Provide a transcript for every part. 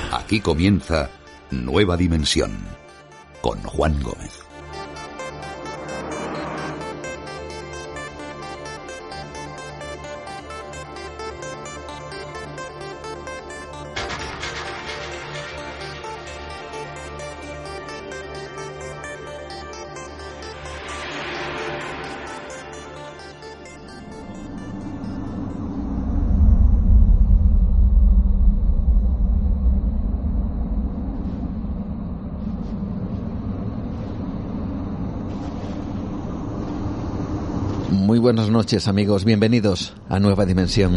Aquí comienza Nueva Dimensión con Juan Gómez. Muy buenas noches, amigos, bienvenidos a Nueva Dimensión.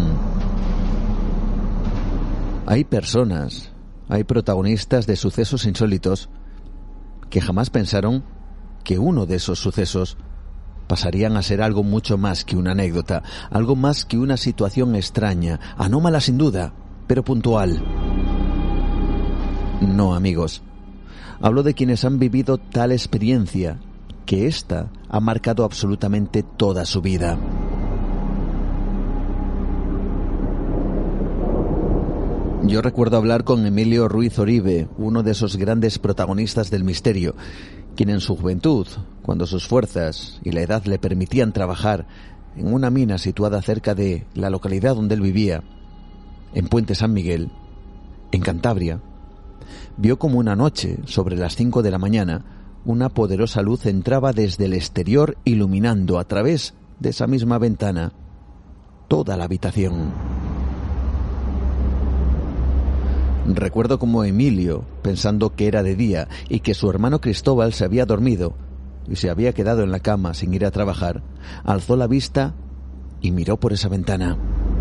Hay personas, hay protagonistas de sucesos insólitos que jamás pensaron que uno de esos sucesos pasarían a ser algo mucho más que una anécdota, algo más que una situación extraña, anómala sin duda, pero puntual. No, amigos, hablo de quienes han vivido tal experiencia que ésta ha marcado absolutamente toda su vida. Yo recuerdo hablar con Emilio Ruiz Oribe, uno de esos grandes protagonistas del misterio, quien en su juventud, cuando sus fuerzas y la edad le permitían trabajar en una mina situada cerca de la localidad donde él vivía, en Puente San Miguel, en Cantabria, vio como una noche, sobre las 5 de la mañana, una poderosa luz entraba desde el exterior iluminando a través de esa misma ventana toda la habitación. Recuerdo como Emilio, pensando que era de día y que su hermano Cristóbal se había dormido y se había quedado en la cama sin ir a trabajar, alzó la vista y miró por esa ventana.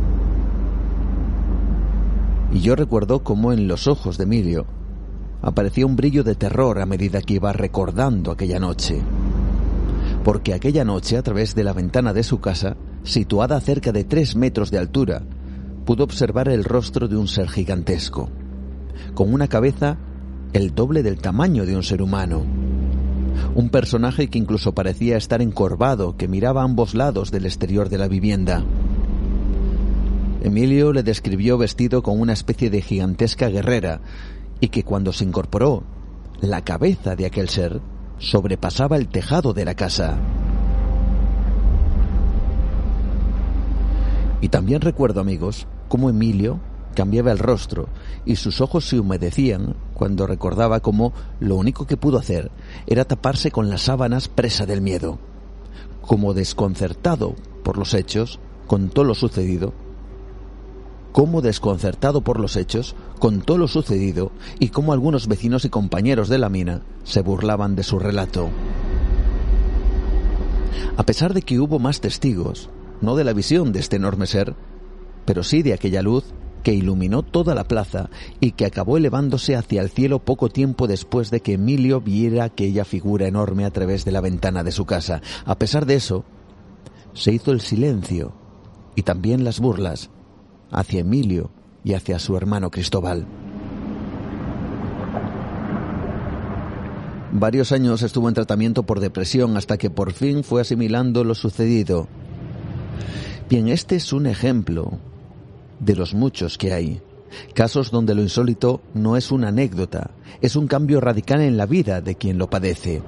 Y yo recuerdo como en los ojos de Emilio aparecía un brillo de terror a medida que iba recordando aquella noche. Porque aquella noche, a través de la ventana de su casa, situada a cerca de 3 metros de altura, pudo observar el rostro de un ser gigantesco, con una cabeza el doble del tamaño de un ser humano. Un personaje que incluso parecía estar encorvado, que miraba a ambos lados del exterior de la vivienda. Emilio le describió vestido con una especie de gigantesca guerrera, y que cuando se incorporó, la cabeza de aquel ser sobrepasaba el tejado de la casa. Y también recuerdo, amigos, cómo Emilio cambiaba el rostro y sus ojos se humedecían cuando recordaba cómo lo único que pudo hacer era taparse con las sábanas presa del miedo. Como desconcertado por los hechos, contó lo sucedido. Cómo desconcertado por los hechos, contó lo sucedido y cómo algunos vecinos y compañeros de la mina se burlaban de su relato. A pesar de que hubo más testigos, no de la visión de este enorme ser, pero sí de aquella luz que iluminó toda la plaza y que acabó elevándose hacia el cielo poco tiempo después de que Emilio viera aquella figura enorme a través de la ventana de su casa. A pesar de eso, se hizo el silencio y también las burlas hacia Emilio y hacia su hermano Cristóbal. Varios años estuvo en tratamiento por depresión hasta que por fin fue asimilando lo sucedido. Bien, este es un ejemplo de los muchos que hay. Casos donde lo insólito no es una anécdota, es un cambio radical en la vida de quien lo padece.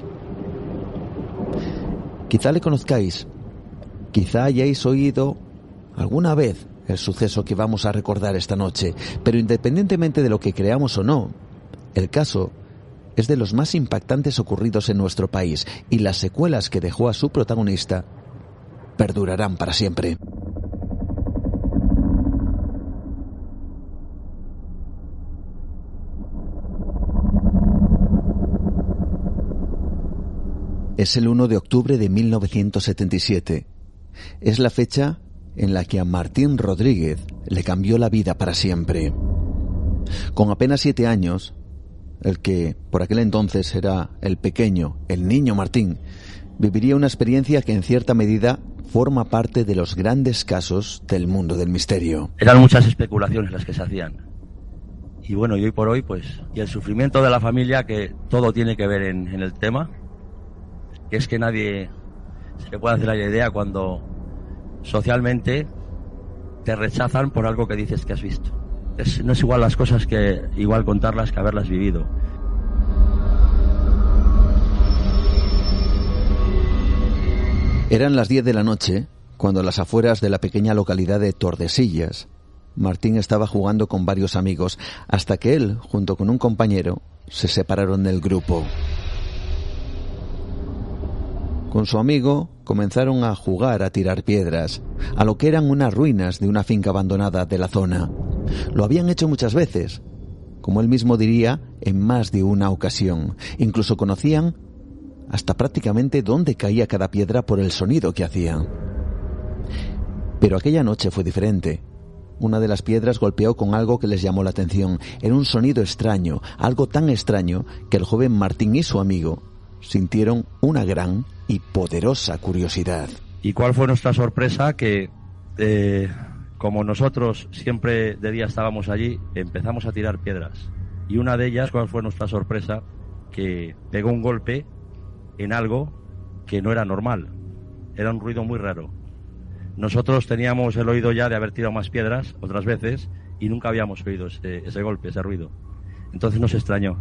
Quizá le conozcáis, quizá hayáis oído alguna vez el suceso que vamos a recordar esta noche, pero independientemente de lo que creamos o no, el caso es de los más impactantes ocurridos en nuestro país y las secuelas que dejó a su protagonista perdurarán para siempre. Es el 1 de octubre de 1977. Es la fecha en la que a Martín Rodríguez le cambió la vida para siempre. Con apenas 7 años, el que por aquel entonces era el pequeño, el niño Martín, viviría una experiencia que en cierta medida forma parte de los grandes casos del mundo del misterio. Eran muchas especulaciones las que se hacían. Y bueno, y hoy por hoy, pues, y el sufrimiento de la familia, que todo tiene que ver en el tema, que es que nadie se le puede hacer la idea cuando socialmente te rechazan por algo que dices que has visto. no es igual las cosas que igual contarlas que haberlas vivido. Eran las 10 de la noche cuando a las afueras de la pequeña localidad de Tordesillas, Martín estaba jugando con varios amigos hasta que él, junto con un compañero, se separaron del grupo. Con su amigo comenzaron a jugar a tirar piedras a lo que eran unas ruinas de una finca abandonada de la zona. Lo habían hecho muchas veces, como él mismo diría, en más de una ocasión. Incluso conocían hasta prácticamente dónde caía cada piedra por el sonido que hacía. Pero aquella noche fue diferente. Una de las piedras golpeó con algo que les llamó la atención. Era un sonido extraño, algo tan extraño que el joven Martín y su amigo sintieron una gran y poderosa curiosidad. ¿Y cuál fue nuestra sorpresa? Que como nosotros siempre de día estábamos allí, empezamos a tirar piedras. Y una de ellas, ¿cuál fue nuestra sorpresa? Que pegó un golpe en algo que no era normal. Era un ruido muy raro. Nosotros teníamos el oído ya de haber tirado más piedras otras veces y nunca habíamos oído ese golpe, ese ruido. Entonces nos extrañó.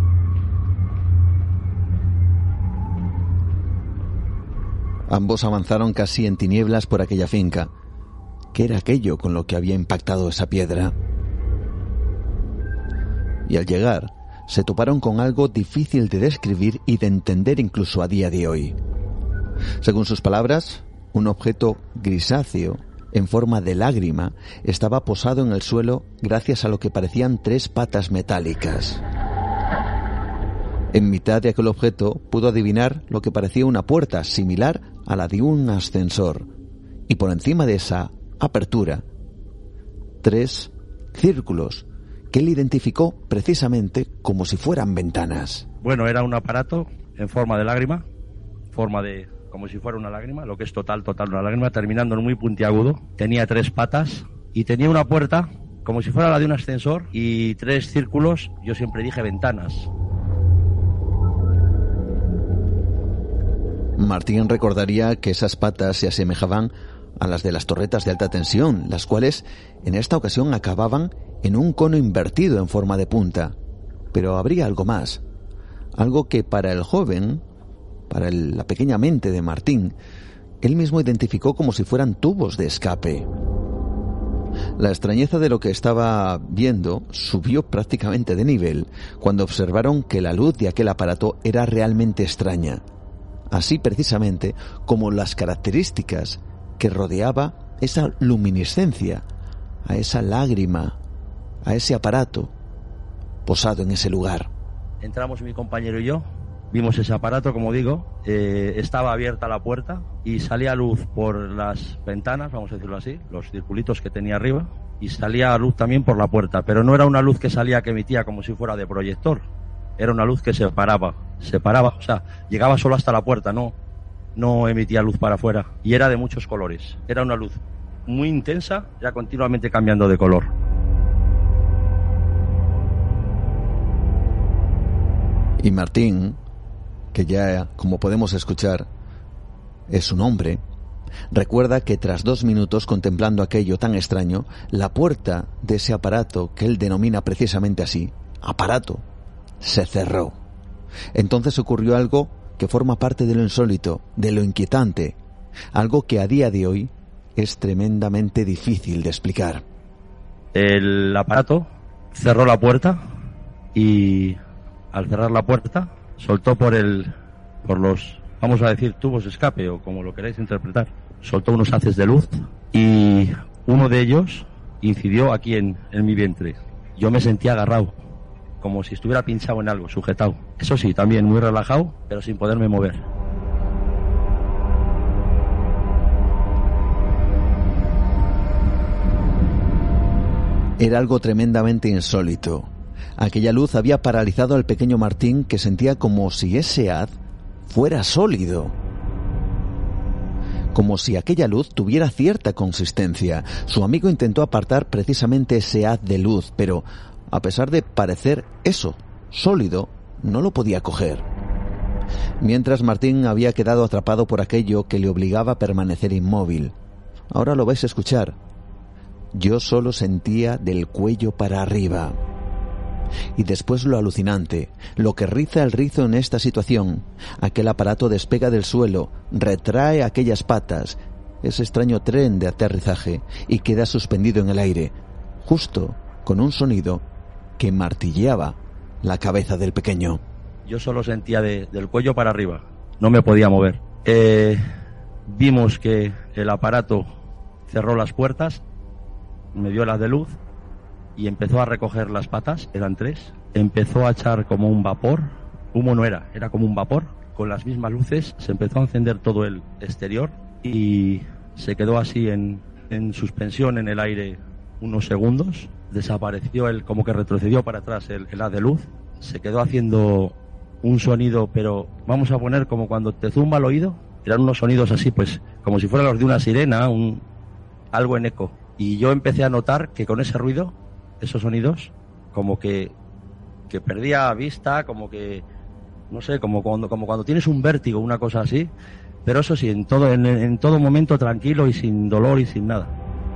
Ambos avanzaron casi en tinieblas por aquella finca. ¿Qué era aquello con lo que había impactado esa piedra? Y al llegar, se toparon con algo difícil de describir y de entender incluso a día de hoy. Según sus palabras, un objeto grisáceo, en forma de lágrima, estaba posado en el suelo gracias a lo que parecían 3 patas metálicas. En mitad de aquel objeto pudo adivinar lo que parecía una puerta similar a la de un ascensor, y por encima de esa apertura, 3 círculos que él identificó precisamente como si fueran ventanas. Bueno, era un aparato en forma de lágrima, como si fuera una lágrima, lo que es total una lágrima, terminando en muy puntiagudo. Tenía 3 patas y tenía una puerta como si fuera la de un ascensor y 3 círculos, yo siempre dije ventanas. Martín recordaría que esas patas se asemejaban a las de las torretas de alta tensión, las cuales en esta ocasión acababan en un cono invertido en forma de punta. Pero habría algo más, algo que para el joven, para la pequeña mente de Martín, él mismo identificó como si fueran tubos de escape. La extrañeza de lo que estaba viendo subió prácticamente de nivel cuando observaron que la luz de aquel aparato era realmente extraña, así precisamente como las características que rodeaba esa luminiscencia, a esa lágrima, a ese aparato posado en ese lugar. Entramos mi compañero y yo, vimos ese aparato, como digo, estaba abierta la puerta y salía luz por las ventanas, vamos a decirlo así, los circulitos que tenía arriba, y salía luz también por la puerta, pero no era una luz que salía, que emitía como si fuera de proyector, era una luz que se paraba, o sea, llegaba solo hasta la puerta, no emitía luz para afuera, y era de muchos colores, era una luz muy intensa, ya continuamente cambiando de color. Y Martín, que ya, como podemos escuchar, es un hombre, recuerda que tras 2 minutos contemplando aquello tan extraño, la puerta de ese aparato, que él denomina precisamente así, aparato, se cerró. Entonces ocurrió algo que forma parte de lo insólito, de lo inquietante, algo que a día de hoy es tremendamente difícil de explicar. El aparato cerró la puerta y al cerrar la puerta soltó por los, vamos a decir, tubos de escape o como lo queráis interpretar, soltó unos haces de luz y uno de ellos incidió aquí en mi vientre. Yo me sentía agarrado, como si estuviera pinchado en algo, sujetado. Eso sí, también muy relajado, pero sin poderme mover. Era algo tremendamente insólito. Aquella luz había paralizado al pequeño Martín, que sentía como si ese haz fuera sólido. Como si aquella luz tuviera cierta consistencia. Su amigo intentó apartar precisamente ese haz de luz, pero a pesar de parecer eso, sólido, no lo podía coger. Mientras Martín había quedado atrapado por aquello que le obligaba a permanecer inmóvil. Ahora lo vais a escuchar. yo solo sentía del cuello para arriba. Y después lo alucinante, lo que riza el rizo en esta situación. Aquel aparato despega del suelo, retrae aquellas patas, ese extraño tren de aterrizaje, y queda suspendido en el aire, justo con un sonido que martilleaba la cabeza del pequeño. Yo solo sentía del cuello para arriba, no me podía mover. Vimos que el aparato cerró las puertas, me dio las de luz y empezó a recoger las patas, eran 3. Empezó a echar como un vapor, humo no era como un vapor. Con las mismas luces se empezó a encender todo el exterior y se quedó así en suspensión en el aire unos segundos. Desapareció como que retrocedió para atrás el haz de luz. Se quedó haciendo un sonido, pero vamos a poner como cuando te zumba el oído. Eran unos sonidos así, pues como si fueran los de una sirena, algo en eco. Y yo empecé a notar que con ese ruido, esos sonidos, como que perdía vista, como que, no sé, como cuando tienes un vértigo, una cosa así. Pero eso sí, en todo momento tranquilo y sin dolor y sin nada.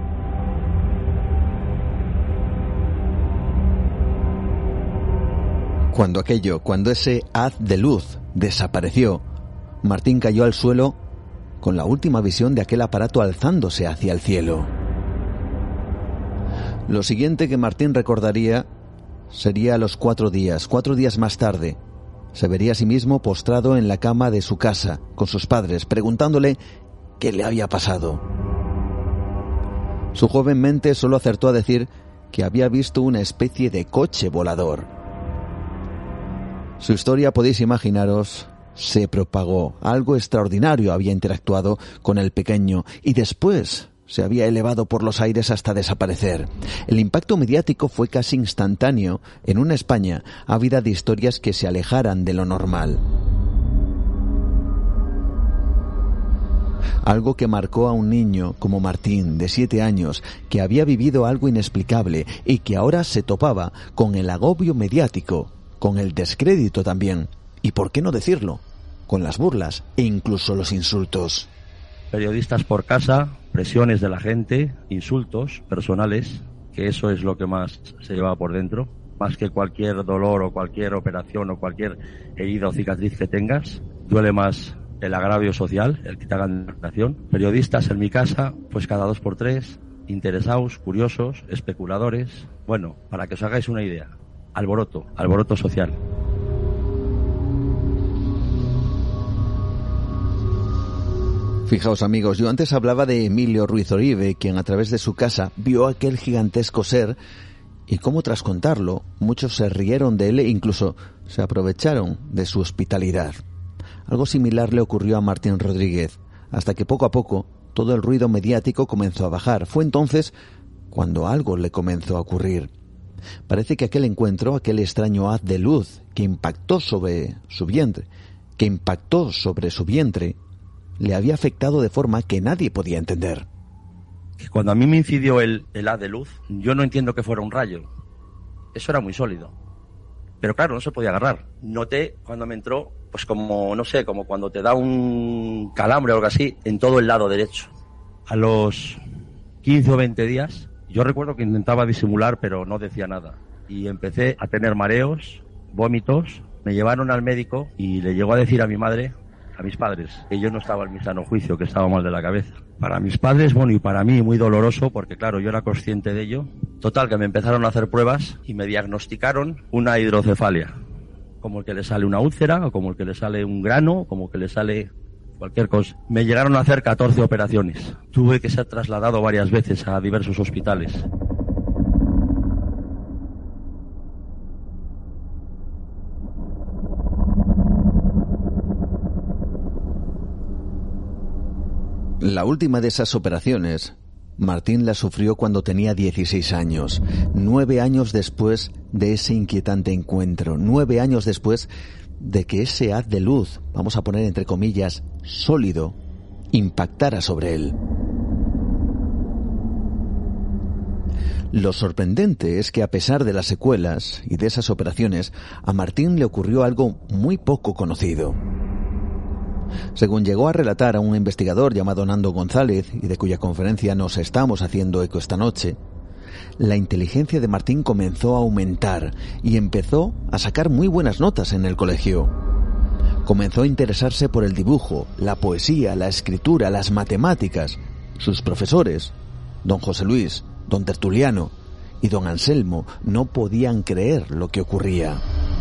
Cuando ese haz de luz desapareció, Martín cayó al suelo con la última visión de aquel aparato alzándose hacia el cielo. Lo siguiente que Martín recordaría sería a los 4 días. 4 días más tarde, se vería a sí mismo postrado en la cama de su casa con sus padres, preguntándole qué le había pasado. Su joven mente solo acertó a decir que había visto una especie de coche volador. Su historia, podéis imaginaros, se propagó. Algo extraordinario había interactuado con el pequeño y después se había elevado por los aires hasta desaparecer. El impacto mediático fue casi instantáneo en una España ávida de historias que se alejaran de lo normal. Algo que marcó a un niño como Martín, de 7 años, que había vivido algo inexplicable y que ahora se topaba con el agobio mediático, con el descrédito también, y por qué no decirlo, con las burlas e incluso los insultos. Periodistas por casa, presiones de la gente, insultos personales, que eso es lo que más se lleva por dentro, más que cualquier dolor o cualquier operación o cualquier herida o cicatriz que tengas. Duele más el agravio social, el que te hagan declaración. Periodistas en mi casa, pues cada 2 por 3, interesados, curiosos, especuladores. Bueno, para que os hagáis una idea, alboroto social. Fijaos, amigos, yo antes hablaba de Emilio Ruiz Oribe, quien a través de su casa vio aquel gigantesco ser y cómo tras contarlo muchos se rieron de él e incluso se aprovecharon de su hospitalidad. Algo similar le ocurrió a Martín Rodríguez, hasta que poco a poco todo el ruido mediático comenzó a bajar. Fue entonces cuando algo le comenzó a ocurrir. Parece que aquel encuentro, aquel extraño haz de luz que impactó sobre su vientre, le había afectado de forma que nadie podía entender. Cuando a mí me incidió el haz de luz, yo no entiendo que fuera un rayo. Eso era muy sólido. Pero claro, no se podía agarrar. Noté cuando me entró, pues como, no sé, como cuando te da un calambre o algo así, en todo el lado derecho. A los 15 o 20 días, yo recuerdo que intentaba disimular, pero no decía nada. Y empecé a tener mareos, vómitos. Me llevaron al médico y le llegó a decir a mi madre, a mis padres, que yo no estaba en mi sano juicio, que estaba mal de la cabeza. Para mis padres, bueno, y para mí muy doloroso, porque claro, yo era consciente de ello. Total, que me empezaron a hacer pruebas y me diagnosticaron una hidrocefalia. Como el que le sale una úlcera, o como el que le sale un grano, como el que le sale cualquier cosa. Me llegaron a hacer 14 operaciones. Tuve que ser trasladado varias veces a diversos hospitales. La última de esas operaciones, Martín la sufrió cuando tenía 16 años, 9 años después de ese inquietante encuentro, 9 años después de que ese haz de luz, vamos a poner entre comillas, sólido, impactara sobre él. Lo sorprendente es que a pesar de las secuelas y de esas operaciones, a Martín le ocurrió algo muy poco conocido. Según llegó a relatar a un investigador llamado Nando González, y de cuya conferencia nos estamos haciendo eco esta noche, la inteligencia de Martín comenzó a aumentar y empezó a sacar muy buenas notas en el colegio. Comenzó a interesarse por el dibujo, la poesía, la escritura, las matemáticas. Sus profesores, don José Luis, don Tertuliano y don Anselmo, no podían creer lo que ocurría.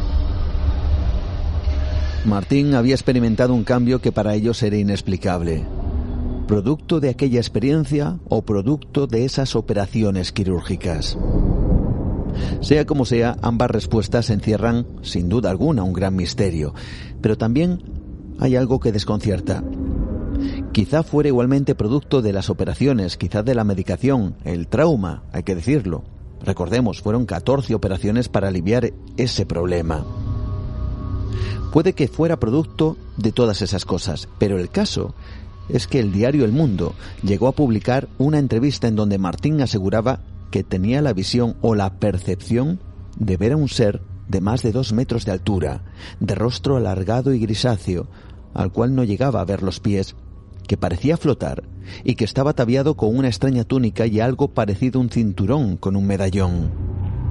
Martín había experimentado un cambio que para ellos era inexplicable. ¿Producto de aquella experiencia o producto de esas operaciones quirúrgicas? Sea como sea, ambas respuestas encierran, sin duda alguna, un gran misterio. Pero también hay algo que desconcierta. Quizá fuera igualmente producto de las operaciones, quizá de la medicación, el trauma, hay que decirlo. Recordemos, fueron 14 operaciones para aliviar ese problema. Puede que fuera producto de todas esas cosas, pero el caso es que el diario El Mundo llegó a publicar una entrevista en donde Martín aseguraba que tenía la visión o la percepción de ver a un ser de más de 2 metros de altura, de rostro alargado y grisáceo, al cual no llegaba a ver los pies, que parecía flotar y que estaba ataviado con una extraña túnica y algo parecido a un cinturón con un medallón.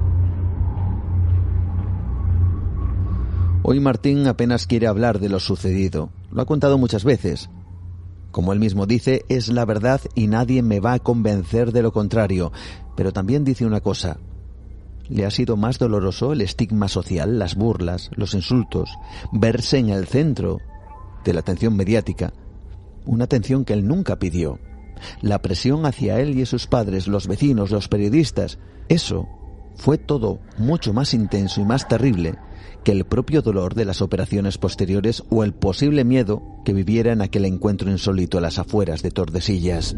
Hoy Martín apenas quiere hablar de lo sucedido. Lo ha contado muchas veces. Como él mismo dice, es la verdad y nadie me va a convencer de lo contrario. Pero también dice una cosa. Le ha sido más doloroso el estigma social, las burlas, los insultos, verse en el centro de la atención mediática, una atención que él nunca pidió. La presión hacia él y sus padres, los vecinos, los periodistas, eso fue todo mucho más intenso y más terrible que el propio dolor de las operaciones posteriores o el posible miedo que viviera en aquel encuentro insólito a las afueras de Tordesillas.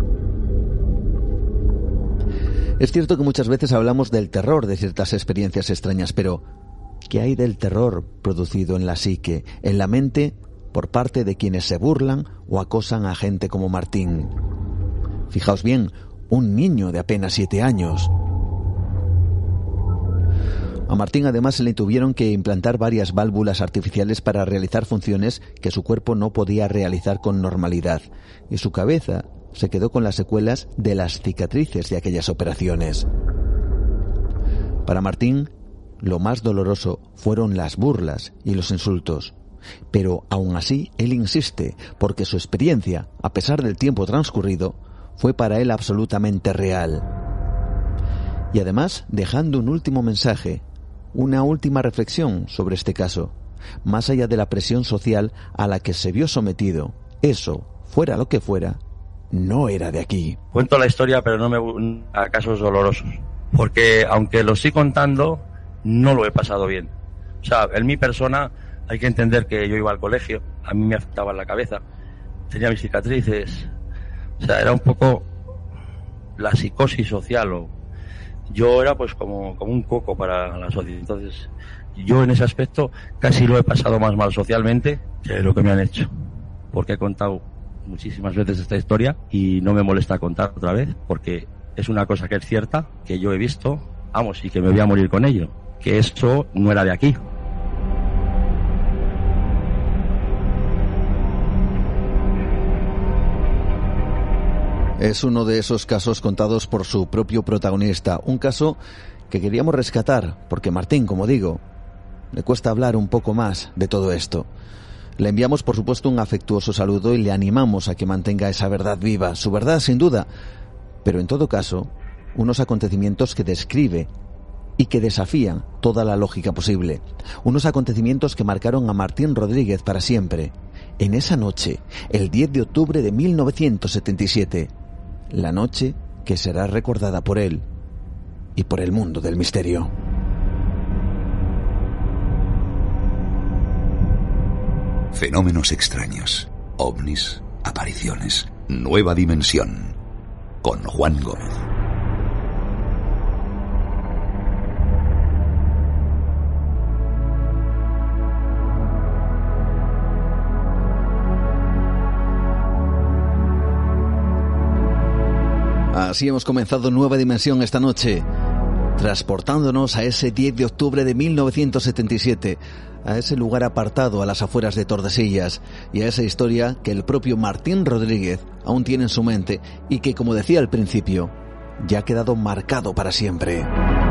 Es cierto que muchas veces hablamos del terror de ciertas experiencias extrañas, pero ¿qué hay del terror producido en la psique, en la mente, por parte de quienes se burlan o acosan a gente como Martín? Fijaos bien, un niño de apenas 7 años. A Martín además se le tuvieron que implantar varias válvulas artificiales para realizar funciones que su cuerpo no podía realizar con normalidad, y su cabeza se quedó con las secuelas de las cicatrices de aquellas operaciones. Para Martín, lo más doloroso fueron las burlas y los insultos, pero aún así él insiste, porque su experiencia, a pesar del tiempo transcurrido, fue para él absolutamente real. Y además dejando un último mensaje, una última reflexión sobre este caso. Más allá de la presión social a la que se vio sometido, eso, fuera lo que fuera, no era de aquí. Cuento la historia, pero no me a casos dolorosos, porque aunque lo estoy contando, no lo he pasado bien. O sea, en mi persona hay que entender que yo iba al colegio, a mí me afectaba en la cabeza, tenía mis cicatrices, o sea, era un poco la psicosis social, yo era pues como un coco para la sociedad. Entonces yo en ese aspecto casi lo he pasado más mal socialmente que lo que me han hecho, porque he contado muchísimas veces esta historia y no me molesta contar otra vez, porque es una cosa que es cierta, que yo he visto, y que me voy a morir con ello, que eso no era de aquí. Es uno de esos casos contados por su propio protagonista, un caso que queríamos rescatar, porque Martín, como digo, le cuesta hablar un poco más de todo esto. Le enviamos, por supuesto, un afectuoso saludo y le animamos a que mantenga esa verdad viva, su verdad sin duda, pero en todo caso, unos acontecimientos que describe y que desafían toda la lógica posible. Unos acontecimientos que marcaron a Martín Rodríguez para siempre. En esa noche, el 10 de octubre de 1977, la noche que será recordada por él y por el mundo del misterio. Fenómenos extraños, ovnis, apariciones, nueva dimensión, con Juan Gómez. Así hemos comenzado Nueva Dimensión esta noche, transportándonos a ese 10 de octubre de 1977, a ese lugar apartado a las afueras de Tordesillas y a esa historia que el propio Martín Rodríguez aún tiene en su mente y que, como decía al principio, ya ha quedado marcado para siempre.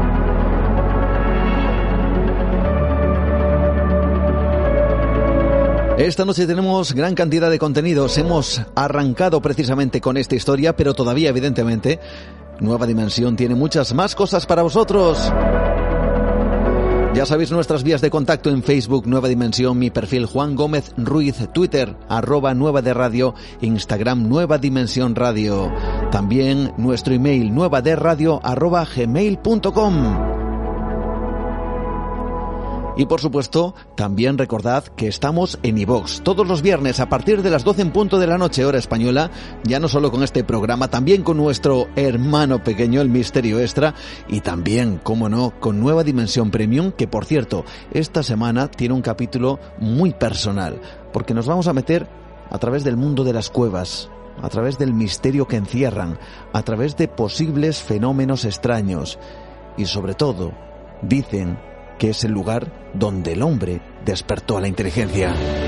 Esta noche tenemos gran cantidad de contenidos. Hemos arrancado precisamente con esta historia, pero todavía, evidentemente, Nueva Dimensión tiene muchas más cosas para vosotros. Ya sabéis nuestras vías de contacto en Facebook, Nueva Dimensión, mi perfil Juan Gómez Ruiz, Twitter, @Nueva de Radio, Instagram, Nueva Dimensión Radio. También nuestro email, nuevaderadio@gmail.com. Y por supuesto, también recordad que estamos en iVoox todos los viernes a partir de las 12 en punto de la noche, hora española, ya no solo con este programa, también con nuestro hermano pequeño, El Misterio Extra, y también, cómo no, con Nueva Dimensión Premium, que por cierto, esta semana tiene un capítulo muy personal, porque nos vamos a meter a través del mundo de las cuevas, a través del misterio que encierran, a través de posibles fenómenos extraños, y sobre todo, dicen que es el lugar donde el hombre despertó a la inteligencia.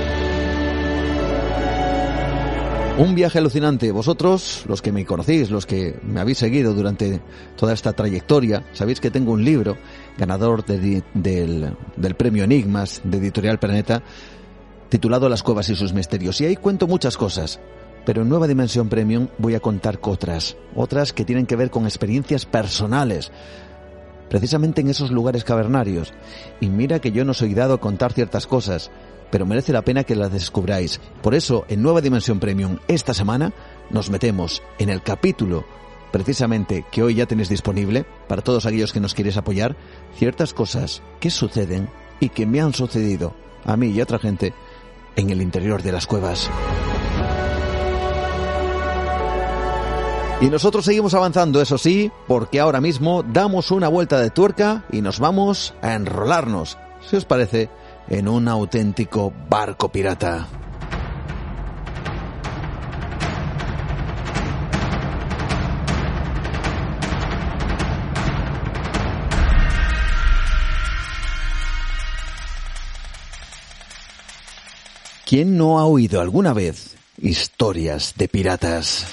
Un viaje alucinante. Vosotros, los que me conocéis, los que me habéis seguido durante toda esta trayectoria, sabéis que tengo un libro ganador del premio Enigmas de Editorial Planeta, titulado Las cuevas y sus misterios. Y ahí cuento muchas cosas, pero en Nueva Dimensión Premium voy a contar otras que tienen que ver con experiencias personales, precisamente en esos lugares cavernarios. Y mira que yo no soy dado a contar ciertas cosas, pero merece la pena que las descubráis. Por eso, en Nueva Dimensión Premium, esta semana, nos metemos en el capítulo, precisamente, que hoy ya tenéis disponible, para todos aquellos que nos queréis apoyar, ciertas cosas que suceden y que me han sucedido a mí y a otra gente en el interior de las cuevas. Y nosotros seguimos avanzando, eso sí, porque ahora mismo damos una vuelta de tuerca y nos vamos a enrolarnos, si os parece, en un auténtico barco pirata. ¿Quién no ha oído alguna vez historias de piratas?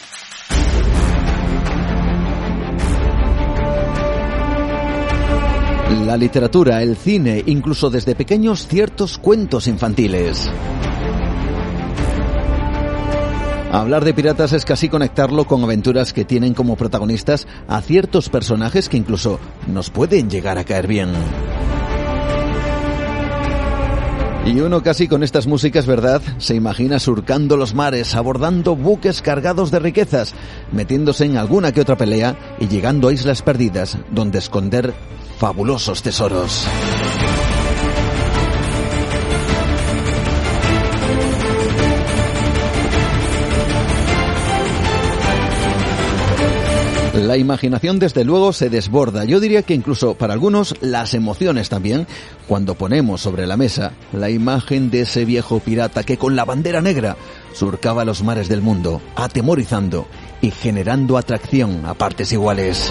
La literatura, el cine, incluso desde pequeños ciertos cuentos infantiles. Hablar de piratas es casi conectarlo con aventuras que tienen como protagonistas a ciertos personajes que incluso nos pueden llegar a caer bien. Y uno casi con estas músicas, ¿verdad?, se imagina surcando los mares, abordando buques cargados de riquezas, metiéndose en alguna que otra pelea y llegando a islas perdidas donde esconder fabulosos tesoros. La imaginación desde luego se desborda. Yo diría que incluso para algunos las emociones también, cuando ponemos sobre la mesa la imagen de ese viejo pirata que con la bandera negra surcaba los mares del mundo, atemorizando y generando atracción a partes iguales.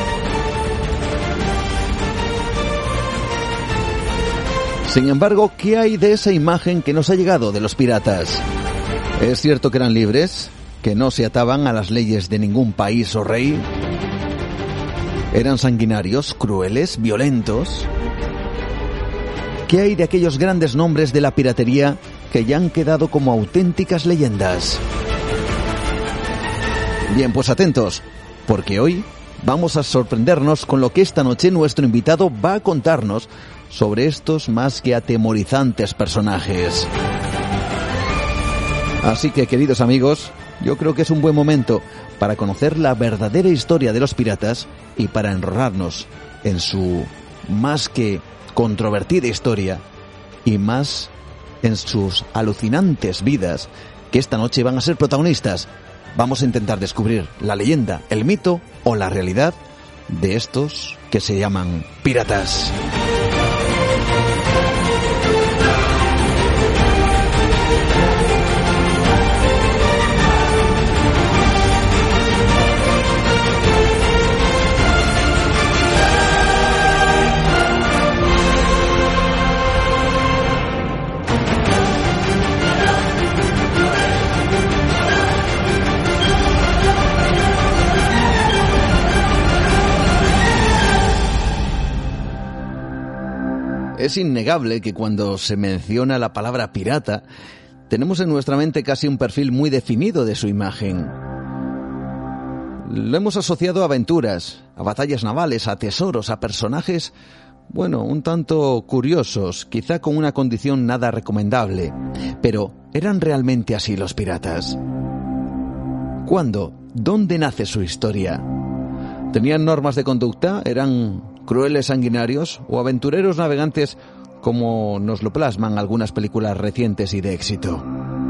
Sin embargo, ¿qué hay de esa imagen que nos ha llegado de los piratas? ¿Es cierto que eran libres? ¿Que no se ataban a las leyes de ningún país o rey? ¿Eran sanguinarios, crueles, violentos? ¿Qué hay de aquellos grandes nombres de la piratería que ya han quedado como auténticas leyendas? Bien, pues atentos, porque hoy vamos a sorprendernos con lo que esta noche nuestro invitado va a contarnos sobre estos más que atemorizantes personajes. Así que, queridos amigos, yo creo que es un buen momento para conocer la verdadera historia de los piratas y para enrolarnos en su más que controvertida historia y más en sus alucinantes vidas que esta noche van a ser protagonistas. Vamos a intentar descubrir la leyenda, el mito o la realidad de estos que se llaman piratas. Es innegable que cuando se menciona la palabra pirata, tenemos en nuestra mente casi un perfil muy definido de su imagen. Lo hemos asociado a aventuras, a batallas navales, a tesoros, a personajes, bueno, un tanto curiosos, quizá con una condición nada recomendable. Pero, ¿eran realmente así los piratas? ¿Cuándo? ¿Dónde nace su historia? ¿Tenían normas de conducta? ¿Eran crueles sanguinarios? ¿O aventureros navegantes como nos lo plasman algunas películas recientes y de éxito?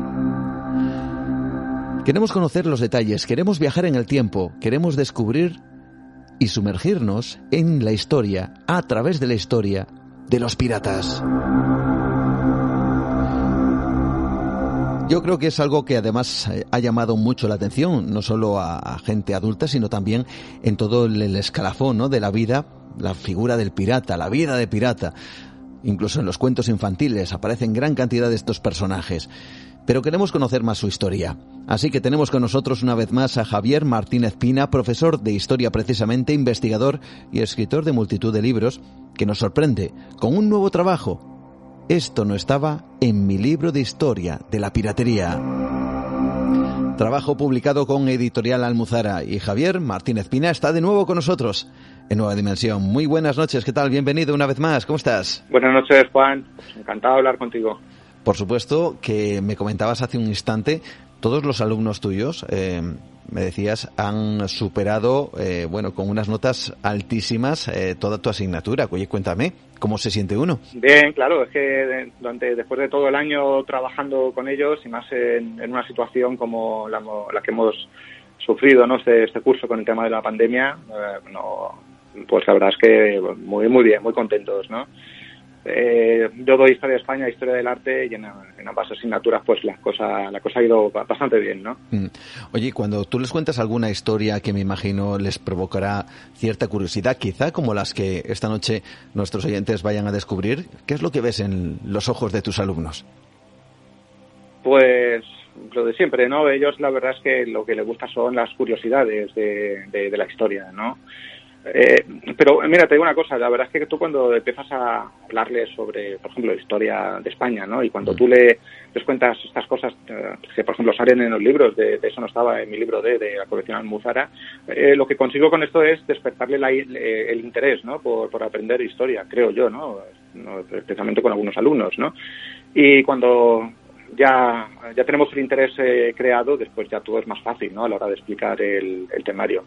Queremos conocer los detalles, queremos viajar en el tiempo, queremos descubrir y sumergirnos en la historia, a través de la historia de los piratas. Yo creo que es algo que además ha llamado mucho la atención, no solo a gente adulta, sino también en todo el escalafón, ¿no?, de la vida, la figura del pirata, la vida de pirata. Incluso en los cuentos infantiles aparecen gran cantidad de estos personajes. Pero queremos conocer más su historia. Así que tenemos con nosotros una vez más a Javier Martínez Pina, profesor de Historia precisamente, investigador y escritor de multitud de libros, que nos sorprende con un nuevo trabajo. Esto no estaba en mi libro de historia de la piratería. Trabajo publicado con Editorial Almuzara, y Javier Martínez Pina está de nuevo con nosotros en Nueva Dimensión. Muy buenas noches, ¿qué tal? Bienvenido una vez más, ¿cómo estás? Buenas noches, Juan. Encantado de hablar contigo. Por supuesto, que me comentabas hace un instante, todos los alumnos tuyos, me decías, han superado, con unas notas altísimas toda tu asignatura. Oye, cuéntame, ¿cómo se siente uno? Bien, claro, es que después de todo el año trabajando con ellos, y más en una situación como la que hemos sufrido, ¿no?, este curso con el tema de la pandemia, pues la verdad es que muy bien, muy contentos, ¿no? Yo doy Historia de España, Historia del Arte, y en ambas asignaturas pues la cosa ha ido bastante bien, ¿no? Oye, cuando tú les cuentas alguna historia que me imagino les provocará cierta curiosidad, quizá como las que esta noche nuestros oyentes vayan a descubrir, ¿qué es lo que ves en los ojos de tus alumnos? Pues lo de siempre, ¿no? Ellos la verdad es que lo que les gusta son las curiosidades de la historia, ¿no? Pero mira, te digo una cosa, la verdad es que tú cuando empiezas a hablarles sobre, por ejemplo, historia de España, ¿no?, y cuando tú les cuentas estas cosas que, por ejemplo, salen en los libros, de eso no estaba en mi libro de la colección Almuzara, lo que consigo con esto es despertarle el interés, ¿no?, por aprender historia, creo yo, ¿no?, especialmente con algunos alumnos, ¿no? Y cuando ya tenemos el interés creado, después ya todo es más fácil, ¿no?, a la hora de explicar el temario.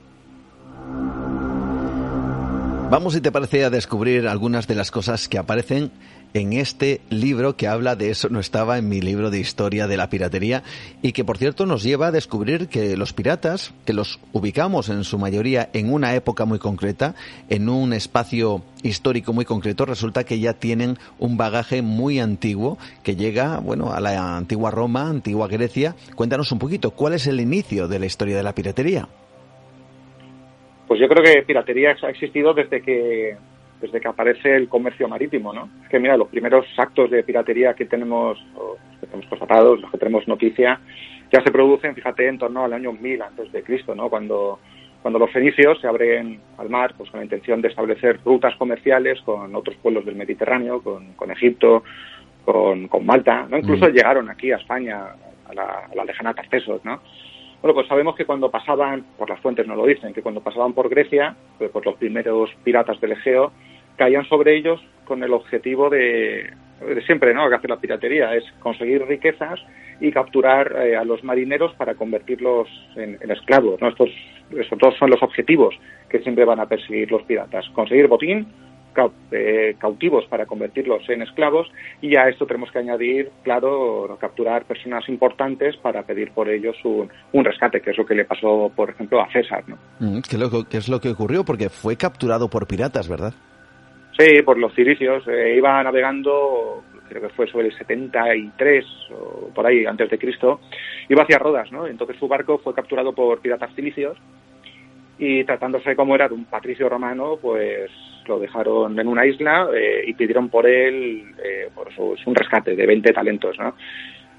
Vamos, si te parece, a descubrir algunas de las cosas que aparecen en este libro que habla de Eso no estaba en mi libro de historia de la piratería, y que, por cierto, nos lleva a descubrir que los piratas, que los ubicamos en su mayoría en una época muy concreta, en un espacio histórico muy concreto, resulta que ya tienen un bagaje muy antiguo que llega, a la antigua Roma, antigua Grecia. Cuéntanos un poquito, ¿cuál es el inicio de la historia de la piratería? Pues yo creo que piratería ha existido desde que aparece el comercio marítimo, ¿no? Es que mira, los primeros actos de piratería que tenemos constatados, los que tenemos noticia, ya se producen, fíjate, en torno al año 1000 antes de Cristo, ¿no? Cuando los fenicios se abren al mar, pues con la intención de establecer rutas comerciales con otros pueblos del Mediterráneo, con Egipto, con Malta, ¿no? Incluso llegaron aquí a España, a la lejana Tartesos, ¿no? Bueno, pues sabemos que cuando pasaban, por las fuentes no lo dicen, que cuando pasaban por Grecia, pues los primeros piratas del Egeo caían sobre ellos con el objetivo de siempre, ¿no?, que hace la piratería, es conseguir riquezas y capturar a los marineros para convertirlos en esclavos, ¿no? Estos dos son los objetivos que siempre van a perseguir los piratas: conseguir botín, cautivos para convertirlos en esclavos, y a esto tenemos que añadir, claro, capturar personas importantes para pedir por ellos un rescate, que es lo que le pasó, por ejemplo, a César, ¿no? ¿Qué es lo que ocurrió? Porque fue capturado por piratas, ¿verdad? Sí, por los ciricios. Iba navegando, creo que fue sobre el 73 o por ahí antes de Cristo, iba hacia Rodas, ¿no? Entonces su barco fue capturado por piratas cilicios, y tratándose como era de un patricio romano, pues lo dejaron en una isla y pidieron por él un rescate de 20 talentos, ¿no?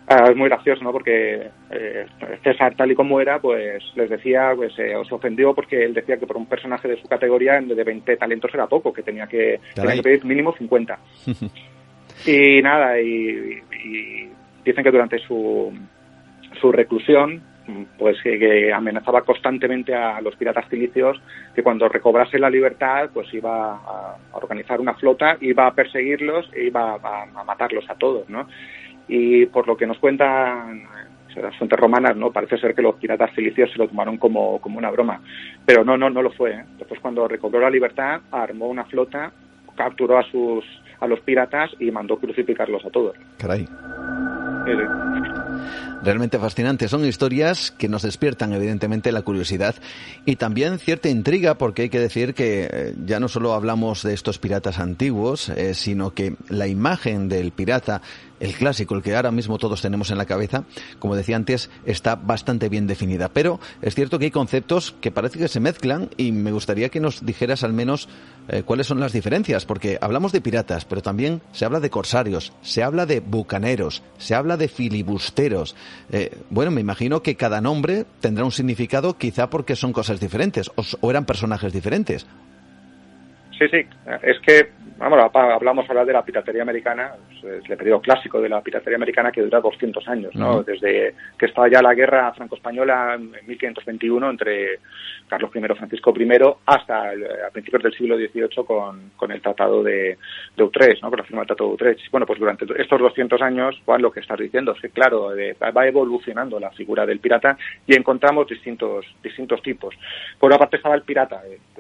Es muy gracioso, ¿no? Porque César, tal y como era, pues les decía, pues os ofendió porque él decía que por un personaje de su categoría de 20 talentos era poco, que tenía que pedir mínimo 50. Y nada, y dicen que durante su reclusión, pues que amenazaba constantemente a los piratas cilicios que cuando recobrase la libertad pues iba a organizar una flota, iba a perseguirlos e iba a matarlos a todos, ¿no? Y por lo que nos cuentan las fuentes romanas, ¿no? Parece ser que los piratas cilicios se lo tomaron como una broma, pero no lo fue, ¿eh? Después, cuando recobró la libertad, armó una flota, capturó a los piratas y mandó crucificarlos a todos. Caray. Realmente fascinante. Son historias que nos despiertan evidentemente la curiosidad y también cierta intriga, porque hay que decir que ya no solo hablamos de estos piratas antiguos, sino que la imagen del pirata, el clásico, el que ahora mismo todos tenemos en la cabeza, como decía antes, está bastante bien definida. Pero es cierto que hay conceptos que parece que se mezclan y me gustaría que nos dijeras al menos cuáles son las diferencias, porque hablamos de piratas, pero también se habla de corsarios, se habla de bucaneros, se habla de filibusteros. Bueno, me imagino que cada nombre tendrá un significado, quizá porque son cosas diferentes o eran personajes diferentes. Sí, es que, vamos, hablamos ahora de la piratería americana, es el periodo clásico de la piratería americana que dura 200 años, ¿no? Desde que estaba ya la guerra franco-española en 1521 entre Carlos I y Francisco I hasta a principios del siglo XVIII con el Tratado de Utrecht, ¿no? Con la firma del Tratado de Utrecht. Bueno, pues durante estos 200 años, Juan, lo que estás diciendo es que, claro, va evolucionando la figura del pirata y encontramos distintos tipos. Por una parte estaba el pirata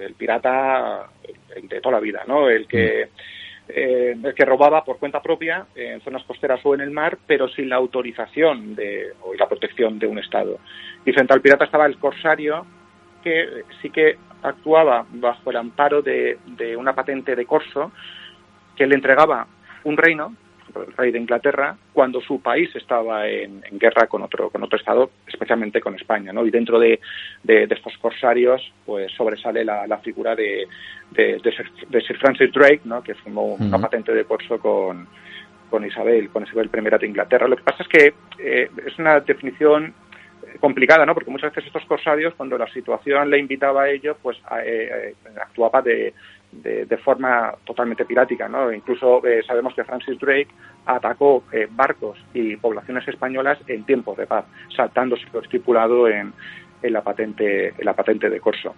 de toda la vida, ¿no? El que robaba por cuenta propia en zonas costeras o en el mar, pero sin la autorización o la protección de un Estado. Y frente al pirata estaba el corsario, que sí que actuaba bajo el amparo de una patente de corso que le entregaba un reino, el rey de Inglaterra, cuando su país estaba en guerra con otro Estado, especialmente con España, ¿no? Y dentro de estos corsarios pues sobresale la figura de Sir Francis Drake, ¿no? Que firmó una patente de corso con Isabel I de Inglaterra. Lo que pasa es que es una definición complicada, ¿no? Porque muchas veces estos corsarios, cuando la situación le invitaba a ello, pues actuaba de forma totalmente pirática, ¿no? Incluso sabemos que Francis Drake atacó barcos y poblaciones españolas en tiempos de paz, saltándose lo estipulado en la patente de corso.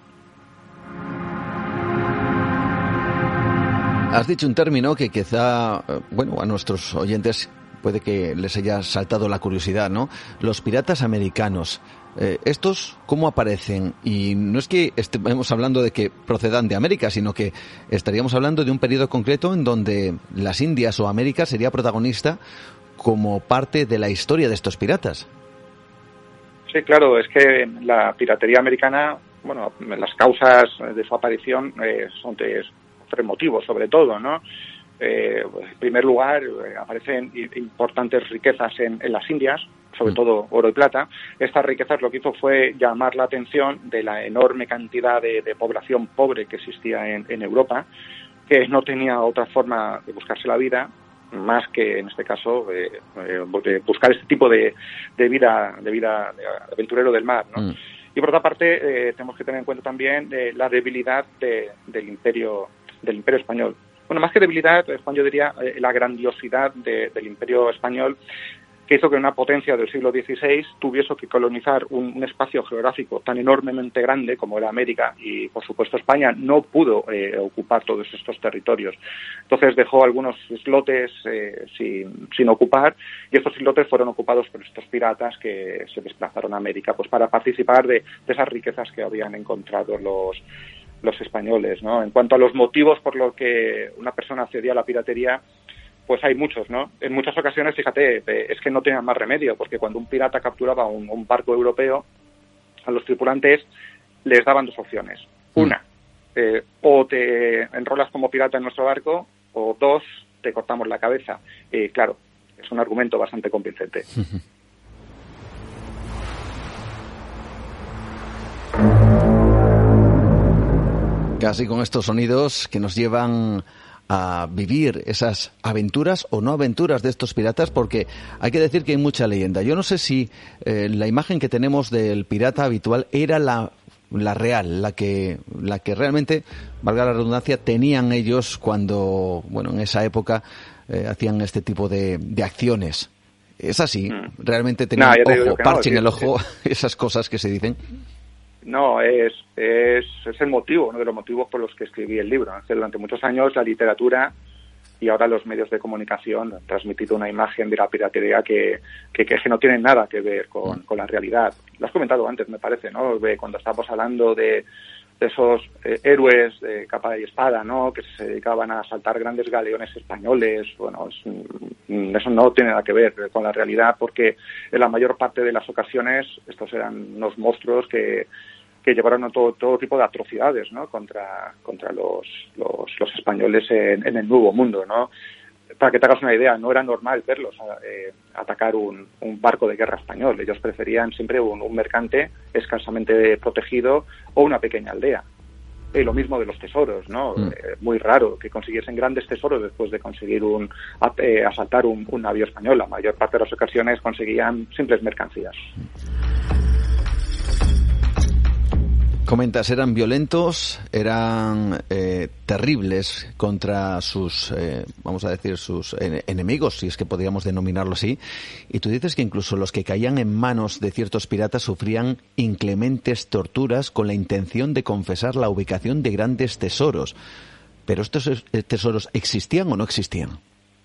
Has dicho un término que quizá, a nuestros oyentes puede que les haya saltado la curiosidad, ¿no? Los piratas americanos. ¿Estos cómo aparecen? Y no es que estemos hablando de que procedan de América, sino que estaríamos hablando de un periodo concreto en donde las Indias o América sería protagonista como parte de la historia de estos piratas. Sí, claro, es que la piratería americana, las causas de su aparición son de tres motivos, sobre todo, ¿no? En primer lugar, aparecen importantes riquezas en las Indias, sobre todo oro y plata. Estas riquezas lo que hizo fue llamar la atención de la enorme cantidad de población pobre que existía en Europa, que no tenía otra forma de buscarse la vida más que, en este caso, buscar este tipo de vida de aventurero del mar, ¿no? Y por otra parte, tenemos que tener en cuenta también la debilidad del imperio español. Bueno, más que debilidad, Juan, yo diría la grandiosidad del Imperio Español, que hizo que una potencia del siglo XVI tuviese que colonizar un espacio geográfico tan enormemente grande como era América, y por supuesto España no pudo ocupar todos estos territorios. Entonces dejó algunos islotes sin ocupar, y estos islotes fueron ocupados por estos piratas que se desplazaron a América pues para participar de esas riquezas que habían encontrado los españoles, ¿no? En cuanto a los motivos por los que una persona accedía a la piratería, pues hay muchos, ¿no? En muchas ocasiones, fíjate, es que no tenían más remedio, porque cuando un pirata capturaba un barco europeo, a los tripulantes les daban dos opciones. Una, o te enrolas como pirata en nuestro barco, o dos, te cortamos la cabeza. Claro, es un argumento bastante convincente. Casi con estos sonidos que nos llevan a vivir esas aventuras o no aventuras de estos piratas, porque hay que decir que hay mucha leyenda. Yo no sé si la imagen que tenemos del pirata habitual era la real, la que realmente, valga la redundancia, tenían ellos cuando, bueno, en esa época hacían este tipo de acciones. ¿Es así? ¿Realmente tenían parche en el ojo, esas cosas que se dicen? No, es el motivo, uno de los motivos por los que escribí el libro. Durante muchos años la literatura y ahora los medios de comunicación han transmitido una imagen de la piratería que no tiene nada que ver con la realidad. Lo has comentado antes, me parece, ¿no? Cuando estábamos hablando de esos héroes de capa y espada, ¿no? Que se dedicaban a asaltar grandes galeones españoles. Bueno, eso no tiene nada que ver con la realidad, porque en la mayor parte de las ocasiones estos eran unos monstruos que llevaron a todo tipo de atrocidades, ¿no? contra los españoles en el Nuevo Mundo, ¿no? Para que te hagas una idea, no era normal verlos atacar un barco de guerra español. Ellos preferían siempre un mercante escasamente protegido o una pequeña aldea. Y lo mismo de los tesoros, ¿no? Muy raro que consiguiesen grandes tesoros después de conseguir asaltar un navío español. La mayor parte de las ocasiones conseguían simples mercancías. Comentas, eran violentos, eran terribles contra sus, vamos a decir, sus enemigos, si es que podríamos denominarlo así. Y tú dices que incluso los que caían en manos de ciertos piratas sufrían inclementes torturas con la intención de confesar la ubicación de grandes tesoros. ¿Pero estos tesoros existían o no existían?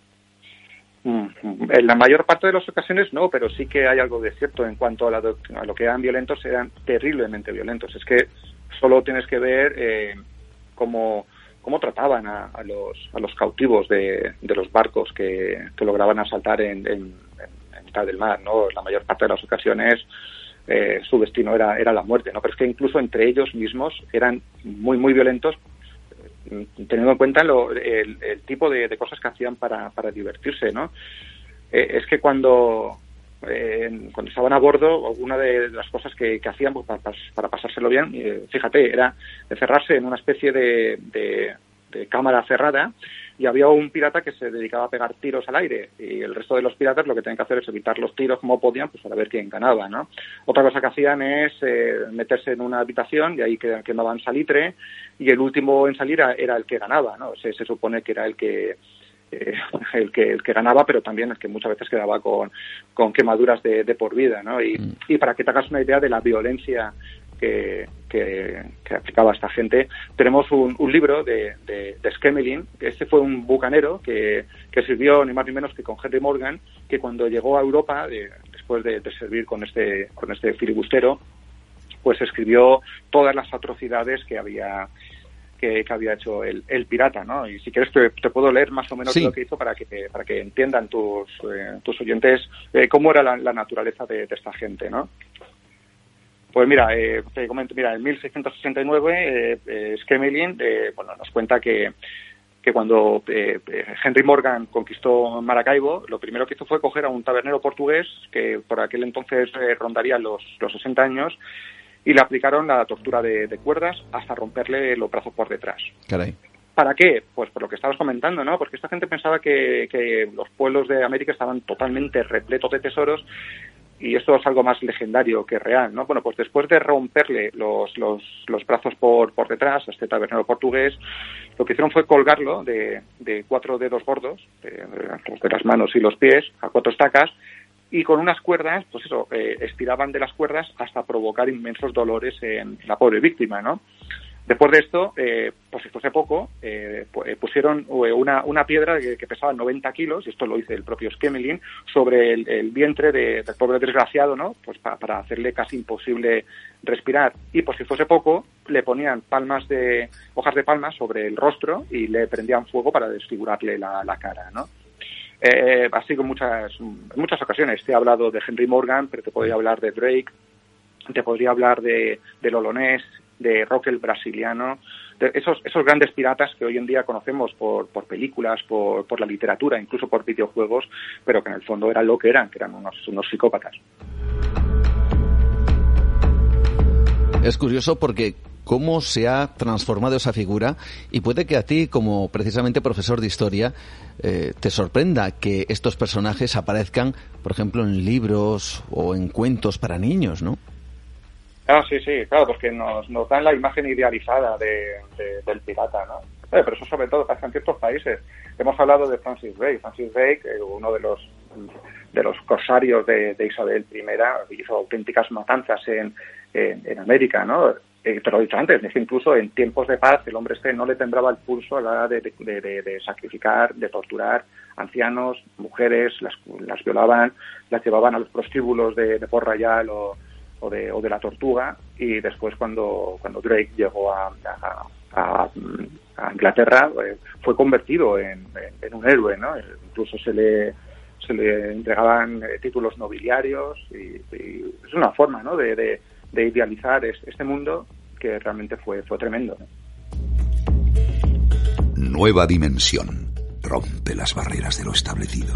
En la mayor parte de las ocasiones no, pero sí que hay algo de cierto en cuanto a lo que eran violentos. Eran terriblemente violentos. Es que solo tienes que ver cómo trataban a los cautivos de los barcos que lograban asaltar en mitad del mar, ¿no? La mayor parte de las ocasiones su destino era la muerte, ¿no? Pero es que incluso entre ellos mismos eran muy, muy violentos, teniendo en cuenta el tipo de cosas que hacían para divertirse, ¿no? Es que cuando estaban a bordo, una de las cosas que hacían pues, para pasárselo bien, fíjate, era encerrarse en una especie de cámara cerrada, y había un pirata que se dedicaba a pegar tiros al aire, y el resto de los piratas lo que tenían que hacer es evitar los tiros como podían, pues para ver quién ganaba, ¿no? Otra cosa que hacían es meterse en una habitación, y ahí quemaban salitre, y el último en salir era el que ganaba, ¿no? Se supone que era el que ganaba, pero también el que muchas veces quedaba con quemaduras de por vida, ¿no? Y para que te hagas una idea de la violencia que aplicaba esta gente, tenemos un libro de Schmeling. Este fue un bucanero que sirvió ni más ni menos que con Henry Morgan, que cuando llegó a Europa, después de servir con este filibustero, pues escribió todas las atrocidades que había hecho el pirata, ¿no? Y si quieres te puedo leer más o menos lo que hizo para que entiendan tus oyentes cómo era la naturaleza de esta gente, ¿no? Pues mira, te comento, en 1669 Schmeling nos cuenta que cuando Henry Morgan conquistó Maracaibo, lo primero que hizo fue coger a un tabernero portugués que por aquel entonces rondaría los 60 años, y le aplicaron la tortura de cuerdas hasta romperle los brazos por detrás. Caray. ¿Para qué? Pues por lo que estabas comentando, ¿no? Porque esta gente pensaba que los pueblos de América estaban totalmente repletos de tesoros, y esto es algo más legendario que real, ¿no? Bueno, pues después de romperle los brazos por detrás a este tabernero portugués, lo que hicieron fue colgarlo de 4 dedos gordos, de las manos y los pies, a 4 estacas, y con unas cuerdas, pues eso, estiraban de las cuerdas hasta provocar inmensos dolores en la pobre víctima, ¿no? Después de esto, pues si fuese poco, pusieron una piedra que pesaba 90 kilos, y esto lo dice el propio Schmeling, sobre el vientre del pobre desgraciado, ¿no? Pues para hacerle casi imposible respirar. Y por si fuese poco, le ponían hojas de palma sobre el rostro y le prendían fuego para desfigurarle la cara, ¿no? Así que en muchas ocasiones te he hablado de Henry Morgan, pero te podría hablar de Drake, te podría hablar del Olonés, de Roque el brasiliano, de esos grandes piratas que hoy en día conocemos por películas, por la literatura, incluso por videojuegos, pero que en el fondo eran lo que eran unos psicópatas. Es curioso porque cómo se ha transformado esa figura, y puede que a ti, como precisamente profesor de historia, te sorprenda que estos personajes aparezcan, por ejemplo, en libros o en cuentos para niños, ¿no? Sí, claro, porque nos dan la imagen idealizada del pirata, ¿no? Pero eso sobre todo pasa en ciertos países. Hemos hablado de Francis Drake, uno de los corsarios de Isabel I, hizo auténticas matanzas en América, ¿no? Te lo he dicho antes, es que incluso en tiempos de paz el hombre no le temblaba el pulso a la hora de sacrificar, de torturar ancianos, mujeres, las violaban, las llevaban a los prostíbulos de Port Royal o de la Tortuga, y después cuando Drake llegó a Inglaterra fue convertido en un héroe, ¿no? Incluso se le entregaban títulos nobiliarios y es una forma, ¿no?, de idealizar este mundo que realmente fue tremendo, ¿no? Nueva dimensión. Rompe las barreras de lo establecido.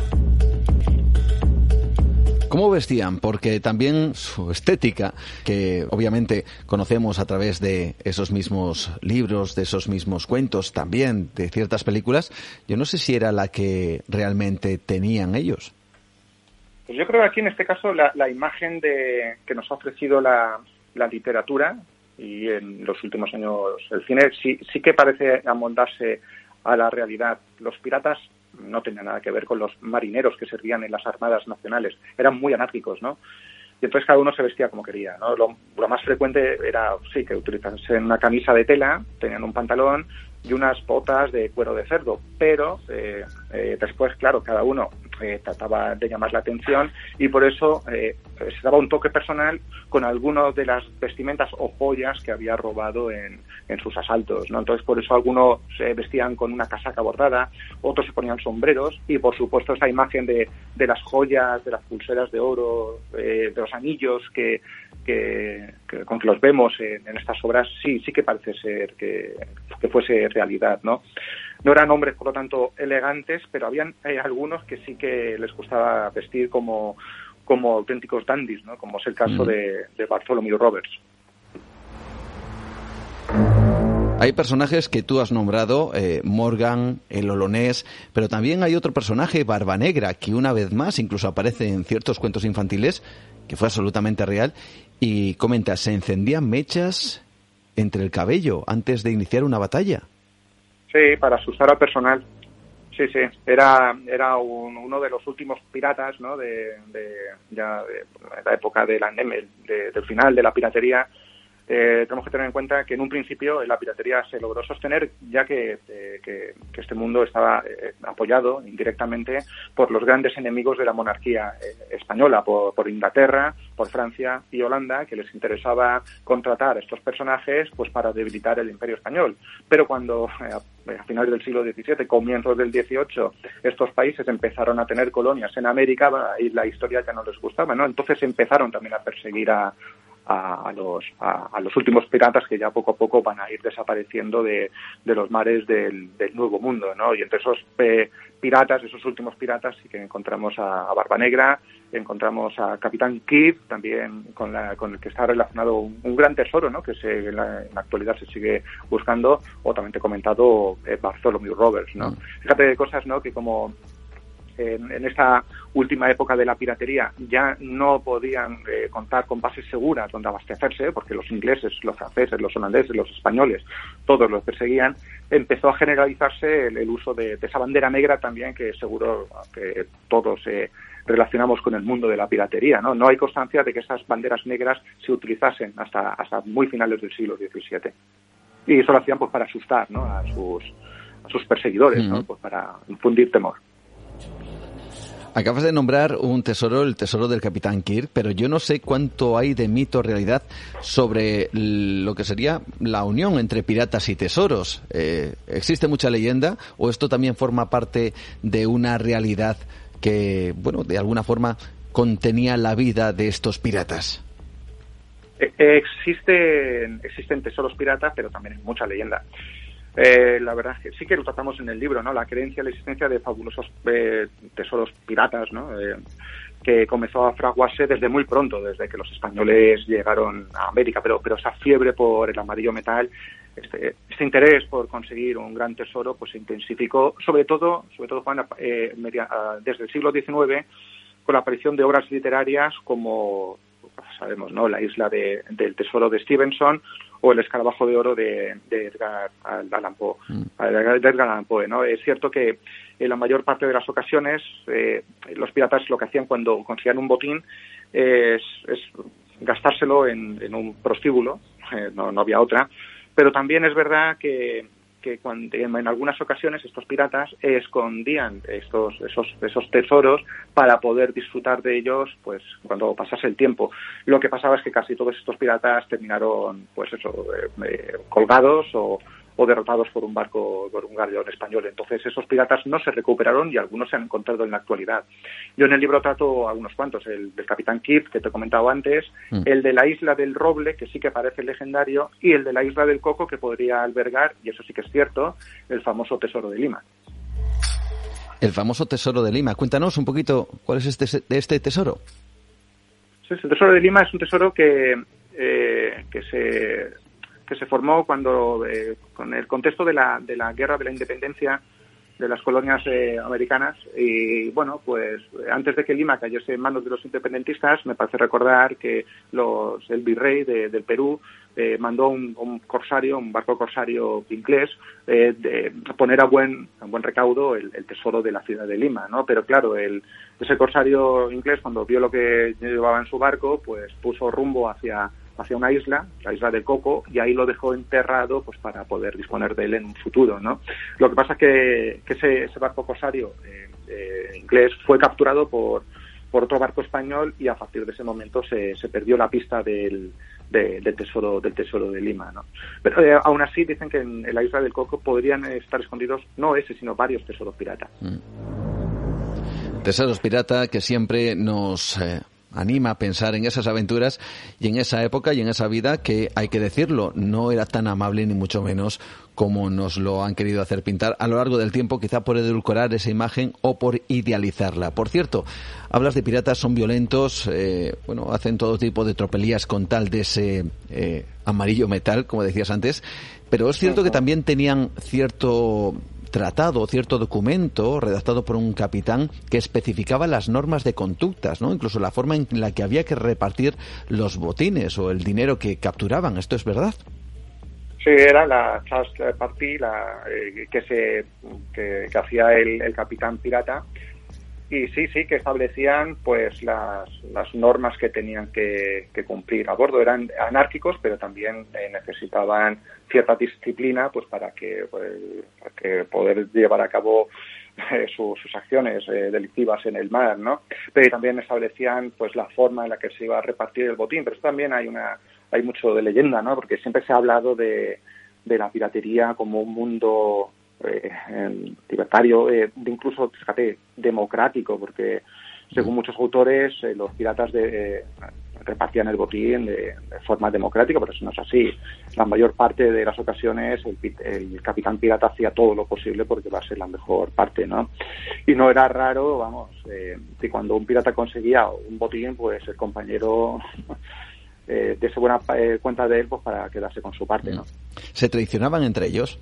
¿Cómo vestían? Porque también su estética, que obviamente conocemos a través de esos mismos libros, de esos mismos cuentos, también de ciertas películas, yo no sé si era la que realmente tenían ellos. Pues yo creo que aquí en este caso la imagen que nos ha ofrecido la literatura y en los últimos años el cine sí que parece amoldarse a la realidad. Los piratas no tenían nada que ver con los marineros que servían en las armadas nacionales, eran muy anárquicos, ¿no? Y entonces cada uno se vestía como quería, ¿no? Lo más frecuente era, sí, que utilizasen una camisa de tela, tenían un pantalón y unas botas de cuero de cerdo, pero después, claro, cada uno trataba de llamar la atención y por eso se daba un toque personal con algunas de las vestimentas o joyas que había robado en sus asaltos, ¿no? Entonces por eso algunos se vestían con una casaca bordada, otros se ponían sombreros y por supuesto esa imagen de las joyas, de las pulseras de oro, de los anillos con que los vemos en estas obras sí que parece ser que fuese realidad, ¿no? No eran hombres, por lo tanto, elegantes, pero habían algunos que sí que les gustaba vestir como auténticos dandies, ¿no? Como es el caso de Bartholomew Roberts. Hay personajes que tú has nombrado, Morgan, el Olonés, pero también hay otro personaje, Barba Negra, que una vez más incluso aparece en ciertos cuentos infantiles, que fue absolutamente real, y comenta, se encendían mechas entre el cabello antes de iniciar una batalla. Sí, para asustar al personal. Sí, era uno de los últimos piratas, ¿no? de la época del final de la piratería. Tenemos que tener en cuenta que en un principio la piratería se logró sostener ya que este mundo estaba apoyado indirectamente por los grandes enemigos de la monarquía española, por Inglaterra, por Francia y Holanda, que les interesaba contratar a estos personajes pues para debilitar el Imperio español. Pero cuando a finales del siglo XVII, comienzos del XVIII, estos países empezaron a tener colonias en América y la historia ya no les gustaba, ¿no? Entonces empezaron también a perseguir a los últimos piratas que ya poco a poco van a ir desapareciendo de los mares del Nuevo Mundo, ¿no? Y entre esos piratas, esos últimos piratas, sí que encontramos a Barba Negra, encontramos a Capitán Kidd, también con el que está relacionado un gran tesoro, ¿no? Que en la actualidad se sigue buscando, o también te he comentado Bartholomew Roberts, ¿no? Fíjate de cosas, ¿no? Que como en esta última época de la piratería ya no podían contar con bases seguras donde abastecerse, porque los ingleses, los franceses, los holandeses, los españoles, todos los perseguían, empezó a generalizarse el uso de esa bandera negra también, que seguro que todos relacionamos con el mundo de la piratería, ¿no? No hay constancia de que esas banderas negras se utilizasen hasta muy finales del siglo XVII. Y eso lo hacían pues para asustar, ¿no? a sus perseguidores, ¿no? Pues para infundir temor. Acabas de nombrar un tesoro, el tesoro del Capitán Kirk, pero yo no sé cuánto hay de mito realidad sobre lo que sería la unión entre piratas y tesoros. ¿Existe mucha leyenda o esto también forma parte de una realidad que, bueno, de alguna forma contenía la vida de estos piratas? Existen tesoros piratas, pero también hay mucha leyenda. La verdad es que sí que lo tratamos en el libro, ¿no? La creencia en la existencia de fabulosos tesoros piratas, ¿no? que comenzó a fraguarse desde muy pronto, desde que los españoles llegaron a América, pero esa fiebre por el amarillo metal, este interés por conseguir un gran tesoro, pues se intensificó, sobre todo Juan, desde el siglo XIX, con la aparición de obras literarias como, sabemos, ¿no?, La isla del tesoro de Stevenson o El escarabajo de oro de Edgar Allan Poe, ¿no? Es cierto que en la mayor parte de las ocasiones los piratas lo que hacían cuando conseguían un botín es gastárselo en un prostíbulo, no había otra, pero también es verdad que cuando, en algunas ocasiones estos piratas escondían esos tesoros para poder disfrutar de ellos pues cuando pasase el tiempo. Lo que pasaba es que casi todos estos piratas terminaron pues colgados o derrotados por un galeón español. Entonces esos piratas no se recuperaron y algunos se han encontrado en la actualidad. Yo en el libro trato algunos cuantos, el del Capitán Kidd, que te he comentado antes, el de la isla del Roble, que sí que parece legendario, y el de la isla del Coco, que podría albergar, y eso sí que es cierto, el famoso Tesoro de Lima. El famoso Tesoro de Lima. Cuéntanos un poquito cuál es este tesoro. Sí, el Tesoro de Lima es un tesoro que se formó cuando con el contexto de la guerra de la independencia de las colonias americanas, y bueno, pues antes de que Lima cayese en manos de los independentistas, me parece recordar que el virrey del Perú mandó un barco corsario inglés, poner a buen recaudo el tesoro de la ciudad de Lima, ¿no? Pero claro, ese corsario inglés, cuando vio lo que llevaba en su barco, pues puso rumbo hacia una isla, la isla del Coco, y ahí lo dejó enterrado pues para poder disponer de él en un futuro, ¿no? Lo que pasa es que ese barco corsario inglés fue capturado por otro barco español, y a partir de ese momento se perdió la pista del tesoro de Lima, ¿no? Pero aún así dicen que en la isla del Coco podrían estar escondidos no ese, sino varios tesoros pirata. Tesoros pirata que siempre nos anima a pensar en esas aventuras y en esa época y en esa vida que, hay que decirlo, no era tan amable ni mucho menos como nos lo han querido hacer pintar a lo largo del tiempo, quizá por edulcorar esa imagen o por idealizarla. Por cierto, hablas de piratas, son violentos, hacen todo tipo de tropelías con tal de ese amarillo metal, como decías antes, pero es cierto que también tenían cierto tratado, cierto documento redactado por un capitán que especificaba las normas de conductas, ¿no? Incluso la forma en la que había que repartir los botines o el dinero que capturaban. ¿Esto es verdad? Sí, era la Trust Party que hacía el capitán pirata, y sí que establecían pues las normas que tenían que cumplir a bordo. Eran anárquicos, pero también necesitaban cierta disciplina pues para que poder llevar a cabo sus acciones delictivas en el mar, ¿no? Pero también establecían pues la forma en la que se iba a repartir el botín. Pero esto también hay mucho de leyenda, ¿no? Porque siempre se ha hablado de la piratería como un mundo libertario, incluso, fíjate, democrático, porque según muchos autores los piratas repartían el botín de forma democrática, pero eso no es así. La mayor parte de las ocasiones el capitán pirata hacía todo lo posible porque va a ser la mejor parte, ¿no? Y no era raro, que cuando un pirata conseguía un botín, pues el compañero diese buena cuenta de él pues para quedarse con su parte, ¿no? ¿Se traicionaban entre ellos?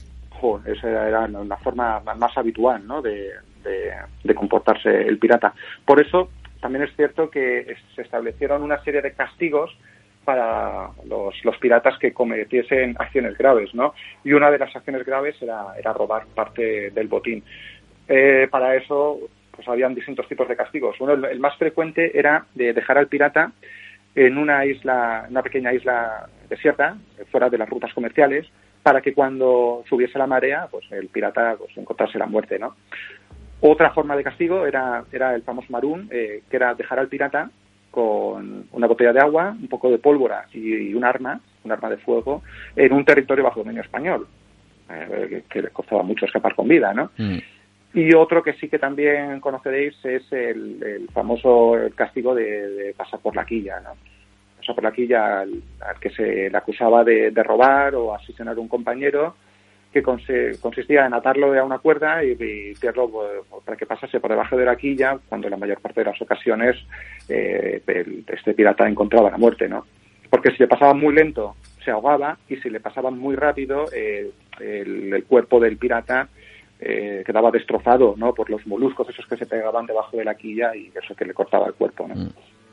Esa era una forma más habitual, ¿no?, de comportarse el pirata. Por eso también es cierto que se establecieron una serie de castigos para los piratas que cometiesen acciones graves, ¿no? Y una de las acciones graves era robar parte del botín. Para eso pues habían distintos tipos de castigos. El más frecuente era de dejar al pirata en una pequeña isla desierta, fuera de las rutas comerciales, para que cuando subiese la marea, pues el pirata pues encontrase la muerte, ¿no? Otra forma de castigo era el famoso marún, que era dejar al pirata con una botella de agua, un poco de pólvora y un arma de fuego, en un territorio bajo dominio español, que le costaba mucho escapar con vida, ¿no? Y otro que sí que también conoceréis es el famoso castigo de pasar por la quilla, ¿no? Por aquí ya al que se le acusaba de robar o asesinar a un compañero, que consistía en atarlo a una cuerda y tirarlo para que pasase por debajo de la quilla, cuando en la mayor parte de las ocasiones este pirata encontraba la muerte, ¿no? Porque si le pasaba muy lento se ahogaba, y si le pasaba muy rápido el cuerpo del pirata quedaba destrozado, ¿no?, por los moluscos esos que se pegaban debajo de la quilla y eso que le cortaba el cuerpo, ¿no?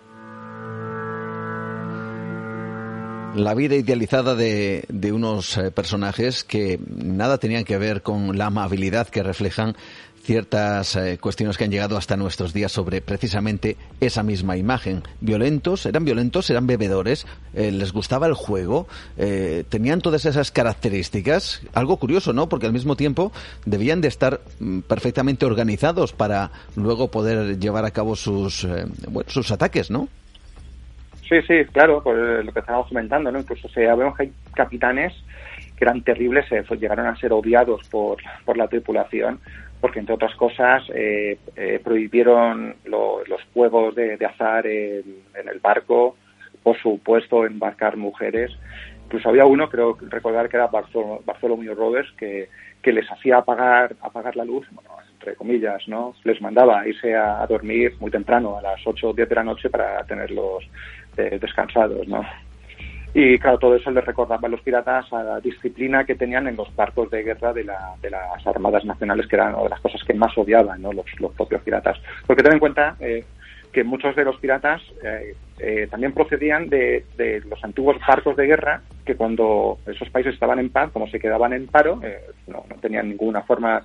La vida idealizada de unos personajes que nada tenían que ver con la amabilidad que reflejan ciertas cuestiones que han llegado hasta nuestros días sobre precisamente esa misma imagen. ¿Eran violentos? ¿Eran bebedores? ¿Les gustaba el juego? ¿Tenían todas esas características? Algo curioso, ¿no? Porque al mismo tiempo debían de estar perfectamente organizados para luego poder llevar a cabo sus ataques, ¿no? Sí, claro, pues lo que estábamos comentando, ¿no? Incluso vemos que hay capitanes que eran terribles, llegaron a ser odiados por la tripulación, porque entre otras cosas prohibieron los juegos de azar en el barco, por supuesto embarcar mujeres. Incluso había uno, creo recordar que era Bartholomew Roberts, que les hacía apagar la luz, bueno, entre comillas, ¿no? Les mandaba irse a dormir muy temprano, a las 8 o 10 de la noche, para tenerlos descansados, ¿no? Y claro, todo eso les recordaba a los piratas a la disciplina que tenían en los barcos de guerra de las armadas nacionales, que eran una de las cosas que más odiaban, ¿no?, los propios piratas. Porque ten en cuenta que muchos de los piratas también procedían de los antiguos barcos de guerra, que cuando esos países estaban en paz, como se quedaban en paro, no tenían ninguna forma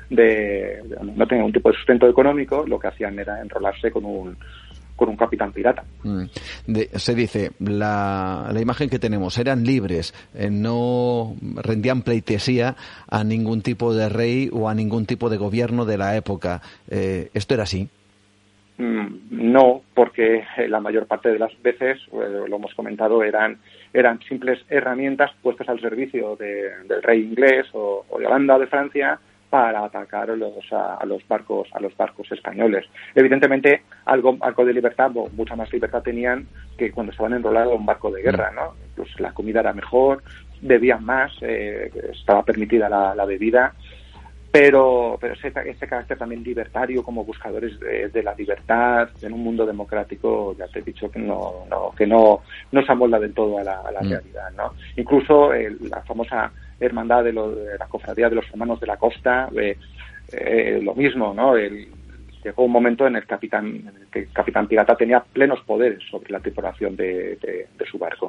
no tenían ningún tipo de sustento económico, lo que hacían era enrolarse con un capitán pirata. Se dice, la imagen que tenemos, eran libres, no rendían pleitesía a ningún tipo de rey o a ningún tipo de gobierno de la época. ¿Esto era así? No, porque la mayor parte de las veces, lo hemos comentado, eran simples herramientas puestas al servicio del rey inglés o de Holanda o de Francia, para atacar a los barcos españoles. Evidentemente, algo de libertad, o mucha más libertad tenían que cuando estaban enrolados en un barco de guerra, ¿no? Pues la comida era mejor, bebían más, estaba permitida la bebida, pero ese carácter también libertario, como buscadores de la libertad en un mundo democrático, ya te he dicho que no se amolda del todo a la realidad, ¿no? Incluso la famosa hermandad de la cofradía de los hermanos de la costa, lo mismo, ¿no? Llegó un momento en el que el capitán pirata tenía plenos poderes sobre la tripulación de su barco.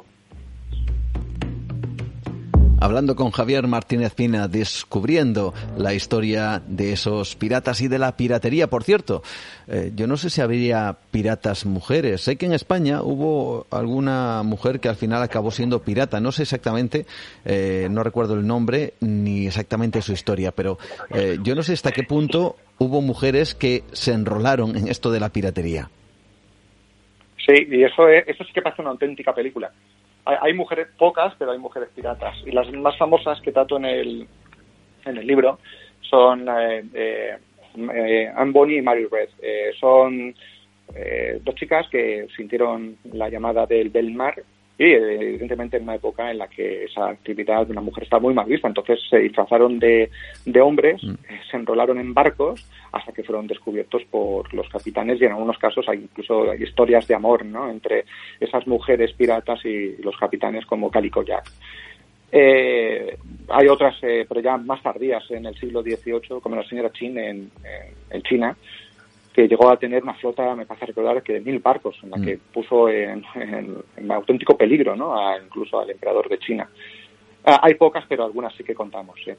Hablando con Javier Martínez Pina, descubriendo la historia de esos piratas y de la piratería. Por cierto, yo no sé si habría piratas mujeres. Sé que en España hubo alguna mujer que al final acabó siendo pirata. No sé exactamente, no recuerdo el nombre ni exactamente su historia, pero yo no sé hasta qué punto hubo mujeres que se enrolaron en esto de la piratería. Sí, y eso sí que parece una auténtica película. Hay mujeres, pocas, pero hay mujeres piratas. Y las más famosas que trato en el libro son Anne Bonny y Mary Red. Son dos chicas que sintieron la llamada del mar, y evidentemente en una época en la que esa actividad de una mujer está muy mal vista. Entonces se disfrazaron de hombres, se enrolaron en barcos hasta que fueron descubiertos por los capitanes, y en algunos casos hay historias de amor, ¿no?, entre esas mujeres piratas y los capitanes, como Calico Jack. Hay otras, pero ya más tardías, en el siglo XVIII, como la señora Chin en China, que llegó a tener una flota, me pasa recordar, que de 1.000 barcos, en la que puso en auténtico peligro, ¿no?, incluso al emperador de China. Hay pocas, pero algunas sí que contamos, sí.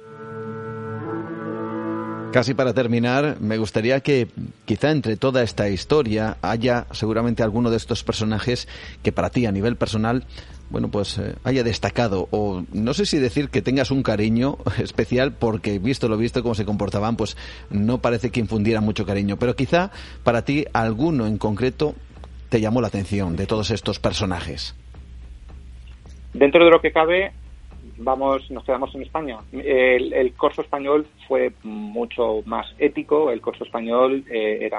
Casi para terminar, me gustaría que quizá entre toda esta historia haya seguramente alguno de estos personajes que para ti a nivel personal, bueno, pues haya destacado, o no sé si decir que tengas un cariño especial, porque visto lo visto, cómo se comportaban, pues no parece que infundiera mucho cariño, pero quizá para ti alguno en concreto te llamó la atención de todos estos personajes. Dentro de lo que cabe, nos quedamos en España. El corso español fue mucho más ético. El corso español era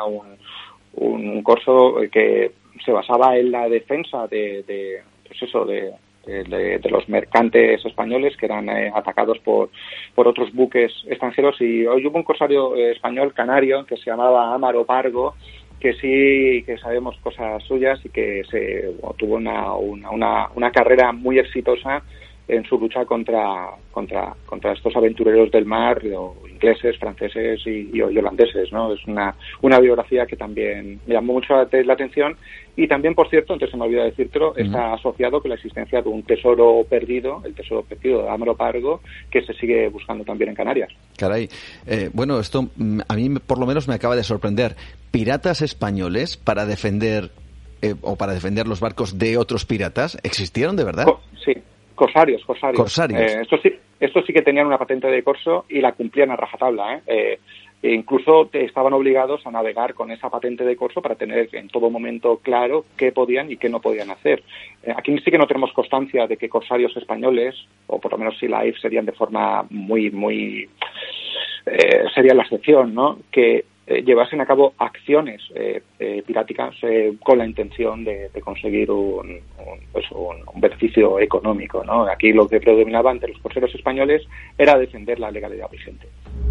un corso que se basaba en la defensa de de los mercantes españoles que eran atacados por otros buques extranjeros, y hoy hubo un corsario español canario que se llamaba Amaro Pargo, que sí que sabemos cosas suyas y que tuvo una carrera muy exitosa en su lucha contra estos aventureros del mar, ingleses, franceses y holandeses, ¿no? Es una biografía que también me llamó mucho la atención, y también, por cierto, antes se me olvidó decírtelo, está asociado con la existencia de un tesoro perdido, el tesoro perdido de Amaro Pargo, que se sigue buscando también en Canarias. Caray, bueno, esto a mí por lo menos me acaba de sorprender. ¿Piratas españoles para defender los barcos de otros piratas existieron de verdad? Sí. Corsarios. Estos sí que tenían una patente de corso y la cumplían a rajatabla, e incluso estaban obligados a navegar con esa patente de corso para tener en todo momento claro qué podían y qué no podían hacer. Aquí sí que no tenemos constancia de que corsarios españoles, o por lo menos si la serían de forma muy sería la excepción, ¿no? Que llevasen a cabo acciones piráticas con la intención de conseguir un beneficio económico, ¿no? Aquí lo que predominaba ante los corseros españoles era defender la legalidad vigente.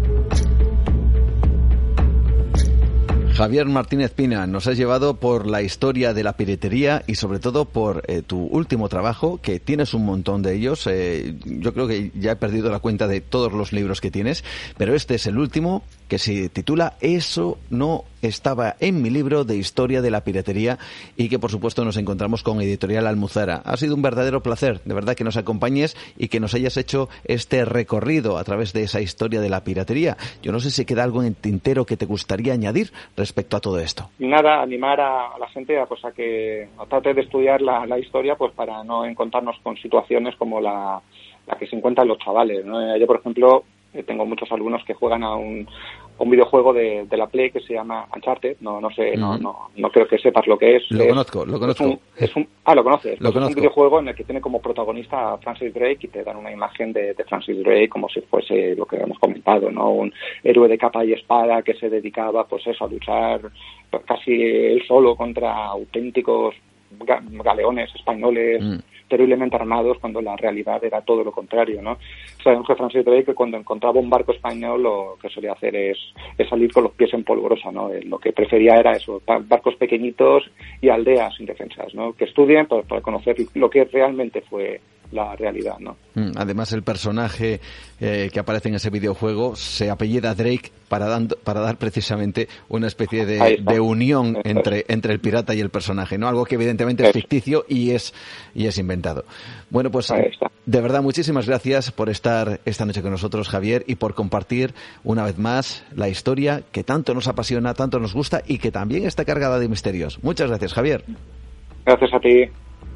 Javier Martínez Pina, nos has llevado por la historia de la piratería y sobre todo por tu último trabajo, que tienes un montón de ellos. Yo creo que ya he perdido la cuenta de todos los libros que tienes, pero este es el último, que se titula Eso no estaba en mi libro de historia de la piratería, y que por supuesto nos encontramos con Editorial Almuzara. Ha sido un verdadero placer, de verdad, que nos acompañes y que nos hayas hecho este recorrido a través de esa historia de la piratería. Yo no sé si queda algo en el tintero que te gustaría añadir respecto a todo esto. Nada, animar a la gente a que trate de estudiar la historia, pues para no encontrarnos con situaciones como la que se encuentran los chavales, ¿no? Yo, por ejemplo, tengo muchos alumnos que juegan a un videojuego de la Play que se llama Uncharted. No sé, no creo que sepas lo que es. Lo conozco. Lo conoces. Lo conozco. Es un videojuego en el que tiene como protagonista a Francis Drake, y te dan una imagen de Francis Drake como si fuese lo que hemos comentado, ¿no? Un héroe de capa y espada que se dedicaba, pues eso, a luchar casi él solo contra auténticos galeones españoles terriblemente armados, cuando la realidad era todo lo contrario, ¿no? Sabemos que Francis Drake, que cuando encontraba un barco español, lo que solía hacer es salir con los pies en polvorosa, ¿no? Lo que prefería era eso, barcos pequeñitos y aldeas indefensas, ¿no? Que estudien para conocer lo que realmente fue la realidad, ¿no? Además, el personaje que aparece en ese videojuego se apellida Drake para dar precisamente una especie de unión entre el pirata y el personaje, ¿no? Algo que evidentemente es ficticio y es inventado. Bueno, pues de verdad, muchísimas gracias por estar esta noche con nosotros, Javier, y por compartir una vez más la historia que tanto nos apasiona, tanto nos gusta y que también está cargada de misterios. Muchas gracias, Javier. Gracias a ti.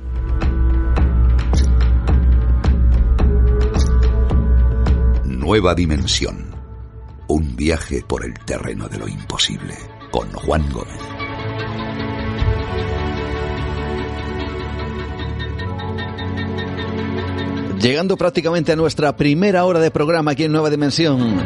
Nueva Dimensión. Un viaje por el terreno de lo imposible. Con Juan Gómez. Llegando prácticamente a nuestra primera hora de programa aquí en Nueva Dimensión.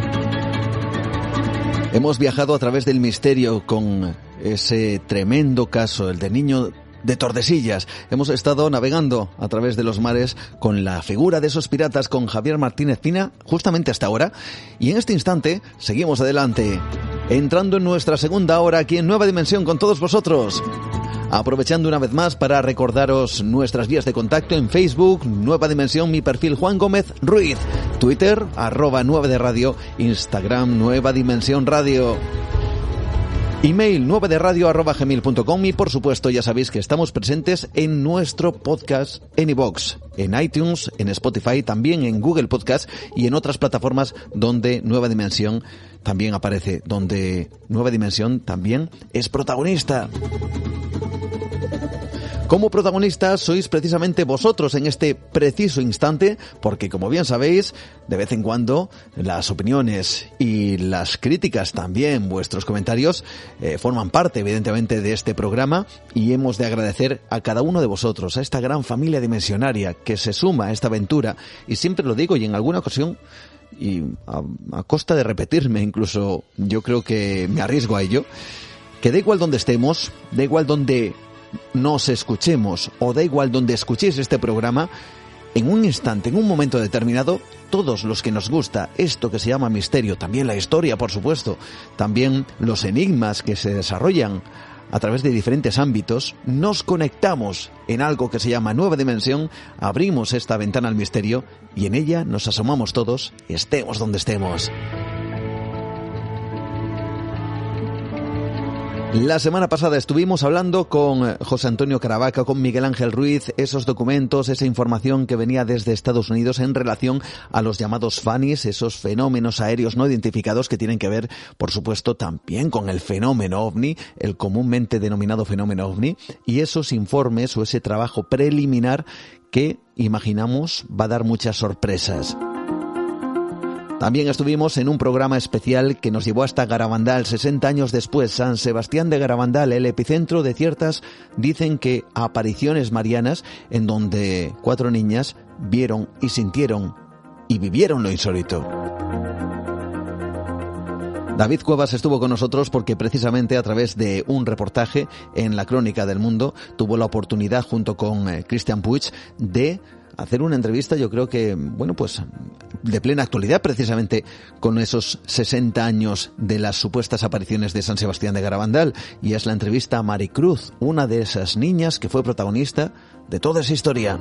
Hemos viajado a través del misterio con ese tremendo caso, el del niño de Tordesillas. Hemos estado navegando a través de los mares con la figura de esos piratas, con Javier Martínez Pina, justamente hasta ahora. Y en este instante seguimos adelante, entrando en nuestra segunda hora aquí en Nueva Dimensión con todos vosotros. Aprovechando una vez más para recordaros nuestras vías de contacto en Facebook, Nueva Dimensión, mi perfil Juan Gómez Ruiz, Twitter, @9 de Radio, Instagram, Nueva Dimensión Radio. Email 9deradio@gmail.com, y por supuesto ya sabéis que estamos presentes en nuestro podcast en iVoox, en iTunes, en Spotify, también en Google Podcast y en otras plataformas donde Nueva Dimensión también aparece, donde Nueva Dimensión también es protagonista. Como protagonistas sois precisamente vosotros en este preciso instante, porque como bien sabéis, de vez en cuando las opiniones y las críticas, también vuestros comentarios, forman parte evidentemente de este programa, y hemos de agradecer a cada uno de vosotros, a esta gran familia dimensionaria que se suma a esta aventura. Y siempre lo digo, y en alguna ocasión, y a costa de repetirme incluso, yo creo que me arriesgo a ello, que da igual donde estemos, da igual donde nos escuchemos, o da igual donde escuchéis este programa, en un instante, en un momento determinado, todos los que nos gusta esto que se llama misterio, también la historia, por supuesto, también los enigmas que se desarrollan a través de diferentes ámbitos, nos conectamos en algo que se llama Nueva Dimensión, abrimos esta ventana al misterio y en ella nos asomamos todos, estemos donde estemos. La semana pasada estuvimos hablando con José Antonio Caravaca, con Miguel Ángel Ruiz, esos documentos, esa información que venía desde Estados Unidos en relación a los llamados FANIs, esos fenómenos aéreos no identificados que tienen que ver, por supuesto, también con el fenómeno OVNI, el comúnmente denominado fenómeno OVNI, y esos informes o ese trabajo preliminar que, imaginamos, va a dar muchas sorpresas. También estuvimos en un programa especial que nos llevó hasta Garabandal, 60 años después, San Sebastián de Garabandal, el epicentro de ciertas, dicen que apariciones marianas, en donde 4 niñas vieron y sintieron y vivieron lo insólito. David Cuevas estuvo con nosotros porque precisamente a través de un reportaje en la Crónica del Mundo tuvo la oportunidad junto con Christian Puig de hacer una entrevista, yo creo que, bueno, pues de plena actualidad, precisamente con esos 60 años de las supuestas apariciones de San Sebastián de Garabandal, y es la entrevista a Maricruz, una de esas niñas que fue protagonista de toda esa historia.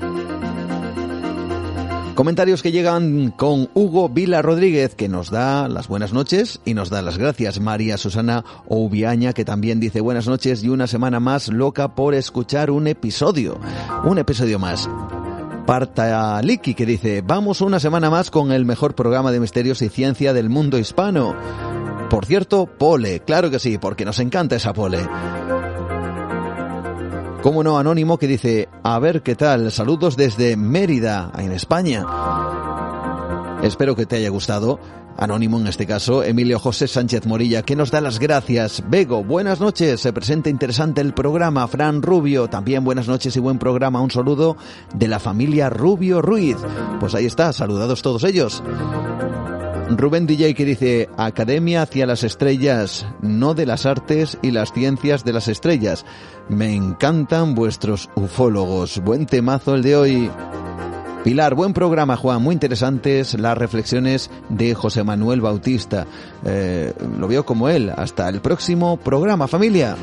Comentarios que llegan con Hugo Vila Rodríguez, que nos da las buenas noches y nos da las gracias. María Susana Oubiaña, que también dice buenas noches y una semana más loca por escuchar un episodio más. Parta Liki, que dice vamos una semana más con el mejor programa de misterios y ciencia del mundo hispano. Por cierto, Pole, claro que sí, porque nos encanta esa Pole. Cómo no, Anónimo, que dice a ver qué tal, saludos desde Mérida, en España. Espero que te haya gustado. Anónimo en este caso, Emilio José Sánchez Morilla, que nos da las gracias. Bego, buenas noches, se presenta interesante el programa. Fran Rubio, también buenas noches y buen programa. Un saludo de la familia Rubio Ruiz. Pues ahí está, saludados todos ellos. Rubén DJ, que dice Academia hacia las estrellas, no de las artes y las ciencias de las estrellas. Me encantan vuestros ufólogos. Buen temazo el de hoy. Pilar, buen programa, Juan, muy interesantes las reflexiones de José Manuel Bautista. Lo veo como él. Hasta el próximo programa, familia.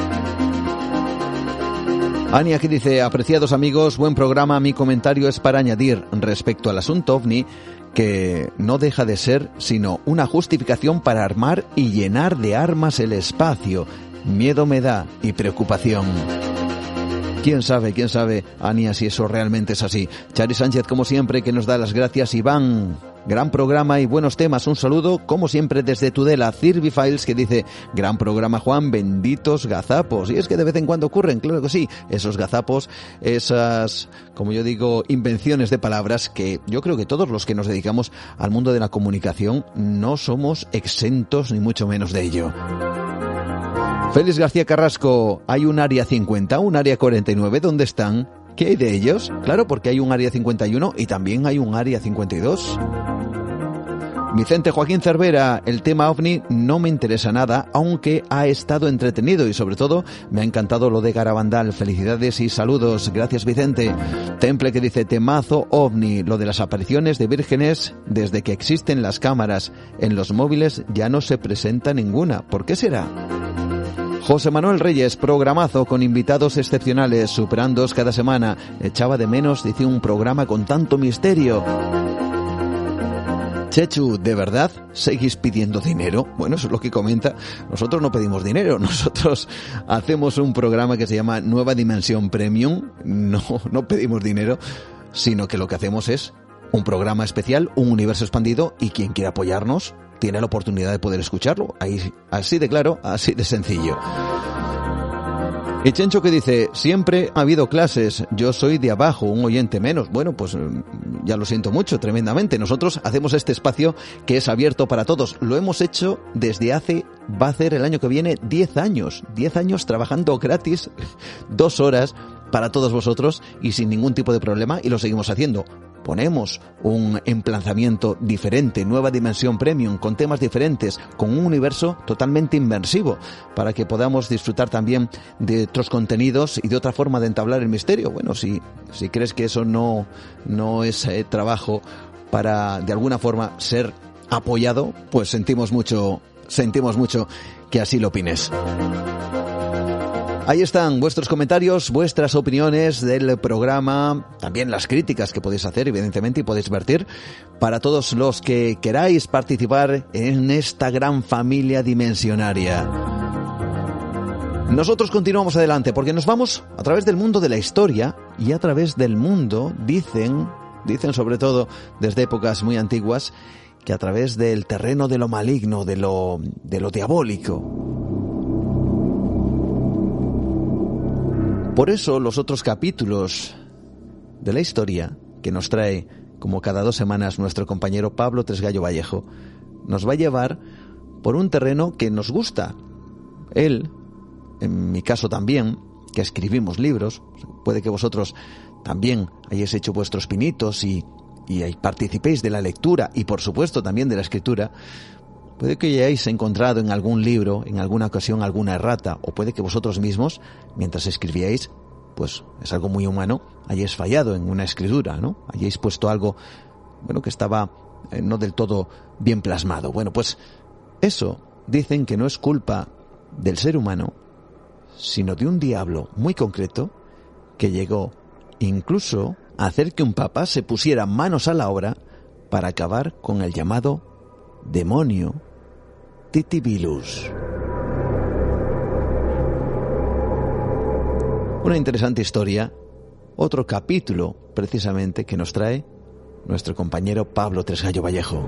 Ania, que dice, apreciados amigos, buen programa. Mi comentario es para añadir respecto al asunto OVNI, que no deja de ser sino una justificación para armar y llenar de armas el espacio. Miedo me da y preocupación. ¿Quién sabe, Ania, si eso realmente es así? Chari Sánchez, como siempre, que nos da las gracias. Iván, gran programa y buenos temas. Un saludo, como siempre, desde Tudela. Cirby Files, que dice, gran programa, Juan, benditos gazapos. Y es que de vez en cuando ocurren, claro que sí, esos gazapos, esas, como yo digo, invenciones de palabras que yo creo que todos los que nos dedicamos al mundo de la comunicación no somos exentos ni mucho menos de ello. Félix García Carrasco, hay un área 50, un área 49, ¿dónde están? ¿Qué hay de ellos? Claro, porque hay un área 51 y también hay un área 52. Vicente Joaquín Cervera, el tema OVNI no me interesa nada, aunque ha estado entretenido y sobre todo me ha encantado lo de Garabandal. Felicidades y saludos. Gracias, Vicente. Temple, que dice temazo OVNI, lo de las apariciones de vírgenes, desde que existen las cámaras en los móviles ya no se presenta ninguna. ¿Por qué será? José Manuel Reyes, programazo con invitados excepcionales, superándoos cada semana. Echaba de menos, dice, un programa con tanto misterio. Chechu, ¿de verdad seguís pidiendo dinero? Bueno, eso es lo que comenta. Nosotros no pedimos dinero, nosotros hacemos un programa que se llama Nueva Dimensión Premium. No pedimos dinero, sino que lo que hacemos es un programa especial, un universo expandido, y quien quiera apoyarnos tiene la oportunidad de poder escucharlo. Ahí, así de claro, así de sencillo. Y Chencho, que dice, siempre ha habido clases, yo soy de abajo, un oyente menos. Bueno, pues ya lo siento mucho, tremendamente. Nosotros hacemos este espacio que es abierto para todos. Lo hemos hecho desde va a ser el año que viene 10 años. 10 años trabajando gratis, 2 horas para todos vosotros y sin ningún tipo de problema, y lo seguimos haciendo. ponemos un emplazamiento diferente, nueva dimensión premium, con temas diferentes, con un universo totalmente inmersivo, para que podamos disfrutar también de otros contenidos y de otra forma de entablar el misterio. Bueno, si crees que eso no es trabajo para de alguna forma ser apoyado, pues sentimos mucho que así lo opines. Ahí están vuestros comentarios, vuestras opiniones del programa, también las críticas que podéis hacer, evidentemente, y podéis vertir para todos los que queráis participar en esta gran familia dimensionaria. Nosotros continuamos adelante porque nos vamos a través del mundo de la historia y a través del mundo, dicen sobre todo desde épocas muy antiguas, que a través del terreno de lo maligno, de lo diabólico. Por eso los otros capítulos de la historia que nos trae, como cada 2 semanas, nuestro compañero Pablo Tresgallo Vallejo, nos va a llevar por un terreno que nos gusta. Él, en mi caso también, que escribimos libros, puede que vosotros también hayáis hecho vuestros pinitos y participéis de la lectura y por supuesto también de la escritura. Puede que hayáis encontrado en algún libro, en alguna ocasión, alguna errata, o puede que vosotros mismos, mientras escribíais, pues es algo muy humano, hayáis fallado en una escritura, ¿no? Hayáis puesto algo, bueno, que estaba no del todo bien plasmado. Bueno, pues eso dicen que no es culpa del ser humano, sino de un diablo muy concreto que llegó incluso a hacer que un papa se pusiera manos a la obra para acabar con el llamado demonio Titibilus. Una interesante historia, otro capítulo precisamente que nos trae nuestro compañero Pablo Tresgallo Vallejo.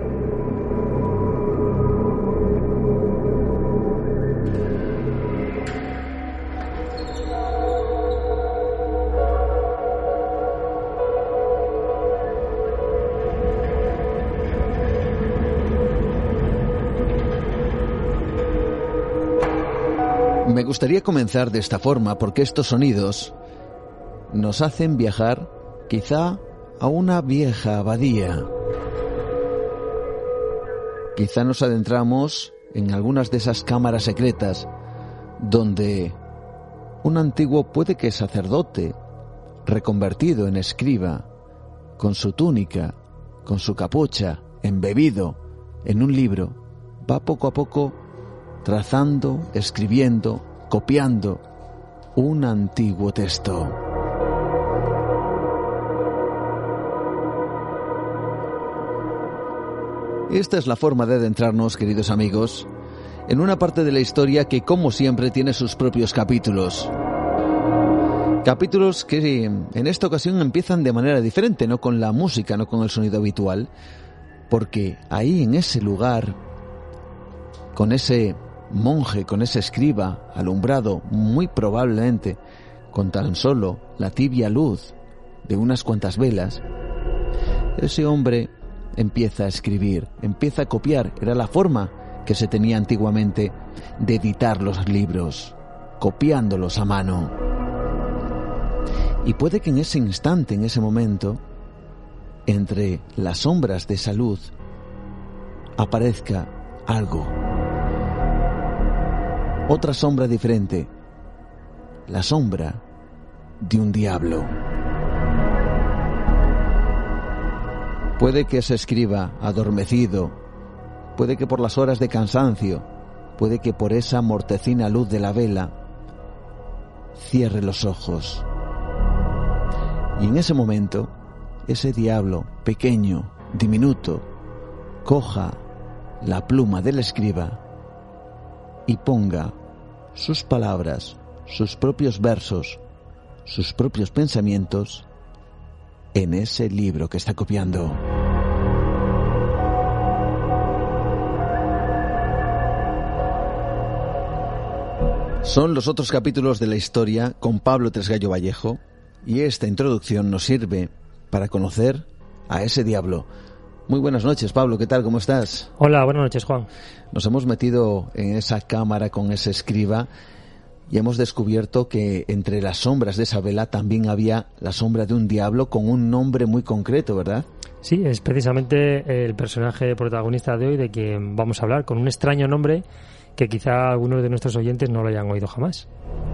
Me gustaría comenzar de esta forma porque estos sonidos nos hacen viajar quizá a una vieja abadía. Quizá nos adentramos en algunas de esas cámaras secretas donde un antiguo, puede que sacerdote, reconvertido en escriba, con su túnica, con su capucha, embebido en un libro, va poco a poco trazando, escribiendo, copiando un antiguo texto. Esta es la forma de adentrarnos, queridos amigos, en una parte de la historia que, como siempre, tiene sus propios capítulos. Capítulos que en esta ocasión empiezan de manera diferente, no con la música, no con el sonido habitual, porque ahí en ese lugar, con ese monje, con ese escriba, alumbrado muy probablemente con tan solo la tibia luz de unas cuantas velas, ese hombre empieza a escribir, empieza a copiar. Era la forma que se tenía antiguamente de editar los libros, copiándolos a mano. Y puede que en ese instante, en ese momento, entre las sombras de esa luz, aparezca algo. Otra sombra diferente, la sombra de un diablo. Puede que se escriba adormecido, puede que por las horas de cansancio, puede que por esa mortecina luz de la vela, cierre los ojos. Y en ese momento, ese diablo pequeño, diminuto, coja la pluma del escriba y ponga sus palabras, sus propios versos, sus propios pensamientos en ese libro que está copiando. Son los otros capítulos de la historia con Pablo Tresgallo Vallejo y esta introducción nos sirve para conocer a ese diablo. Muy buenas noches, Pablo, ¿qué tal? ¿Cómo estás? Hola, buenas noches, Juan. Nos hemos metido en esa cámara con ese escriba y hemos descubierto que entre las sombras de esa vela también había la sombra de un diablo con un nombre muy concreto, ¿verdad? Sí, es precisamente el personaje protagonista de hoy de quien vamos a hablar, con un extraño nombre que quizá algunos de nuestros oyentes no lo hayan oído jamás.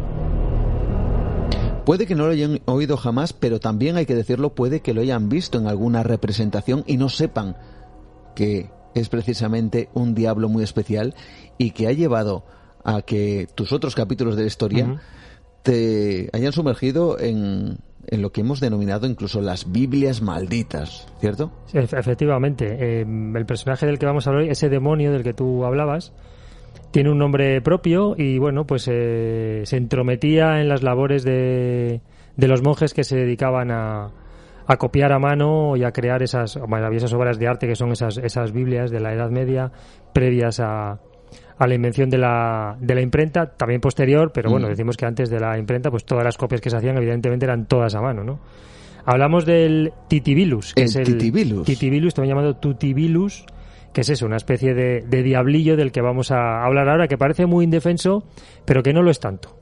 Puede que no lo hayan oído jamás, pero también hay que decirlo, puede que lo hayan visto en alguna representación y no sepan que es precisamente un diablo muy especial y que ha llevado a que tus otros capítulos de la historia te hayan sumergido en lo que hemos denominado incluso las Biblias malditas, ¿cierto? Sí, efectivamente. El personaje del que vamos a hablar hoy, ese demonio del que tú hablabas, tiene un nombre propio y bueno, pues se entrometía en las labores de los monjes que se dedicaban a copiar a mano y a crear esas maravillosas obras de arte que son esas Biblias de la Edad Media previas a la invención de la imprenta, también posterior, pero bueno, decimos que antes de la imprenta pues todas las copias que se hacían evidentemente eran todas a mano, ¿no? Hablamos del Titibilus, que Titibilus, también llamado Tutibilus, que es eso, una especie de diablillo del que vamos a hablar ahora, que parece muy indefenso, pero que no lo es tanto.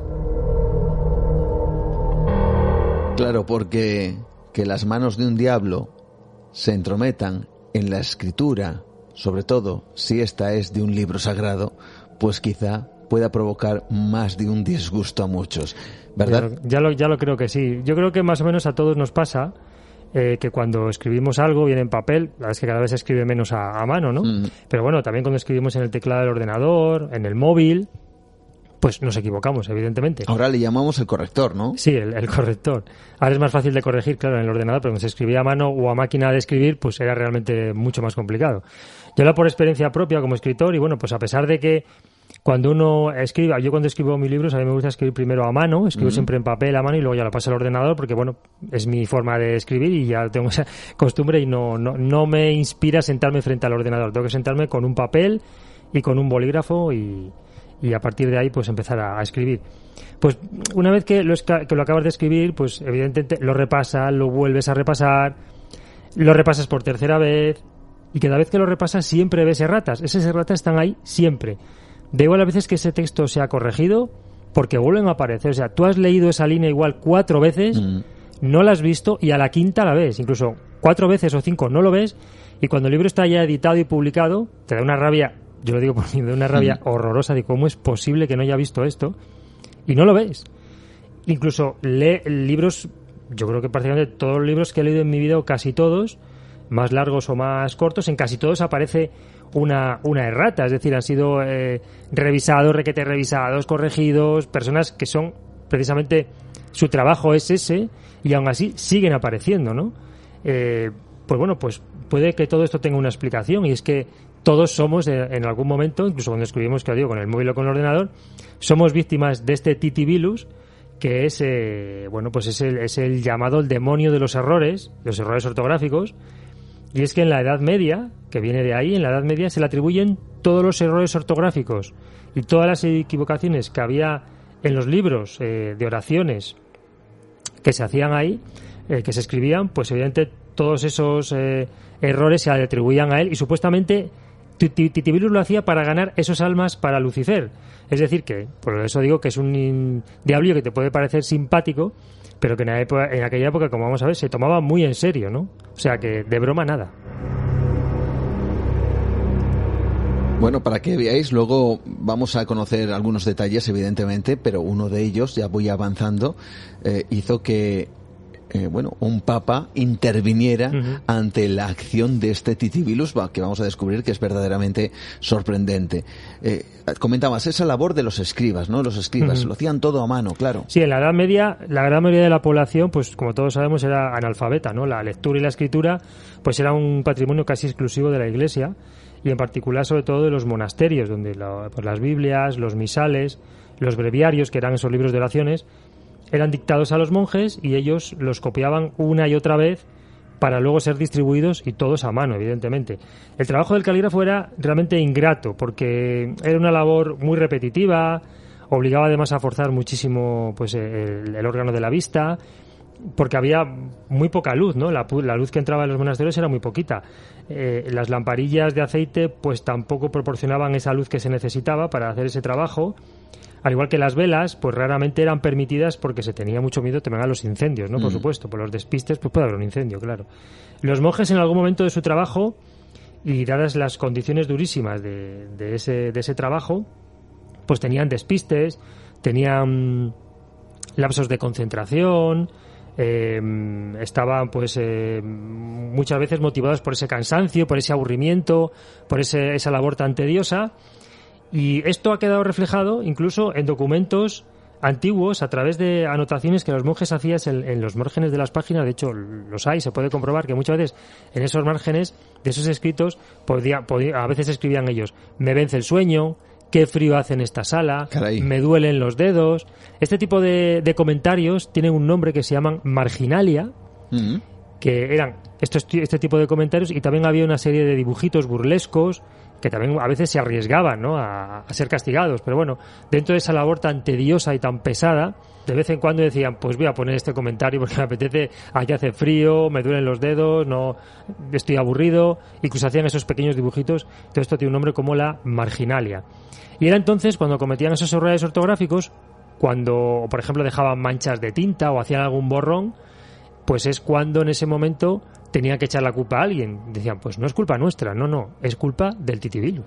Claro, porque que las manos de un diablo se entrometan en la escritura, sobre todo si esta es de un libro sagrado, pues quizá pueda provocar más de un disgusto a muchos, ¿verdad? Ya lo creo que sí. Yo creo que más o menos a todos nos pasa que cuando escribimos algo viene en papel, la verdad es que cada vez se escribe menos a mano, ¿no? Pero bueno, también cuando escribimos en el teclado del ordenador, en el móvil, pues nos equivocamos, evidentemente. Ahora le llamamos el corrector, ¿no? Sí, el corrector. Ahora es más fácil de corregir, claro, en el ordenador, pero cuando se escribía a mano o a máquina de escribir, pues era realmente mucho más complicado. Yo hablo por experiencia propia como escritor y bueno, pues a pesar de que cuando uno escribe, yo cuando escribo mis libros, a mí me gusta escribir primero a mano, escribo siempre en papel a mano y luego ya lo paso al ordenador porque bueno, es mi forma de escribir y ya tengo esa costumbre y no me inspira sentarme frente al ordenador, tengo que sentarme con un papel y con un bolígrafo y a partir de ahí pues empezar a escribir. Pues una vez que lo acabas de escribir, pues evidentemente lo repasas, lo vuelves a repasar, lo repasas por tercera vez y cada vez que lo repasas siempre ves erratas. Esas erratas están ahí siempre. Da igual a veces que ese texto sea corregido porque vuelven a aparecer. O sea, tú has leído esa línea igual 4 veces, no la has visto y a la quinta la ves. Incluso 4 veces o 5 no lo ves y cuando el libro está ya editado y publicado te da una rabia, yo lo digo por mí, me da una rabia horrorosa de cómo es posible que no haya visto esto y no lo ves. Incluso lee libros, yo creo que prácticamente todos los libros que he leído en mi vida o casi todos, más largos o más cortos, en casi todos aparece una errata, es decir, han sido requete revisados, corregidos, personas que son precisamente su trabajo es ese y aún así siguen apareciendo, ¿no? Pues bueno, pues puede que todo esto tenga una explicación y es que todos somos en algún momento, incluso cuando escribimos, que digo, con el móvil o con el ordenador, somos víctimas de este Titibilus, que es pues es el llamado el demonio de los errores ortográficos. Y es que en la Edad Media, que viene de ahí, en la Edad Media se le atribuyen todos los errores ortográficos y todas las equivocaciones que había en los libros de oraciones que se hacían ahí, que se escribían, pues evidentemente todos esos errores se le atribuían a él y supuestamente Titibilus lo hacía para ganar esos almas para Lucifer. Es decir que, por eso digo que es un diablillo que te puede parecer simpático, pero que en aquella época, como vamos a ver, se tomaba muy en serio, ¿no? O sea que de broma nada. Bueno, para que veáis, luego vamos a conocer algunos detalles, evidentemente, pero uno de ellos, ya voy avanzando, hizo que un papa interviniera ante la acción de este Titibilus, que vamos a descubrir que es verdaderamente sorprendente. Comentabas esa labor de los escribas, ¿no? Los escribas lo hacían todo a mano, claro. Sí, en la Edad Media, la gran mayoría de la población, pues como todos sabemos, era analfabeta, ¿no? La lectura y la escritura, pues era un patrimonio casi exclusivo de la Iglesia y en particular, sobre todo, de los monasterios, donde pues las Biblias, los misales, los breviarios, que eran esos libros de oraciones, eran dictados a los monjes y ellos los copiaban una y otra vez para luego ser distribuidos y todos a mano, evidentemente. El trabajo del calígrafo era realmente ingrato porque era una labor muy repetitiva, obligaba además a forzar muchísimo pues el órgano de la vista, porque había muy poca luz, ¿no? La luz que entraba en los monasterios era muy poquita. Las lamparillas de aceite pues tampoco proporcionaban esa luz que se necesitaba para hacer ese trabajo. al igual que las velas, pues raramente eran permitidas porque se tenía mucho miedo también a los incendios, ¿no? Por supuesto, por los despistes, pues puede haber un incendio, claro. Los monjes en algún momento de su trabajo, y dadas las condiciones durísimas de ese trabajo, pues tenían despistes, tenían lapsos de concentración, estaban pues muchas veces motivados por ese cansancio, por ese aburrimiento, por esa labor tan tediosa. Y esto ha quedado reflejado incluso en documentos antiguos a través de anotaciones que los monjes hacían en los márgenes de las páginas. De hecho, los hay, se puede comprobar que muchas veces en esos márgenes de esos escritos a veces escribían ellos: me vence el sueño, qué frío hace en esta sala, Caray. me duelen los dedos. Este tipo de comentarios tienen un nombre que se llaman marginalia, que eran este tipo de comentarios, y también había una serie de dibujitos burlescos que también a veces se arriesgaban, ¿no?, a ser castigados. Pero bueno, dentro de esa labor tan tediosa y tan pesada, de vez en cuando decían: pues voy a poner este comentario porque me apetece, aquí hace frío, me duelen los dedos, no estoy aburrido. Incluso hacían esos pequeños dibujitos. Todo esto tiene un nombre como la marginalia. Y era entonces cuando cometían esos errores ortográficos, cuando, por ejemplo, dejaban manchas de tinta o hacían algún borrón, pues es cuando en ese momento tenían que echar la culpa a alguien. Decían: pues no es culpa nuestra, no, es culpa del Titibilus.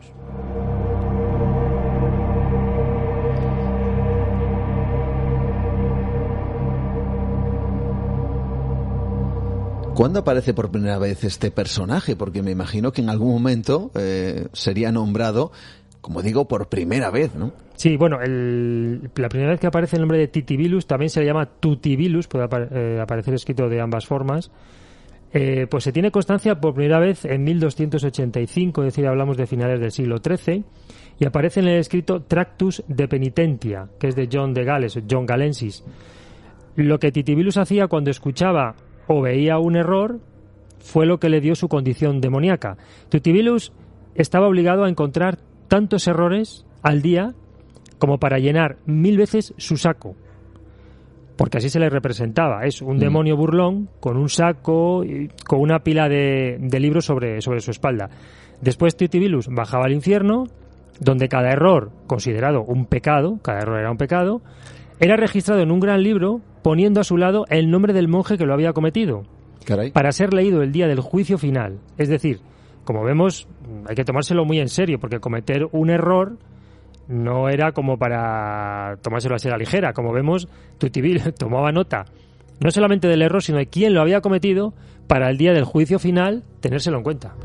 ¿Cuándo aparece por primera vez este personaje? Porque me imagino que en algún momento sería nombrado, como digo, por primera vez, ¿no? Sí, bueno, la primera vez que aparece el nombre de Titibilus también se le llama Tutibilus, puede aparecer escrito de ambas formas. Pues se tiene constancia por primera vez en 1285, es decir, hablamos de finales del siglo XIII, y aparece en el escrito Tractus de Penitentia, que es de John de Gales, John Galensis. Lo que Titibilus hacía cuando escuchaba o veía un error fue lo que le dio su condición demoníaca. Tutibilus estaba obligado a encontrar tantos errores al día como para llenar 1000 veces su saco, porque así se le representaba. Es un demonio burlón con un saco y con una pila de libros sobre su espalda. Después Tutibilus bajaba al infierno, donde cada error, considerado un pecado, cada error era un pecado, era registrado en un gran libro, poniendo a su lado el nombre del monje que lo había cometido. Caray. Para ser leído el día del juicio final. Es decir, como vemos, hay que tomárselo muy en serio, porque cometer un error no era como para tomárselo así a la ligera. Como vemos, Tutibilus tomaba nota no solamente del error, sino de quién lo había cometido, para el día del juicio final tenérselo en cuenta.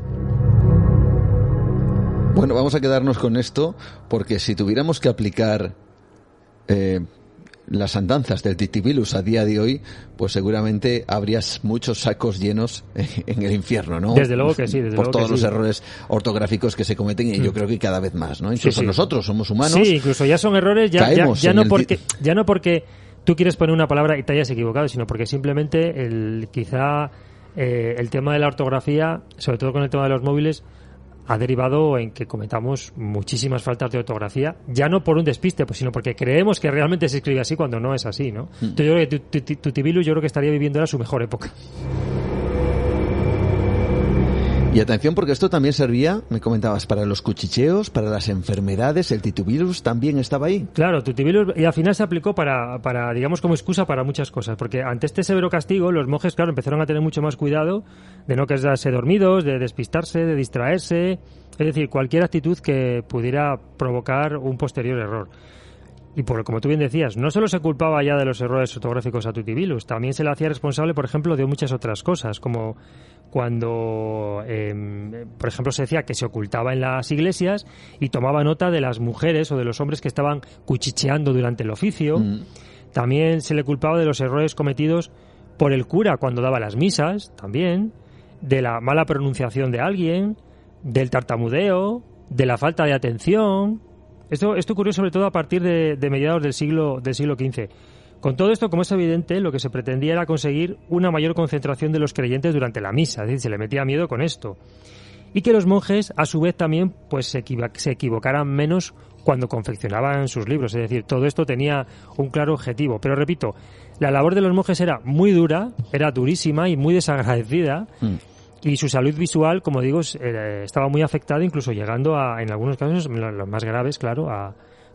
Bueno, vamos a quedarnos con esto, porque si tuviéramos que aplicar las andanzas del Titibilus a día de hoy, pues seguramente habrías muchos sacos llenos en el infierno, ¿no? Desde luego que sí, desde por luego todos que los sí. errores ortográficos que se cometen, y yo creo que cada vez más, ¿no? Incluso Sí. nosotros somos humanos. Sí, incluso ya son errores, ya no porque tú quieres poner una palabra y te hayas equivocado, sino porque simplemente el tema de la ortografía, sobre todo con el tema de los móviles, ha derivado en que cometamos muchísimas faltas de ortografía, ya no por un despiste, pues sino porque creemos que realmente se escribe así cuando no es así, ¿no? Entonces yo creo que Tutibilus estaría viviendo ahora su mejor época. Y atención, porque esto también servía, me comentabas, para los cuchicheos, para las enfermedades. El Titibilus también estaba ahí. Claro, Tutibilus, y al final se aplicó para digamos, como excusa para muchas cosas, porque ante este severo castigo los monjes, claro, empezaron a tener mucho más cuidado de no quedarse dormidos, de despistarse, de distraerse, es decir, cualquier actitud que pudiera provocar un posterior error. Y como tú bien decías, no solo se culpaba ya de los errores ortográficos a Tutibilus, también se le hacía responsable, por ejemplo, de muchas otras cosas, como cuando, por ejemplo, se decía que se ocultaba en las iglesias y tomaba nota de las mujeres o de los hombres que estaban cuchicheando durante el oficio. También se le culpaba de los errores cometidos por el cura cuando daba las misas, también, de la mala pronunciación de alguien, del tartamudeo, de la falta de atención. Esto ocurrió sobre todo a partir de mediados del siglo XV. Con todo esto, como es evidente, lo que se pretendía era conseguir una mayor concentración de los creyentes durante la misa, es decir, se le metía miedo con esto. Y que los monjes, a su vez, también pues se equivocaran menos cuando confeccionaban sus libros. Es decir, todo esto tenía un claro objetivo. Pero repito, la labor de los monjes era muy dura, era durísima y muy desagradecida. Y su salud visual, como digo, estaba muy afectada, incluso llegando a, en algunos casos, los más graves, claro, a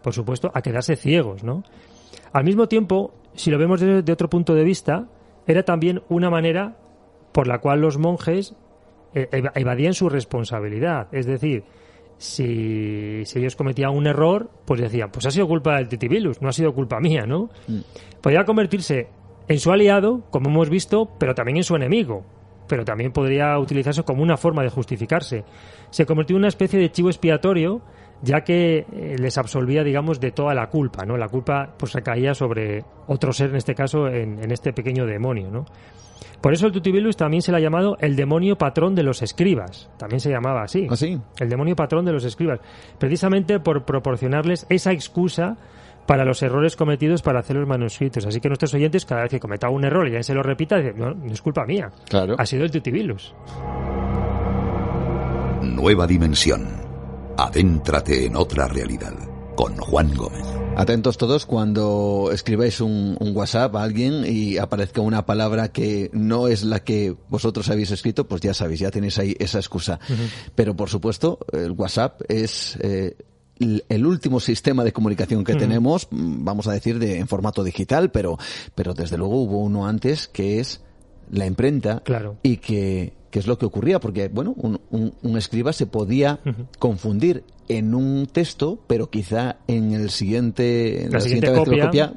por supuesto, a quedarse ciegos, ¿no? Al mismo tiempo, si lo vemos desde otro punto de vista, era también una manera por la cual los monjes evadían su responsabilidad. Es decir, si ellos cometían un error, pues decían, pues ha sido culpa del Titibilus, no ha sido culpa mía, ¿no? Podría convertirse en su aliado, como hemos visto, pero también en su enemigo. Pero también podría utilizarse como una forma de justificarse. Se convirtió en una especie de chivo expiatorio, ya que les absolvía, digamos, de toda la culpa, ¿no? La culpa pues recaía sobre otro ser, en este caso, en este pequeño demonio, ¿no? Por eso el Tutibilus también se le ha llamado el demonio patrón de los escribas. También se llamaba así. ¿Ah, sí? El demonio patrón de los escribas. Precisamente por proporcionarles esa excusa para los errores cometidos para hacer los manuscritos. Así que nuestros oyentes, cada vez que cometa un error y ya se lo repita, dicen, no es culpa mía. Claro. Ha sido el Tutibilus. Nueva dimensión. Adéntrate en otra realidad. Con Juan Gómez. Atentos todos cuando escribáis un WhatsApp a alguien y aparezca una palabra que no es la que vosotros habéis escrito, pues ya sabéis, ya tenéis ahí esa excusa. Uh-huh. Pero por supuesto, el WhatsApp es el último sistema de comunicación que tenemos, vamos a decir, en formato digital, pero desde luego hubo uno antes que es la imprenta. Claro. Y que es lo que ocurría, porque bueno, un escriba se podía confundir en un texto, pero quizá en la siguiente vez que lo copia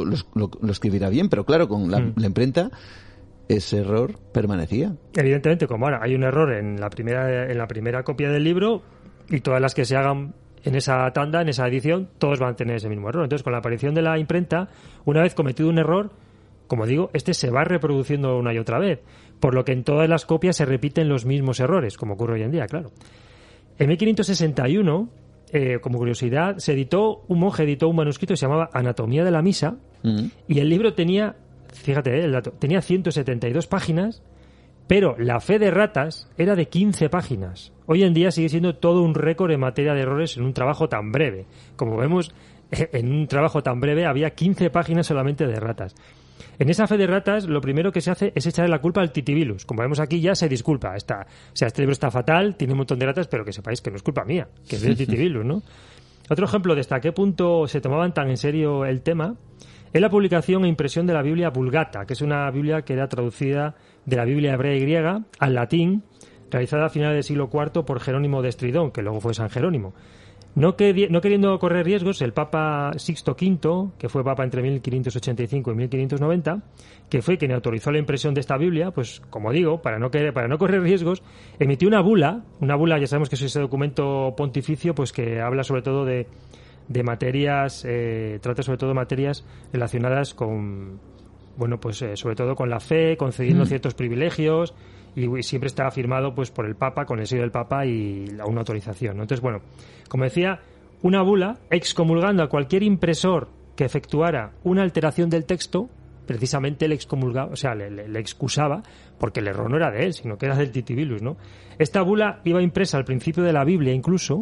lo escribirá bien, pero claro, con la imprenta ese error permanecía. Evidentemente, como ahora hay un error en la primera copia del libro, y todas las que se hagan en esa tanda, en esa edición, todos van a tener ese mismo error. Entonces, con la aparición de la imprenta, una vez cometido un error, como digo, este se va reproduciendo una y otra vez, por lo que en todas las copias se repiten los mismos errores, como ocurre hoy en día, claro. En 1561, como curiosidad, un monje editó un manuscrito que se llamaba Anatomía de la Misa, y el libro tenía, fíjate, el dato, tenía 172 páginas, pero la fe de ratas era de 15 páginas. Hoy en día sigue siendo todo un récord en materia de errores en un trabajo tan breve. Como vemos, en un trabajo tan breve había 15 páginas solamente de ratas. En esa fe de ratas, lo primero que se hace es echarle la culpa al Titibilus. Como vemos aquí, ya se disculpa. Este libro está fatal, tiene un montón de ratas, pero que sepáis que no es culpa mía, que es del Titibilus, ¿no? Otro ejemplo de hasta qué punto se tomaban tan en serio el tema es la publicación e impresión de la Biblia Vulgata, que es una Biblia que era traducida de la Biblia hebrea y griega al latín, realizada a finales del siglo IV por Jerónimo de Estridón, que luego fue San Jerónimo. No queriendo correr riesgos, el Papa Sixto V, que fue Papa entre 1585 y 1590, que fue quien autorizó la impresión de esta Biblia, pues como digo, para no correr riesgos, emitió una bula, ya sabemos que es ese documento pontificio, pues que habla sobre todo de materias, trata sobre todo materias relacionadas con, bueno, pues sobre todo con la fe, concediendo ciertos privilegios, y siempre está firmado pues por el Papa, con el sello del Papa y una autorización, ¿no? Entonces, bueno, como decía, una bula excomulgando a cualquier impresor que efectuara una alteración del texto, precisamente le excomulgaba, o sea, le excusaba, porque el error no era de él, sino que era del Titibilus, ¿no? Esta bula iba impresa al principio de la Biblia incluso,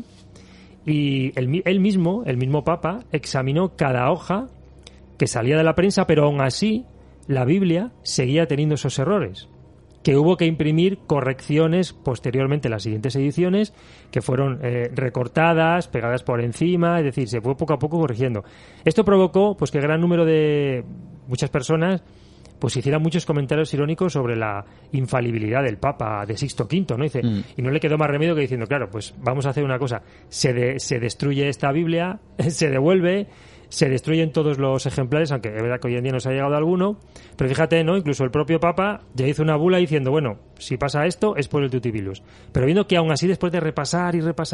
y el mismo Papa examinó cada hoja que salía de la prensa, pero aún así la Biblia seguía teniendo esos errores, que hubo que imprimir correcciones posteriormente en las siguientes ediciones, que fueron recortadas, pegadas por encima, es decir, se fue poco a poco corrigiendo. Esto provocó pues que gran número de muchas personas pues hicieran muchos comentarios irónicos sobre la infalibilidad del Papa de Sixto V, ¿no? Dice, y no le quedó más remedio que diciendo, claro, pues vamos a hacer una cosa, se destruye esta Biblia, se devuelve, se destruyen todos los ejemplares, aunque es verdad que hoy en día nos ha llegado alguno, pero fíjate, ¿no? Incluso el propio Papa ya hizo una bula diciendo, bueno, si pasa esto es por el Tutibilus. Pero viendo que aún así, después de repasar,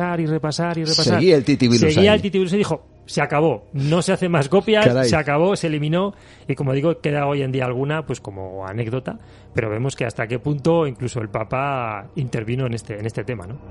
seguía el Titibilus y dijo, se acabó, no se hacen más copias, caray, se acabó, se eliminó, y como digo, queda hoy en día alguna pues como anécdota, pero vemos que hasta qué punto incluso el Papa intervino en este tema, ¿no?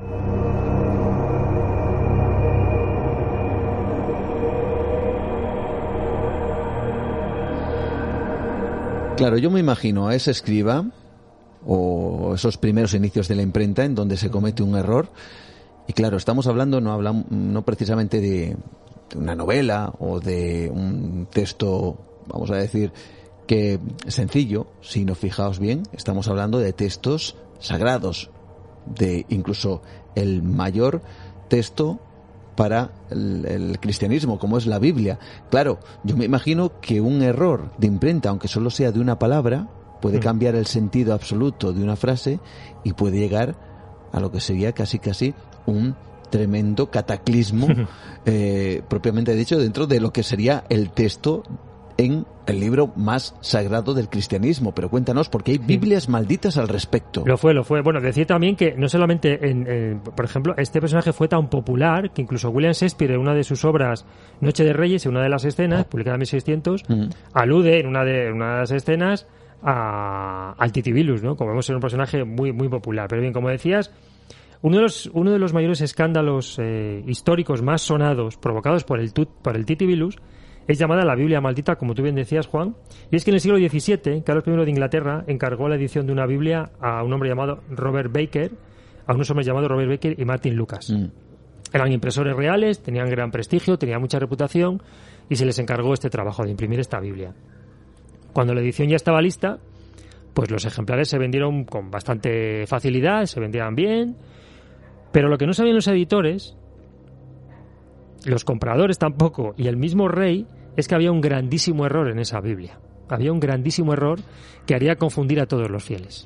Claro, yo me imagino a ese escriba o esos primeros inicios de la imprenta en donde se comete un error, y claro, estamos hablando no precisamente de una novela o de un texto, vamos a decir, que sencillo, sino, fijaos bien, estamos hablando de textos sagrados, de incluso el mayor texto para el cristianismo, como es la Biblia. Claro, yo me imagino que un error de imprenta, aunque solo sea de una palabra, puede cambiar el sentido absoluto de una frase y puede llegar a lo que sería casi un tremendo cataclismo propiamente dicho dentro de lo que sería el texto en el libro más sagrado del cristianismo. Pero cuéntanos, porque hay Biblias malditas al respecto. Lo fue. Bueno, decir también que no solamente, por ejemplo, este personaje fue tan popular que incluso William Shakespeare, en una de sus obras, Noche de Reyes, en una de las escenas, publicada en 1600, alude en una de las escenas al Titibilus, ¿no? Como vemos, era un personaje muy, muy popular. Pero bien, como decías, uno de los mayores escándalos históricos más sonados provocados por el Titibilus es llamada la Biblia maldita, como tú bien decías, Juan, y es que en el siglo XVII, Carlos I de Inglaterra encargó la edición de una Biblia a un hombre llamado Robert Baker, a unos hombres llamados Robert Baker y Martin Lucas. Eran impresores reales, tenían gran prestigio, tenían mucha reputación, y se les encargó este trabajo de imprimir esta Biblia. Cuando la edición ya estaba lista, pues los ejemplares se vendieron con bastante facilidad, se vendían bien, pero lo que no sabían los editores, los compradores tampoco, y el mismo rey, es que había un grandísimo error en esa Biblia. Había un grandísimo error que haría confundir a todos los fieles.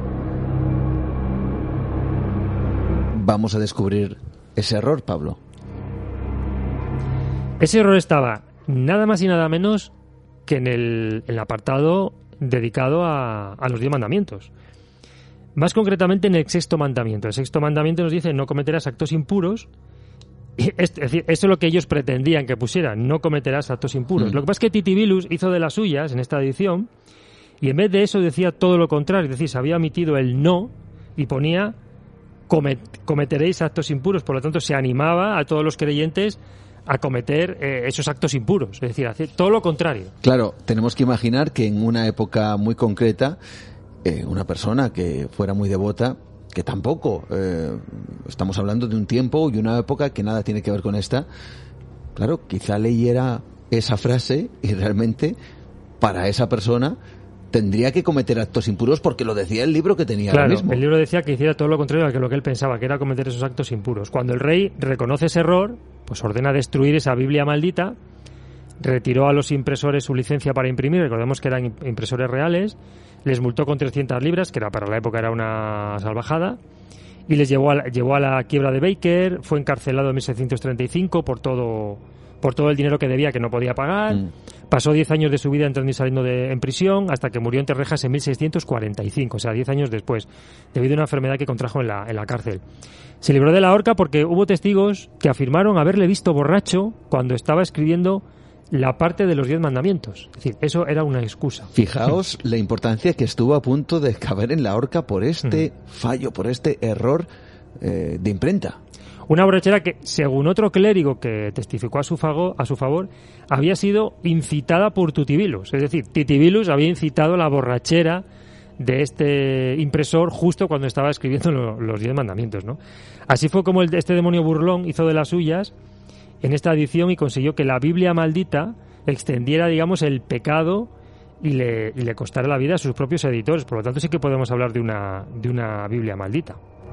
Vamos a descubrir ese error, Pablo. Ese error estaba nada más y nada menos que en el apartado dedicado a los 10 mandamientos. Más concretamente en el 6º mandamiento. El 6º mandamiento nos dice: no cometerás actos impuros. Es decir, eso es lo que ellos pretendían que pusieran: no cometerás actos impuros. Lo que pasa es que Titibilus hizo de las suyas en esta edición, y en vez de eso decía todo lo contrario. Es decir, se había omitido el no y ponía cometeréis actos impuros. Por lo tanto, se animaba a todos los creyentes a cometer esos actos impuros. Es decir, hacer todo lo contrario. Claro, tenemos que imaginar que en una época muy concreta, una persona que fuera muy devota, que tampoco estamos hablando de un tiempo y una época que nada tiene que ver con esta, claro, quizá leyera esa frase y realmente para esa persona tendría que cometer actos impuros, porque lo decía el libro que tenía ahora mismo. El libro decía que hiciera todo lo contrario a lo que él pensaba, que era cometer esos actos impuros. Cuando el rey reconoce ese error, pues ordena destruir esa Biblia maldita, retiró a los impresores su licencia para imprimir, recordemos que eran impresores reales, les multó con 300 libras, que para la época era una salvajada, y les llevó a la quiebra de Baker. Fue encarcelado en 1635 por todo el dinero que debía, que no podía pagar. Pasó 10 años de su vida entrando y saliendo en prisión, hasta que murió entre rejas en 1645, o sea, 10 años después, debido a una enfermedad que contrajo en la cárcel. Se libró de la horca porque hubo testigos que afirmaron haberle visto borracho cuando estaba escribiendo la parte de los 10 mandamientos. Es decir, eso era una excusa. Fijaos la importancia que estuvo a punto de caber en la horca por este fallo, por este error de imprenta. Una borrachera que, según otro clérigo que testificó a su favor, había sido incitada por Titibilus. Es decir, Titibilus había incitado la borrachera de este impresor justo cuando estaba escribiendo los 10 mandamientos, ¿no? Así fue como este demonio burlón hizo de las suyas en esta edición y consiguió que la Biblia maldita extendiera, digamos, el pecado y le costara la vida a sus propios editores. Por lo tanto, sí que podemos hablar de una Biblia maldita.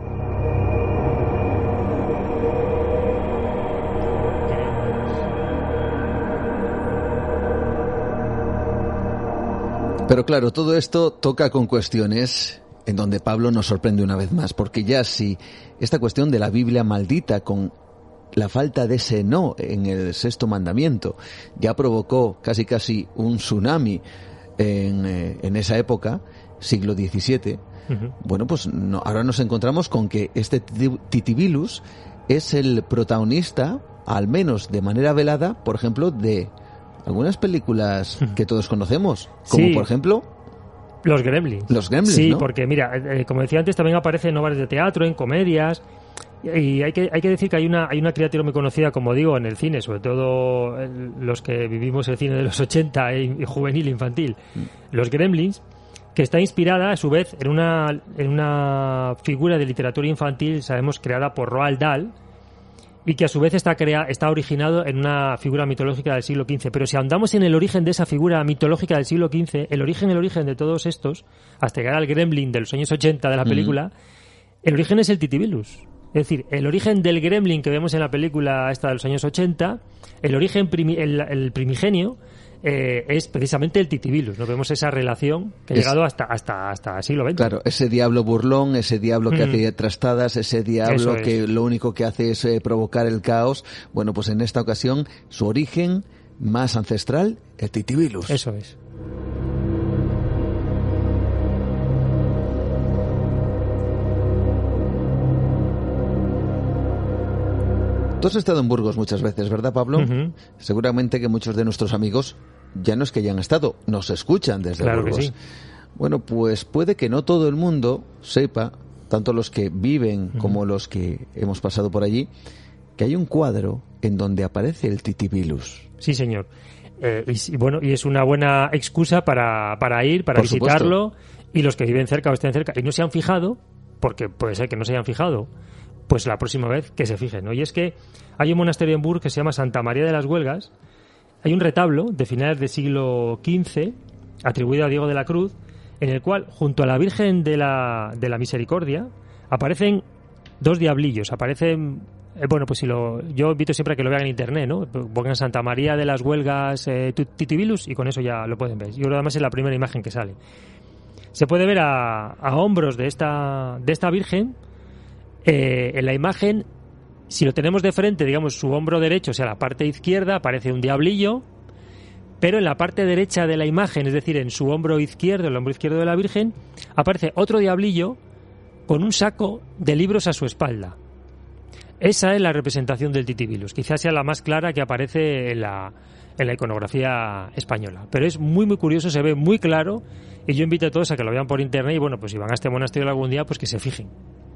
Pero claro, todo esto toca con cuestiones en donde Pablo nos sorprende una vez más, porque ya si esta cuestión de la Biblia maldita con la falta de ese no en el 6º mandamiento ya provocó casi un tsunami en esa época, siglo XVII, bueno, pues ahora nos encontramos con que este Titibilus es el protagonista, al menos de manera velada, por ejemplo, de algunas películas que todos conocemos, como por ejemplo Los Gremlins. Sí, ¿no? Porque mira, como decía antes, también aparece en obras de teatro, en comedias, y hay que decir que hay una criatura muy conocida, como digo, en el cine, sobre todo los que vivimos el cine de los 80 y juvenil, infantil, Los Gremlins, que está inspirada a su vez en una figura de literatura infantil, sabemos, creada por Roald Dahl, y que a su vez está originado en una figura mitológica del siglo XV. Pero si ahondamos en el origen de esa figura mitológica del siglo XV, el origen de todos estos, hasta llegar al Gremlin de los años 80 de la película, el origen es el Titibilus. Es decir, el origen del gremlin que vemos en la película esta de los años 80, el origen el primigenio, es precisamente el Titibilus. ¿No? Vemos esa relación que ha llegado hasta el siglo XX. Claro, ese diablo burlón, ese diablo que hace trastadas, ese diablo que lo único que hace es provocar el caos. Bueno, pues en esta ocasión su origen más ancestral, el Titibilus. Eso es. Tú has estado en Burgos muchas veces, ¿verdad, Pablo? Uh-huh. Seguramente que muchos de nuestros amigos ya no es que hayan estado, nos escuchan desde Burgos. Que sí. Bueno, pues puede que no todo el mundo sepa, tanto los que viven como los que hemos pasado por allí, que hay un cuadro en donde aparece el Titibilus. Sí, señor. Y es una buena excusa para ir, para visitarlo, y los que viven cerca o estén cerca y no se han fijado, porque puede ser que no se hayan fijado, pues la próxima vez que se fijen, ¿no? Y es que hay un monasterio en Burgos que se llama Santa María de las Huelgas. Hay un retablo de finales del siglo XV atribuido a Diego de la Cruz, en el cual, junto a la Virgen de la Misericordia, aparecen dos diablillos. Aparecen, pues yo invito siempre a que lo vean en internet, ¿no? Pongan Santa María de las Huelgas Titibilus y con eso ya lo pueden ver. Yo creo que además es la primera imagen que sale. Se puede ver a hombros de esta Virgen. En la imagen, si lo tenemos de frente, digamos, su hombro derecho, o sea, la parte izquierda, aparece un diablillo, pero en la parte derecha de la imagen, es decir, en su hombro izquierdo, el hombro izquierdo de la Virgen, aparece otro diablillo con un saco de libros a su espalda. Esa es la representación del Titibilus. Quizás sea la más clara que aparece en la iconografía española. Pero es muy, muy curioso, se ve muy claro, y yo invito a todos a que lo vean por internet y, bueno, pues si van a este monasterio algún día, pues que se fijen.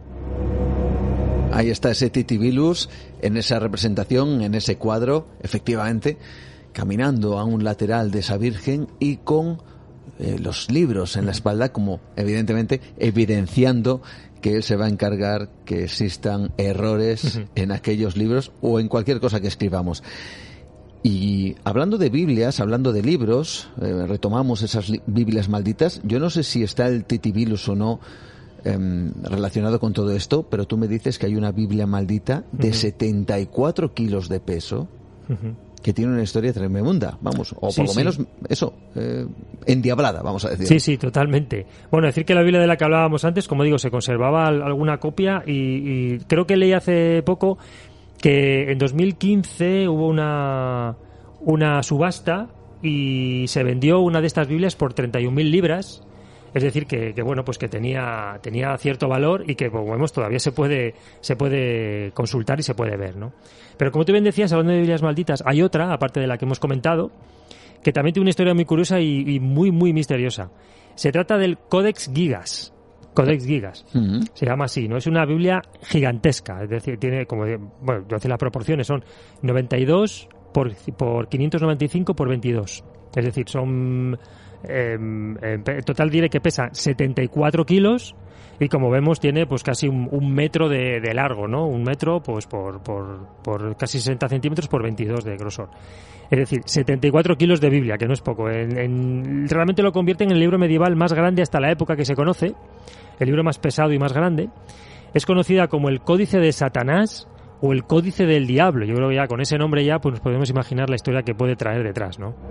Ahí está ese Titibilus en esa representación, en ese cuadro, efectivamente, caminando a un lateral de esa Virgen y con los libros en la espalda, como evidentemente evidenciando que él se va a encargar que existan errores en aquellos libros o en cualquier cosa que escribamos. Y hablando de Biblias, hablando de libros, retomamos esas Biblias malditas. Yo no sé si está el Titibilus o no relacionado con todo esto, pero tú me dices que hay una Biblia maldita de 74 kilos de peso que tiene una historia tremenda, vamos, o por lo menos eso, endiablada, vamos a decir. Sí, totalmente. Bueno, decir que la Biblia de la que hablábamos antes, como digo, se conservaba alguna copia y creo que leí hace poco que en 2015 hubo una subasta y se vendió una de estas Biblias por 31.000 libras. Es decir, que bueno, pues que tenía cierto valor y que, como vemos, todavía se puede consultar y se puede ver, ¿no? Pero como tú bien decías, hablando de Biblias malditas, hay otra, aparte de la que hemos comentado, que también tiene una historia muy curiosa y muy, muy misteriosa. Se trata del Codex Gigas. Codex Gigas. Se llama así, ¿no? Es una Biblia gigantesca. Es decir, tiene como, bueno, yo las proporciones son 92 por 595 por 22. Es decir, son... en total diré que pesa 74 kilos y como vemos tiene pues casi un metro de largo, ¿no? Un metro pues por casi 60 centímetros por 22 de grosor. Es decir, 74 kilos de Biblia, que no es poco. Realmente lo convierte en el libro medieval más grande hasta la época que se conoce, el libro más pesado y más grande. Es conocida como el Códice de Satanás o el Códice del Diablo. Yo creo que ya con ese nombre ya pues nos podemos imaginar la historia que puede traer detrás, ¿no?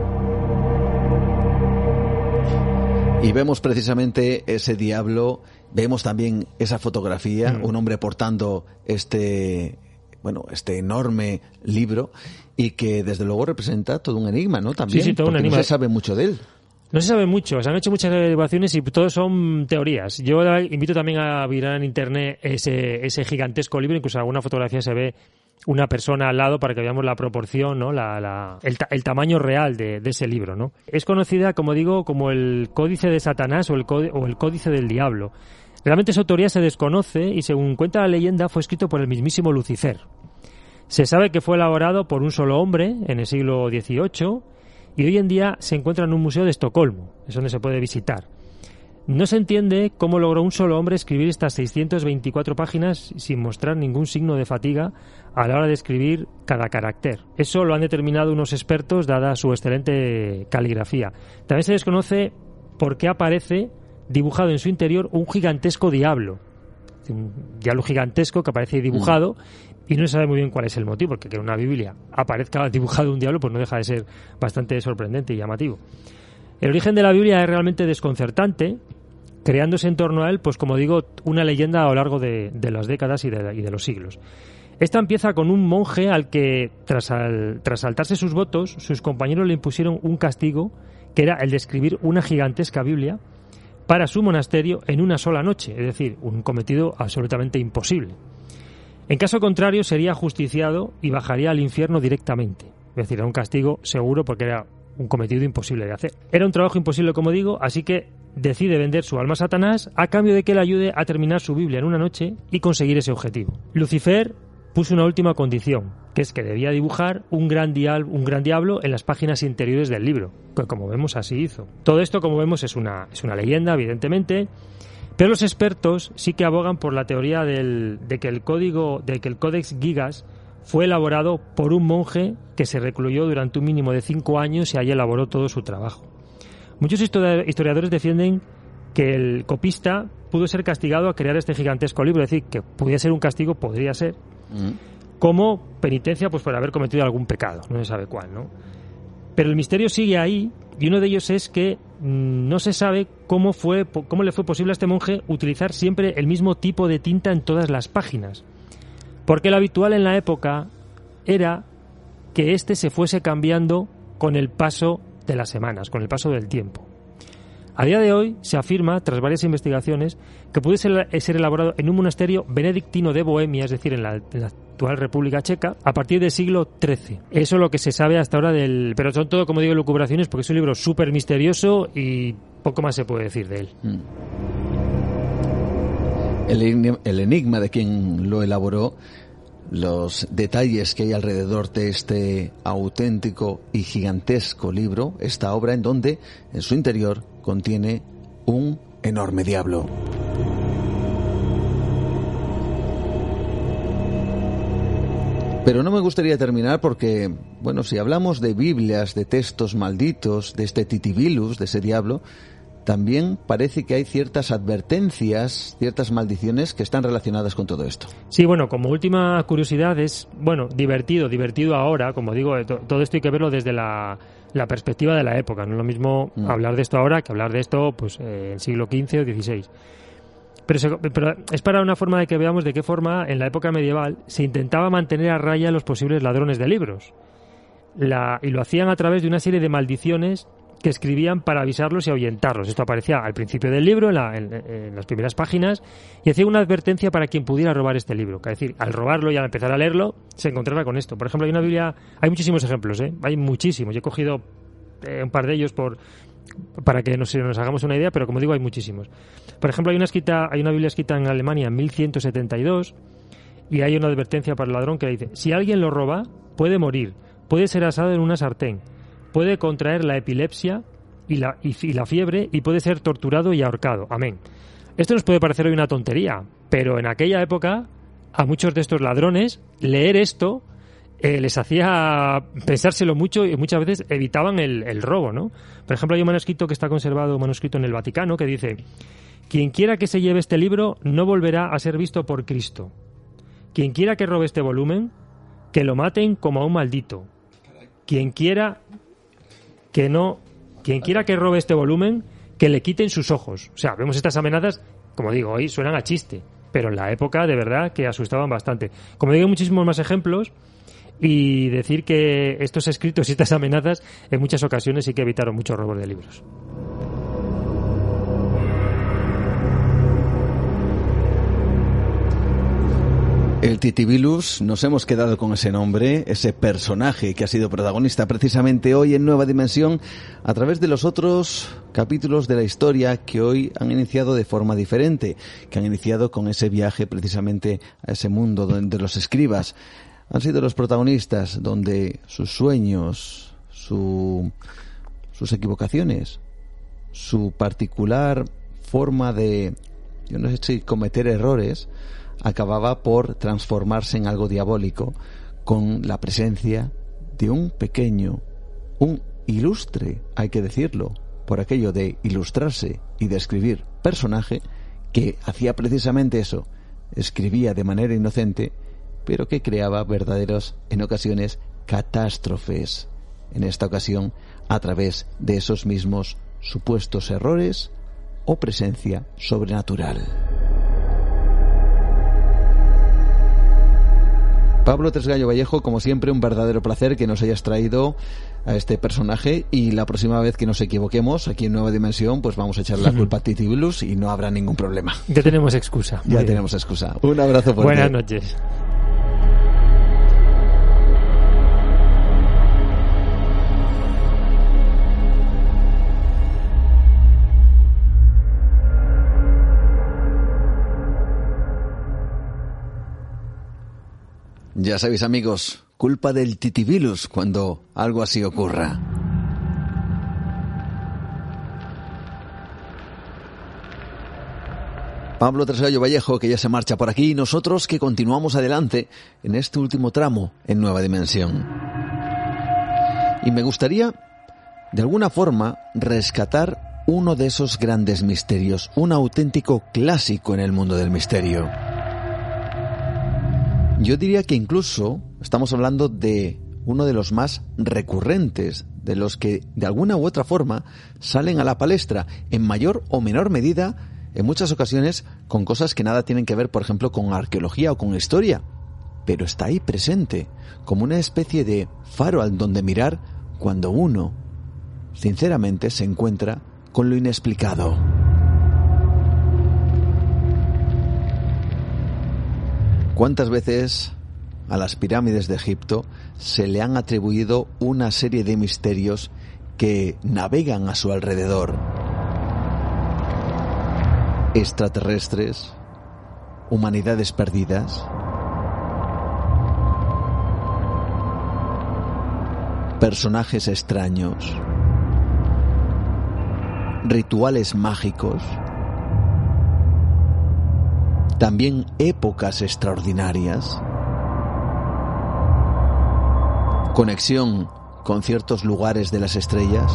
Y vemos precisamente ese diablo, vemos también esa fotografía, un hombre portando este enorme libro y que desde luego representa todo un enigma, ¿no? También, sí, todo un enigma. No se sabe mucho de él. No se sabe mucho, se han hecho muchas derivaciones y todos son teorías. Yo invito también a mirar en internet ese gigantesco libro, incluso en alguna fotografía se ve una persona al lado para que veamos la proporción, ¿no? El tamaño real de ese libro, ¿no? Es conocida, como digo, como el Códice de Satanás o el Códice del Diablo. Realmente su autoría se desconoce y, según cuenta la leyenda, fue escrito por el mismísimo Lucifer. Se sabe que fue elaborado por un solo hombre en el siglo XVIII y hoy en día se encuentra en un museo de Estocolmo, es donde se puede visitar. No se entiende cómo logró un solo hombre escribir estas 624 páginas sin mostrar ningún signo de fatiga a la hora de escribir cada carácter. Eso lo han determinado unos expertos dada su excelente caligrafía. También se desconoce por qué aparece dibujado en su interior un gigantesco diablo. un diablo gigantesco que aparece dibujado y no se sabe muy bien cuál es el motivo, porque que en una Biblia aparezca dibujado un diablo pues no deja de ser bastante sorprendente y llamativo. El origen de la Biblia es realmente desconcertante, creándose en torno a él, pues como digo, una leyenda a lo largo de las décadas y de los siglos. Esta empieza con un monje al que, tras saltarse sus votos, sus compañeros le impusieron un castigo que era el de escribir una gigantesca Biblia para su monasterio en una sola noche, es decir, un cometido absolutamente imposible. En caso contrario, sería ajusticiado y bajaría al infierno directamente. Es decir, era un castigo seguro porque era un cometido imposible de hacer. Era un trabajo imposible, como digo, así que decide vender su alma a Satanás a cambio de que le ayude a terminar su Biblia en una noche y conseguir ese objetivo. Lucifer puso una última condición, que es que debía dibujar un gran diablo en las páginas interiores del libro, que como vemos así hizo. Todo esto, como vemos, es una leyenda, evidentemente, pero los expertos sí que abogan por la teoría de que el Codex Gigas fue elaborado por un monje que se recluyó durante un mínimo de 5 años y ahí elaboró todo su trabajo. Muchos historiadores defienden que el copista pudo ser castigado a crear este gigantesco libro, es decir, que podría ser un castigo, podría ser, como penitencia pues por haber cometido algún pecado, no se sabe cuál, ¿no? Pero el misterio sigue ahí, y uno de ellos es que no se sabe cómo le fue posible a este monje utilizar siempre el mismo tipo de tinta en todas las páginas, porque lo habitual en la época era que este se fuese cambiando con el paso de las semanas, con el paso del tiempo. A día de hoy se afirma, tras varias investigaciones, que puede ser elaborado en un monasterio benedictino de Bohemia, es decir, en la actual República Checa, a partir del siglo XIII. Eso es lo que se sabe hasta ahora pero son todo, como digo, elucubraciones, porque es un libro súper misterioso y poco más se puede decir de él. El enigma de quien lo elaboró, los detalles que hay alrededor de este auténtico y gigantesco libro, esta obra en donde en su interior contiene un enorme diablo. Pero no me gustaría terminar porque, bueno, si hablamos de Biblias, de textos malditos, de este Titibilus, de ese diablo, también parece que hay ciertas advertencias, ciertas maldiciones que están relacionadas con todo esto. Sí, bueno, como última curiosidad es, bueno, divertido ahora, como digo, todo esto hay que verlo desde la perspectiva de la época, no es lo mismo hablar de esto ahora que hablar de esto pues en siglo XV o XVI. Pero es para una forma de que veamos de qué forma en la época medieval se intentaba mantener a raya a los posibles ladrones de libros. Y lo hacían a través de una serie de maldiciones que escribían para avisarlos y ahuyentarlos. Esto aparecía al principio del libro, en las primeras páginas, y hacía una advertencia para quien pudiera robar este libro. Es decir, al robarlo y al empezar a leerlo, se encontraba con esto. Por ejemplo, hay una Biblia, hay muchísimos ejemplos, hay muchísimos. Yo he cogido un par de ellos para que nos hagamos una idea, pero como digo, hay muchísimos. Por ejemplo, hay una Biblia escrita en Alemania en 1172, y hay una advertencia para el ladrón que dice: si alguien lo roba, puede morir, puede ser asado en una sartén, puede contraer la epilepsia y la fiebre, y puede ser torturado y ahorcado. Amén. Esto nos puede parecer hoy una tontería, pero en aquella época a muchos de estos ladrones leer esto les hacía pensárselo mucho y muchas veces evitaban el robo, ¿no? Por ejemplo, hay un manuscrito que está conservado, un manuscrito en el Vaticano, que dice: quien quiera que se lleve este libro no volverá a ser visto por Cristo. Quien quiera que robe este volumen, que lo maten como a un maldito. Quien quiera que robe este volumen, que le quiten sus ojos. O sea, vemos estas amenazas, como digo, hoy suenan a chiste, pero en la época de verdad que asustaban bastante. Como digo, hay muchísimos más ejemplos, y decir que estos escritos y estas amenazas en muchas ocasiones sí que evitaron muchos robos de libros. El Titibilus, nos hemos quedado con ese nombre, ese personaje que ha sido protagonista precisamente hoy en Nueva Dimensión, a través de los otros capítulos de la historia que hoy han iniciado de forma diferente, que han iniciado con ese viaje precisamente a ese mundo donde los escribas han sido los protagonistas, donde sus sueños, sus equivocaciones, su particular forma de, yo no sé si cometer errores, acababa por transformarse en algo diabólico con la presencia de un pequeño, un ilustre, hay que decirlo, por aquello de ilustrarse y de escribir personaje, que hacía precisamente eso, escribía de manera inocente, pero que creaba verdaderos, en ocasiones, catástrofes. En esta ocasión, a través de esos mismos supuestos errores o presencia sobrenatural. Pablo Tresgallo Vallejo, como siempre, un verdadero placer que nos hayas traído a este personaje, y la próxima vez que nos equivoquemos aquí en Nueva Dimensión, pues vamos a echar la culpa a Titibulus y no habrá ningún problema. Ya tenemos excusa. Ya tenemos excusa. Un abrazo fuerte. Buenas noches. Ya sabéis, amigos, culpa del Titibilus cuando algo así ocurra. Pablo Tresgallo Vallejo, que ya se marcha por aquí, y nosotros que continuamos adelante en este último tramo en Nueva Dimensión. Y me gustaría, de alguna forma, rescatar uno de esos grandes misterios, un auténtico clásico en el mundo del misterio. Yo diría que incluso estamos hablando de uno de los más recurrentes, de los que de alguna u otra forma salen a la palestra, en mayor o menor medida, en muchas ocasiones con cosas que nada tienen que ver, por ejemplo, con arqueología o con historia, pero está ahí presente, como una especie de faro al donde mirar cuando uno, sinceramente, se encuentra con lo inexplicado. ¿Cuántas veces a las pirámides de Egipto se le han atribuido una serie de misterios que navegan a su alrededor? Extraterrestres, humanidades perdidas, personajes extraños, rituales mágicos, también épocas extraordinarias, conexión con ciertos lugares de las estrellas,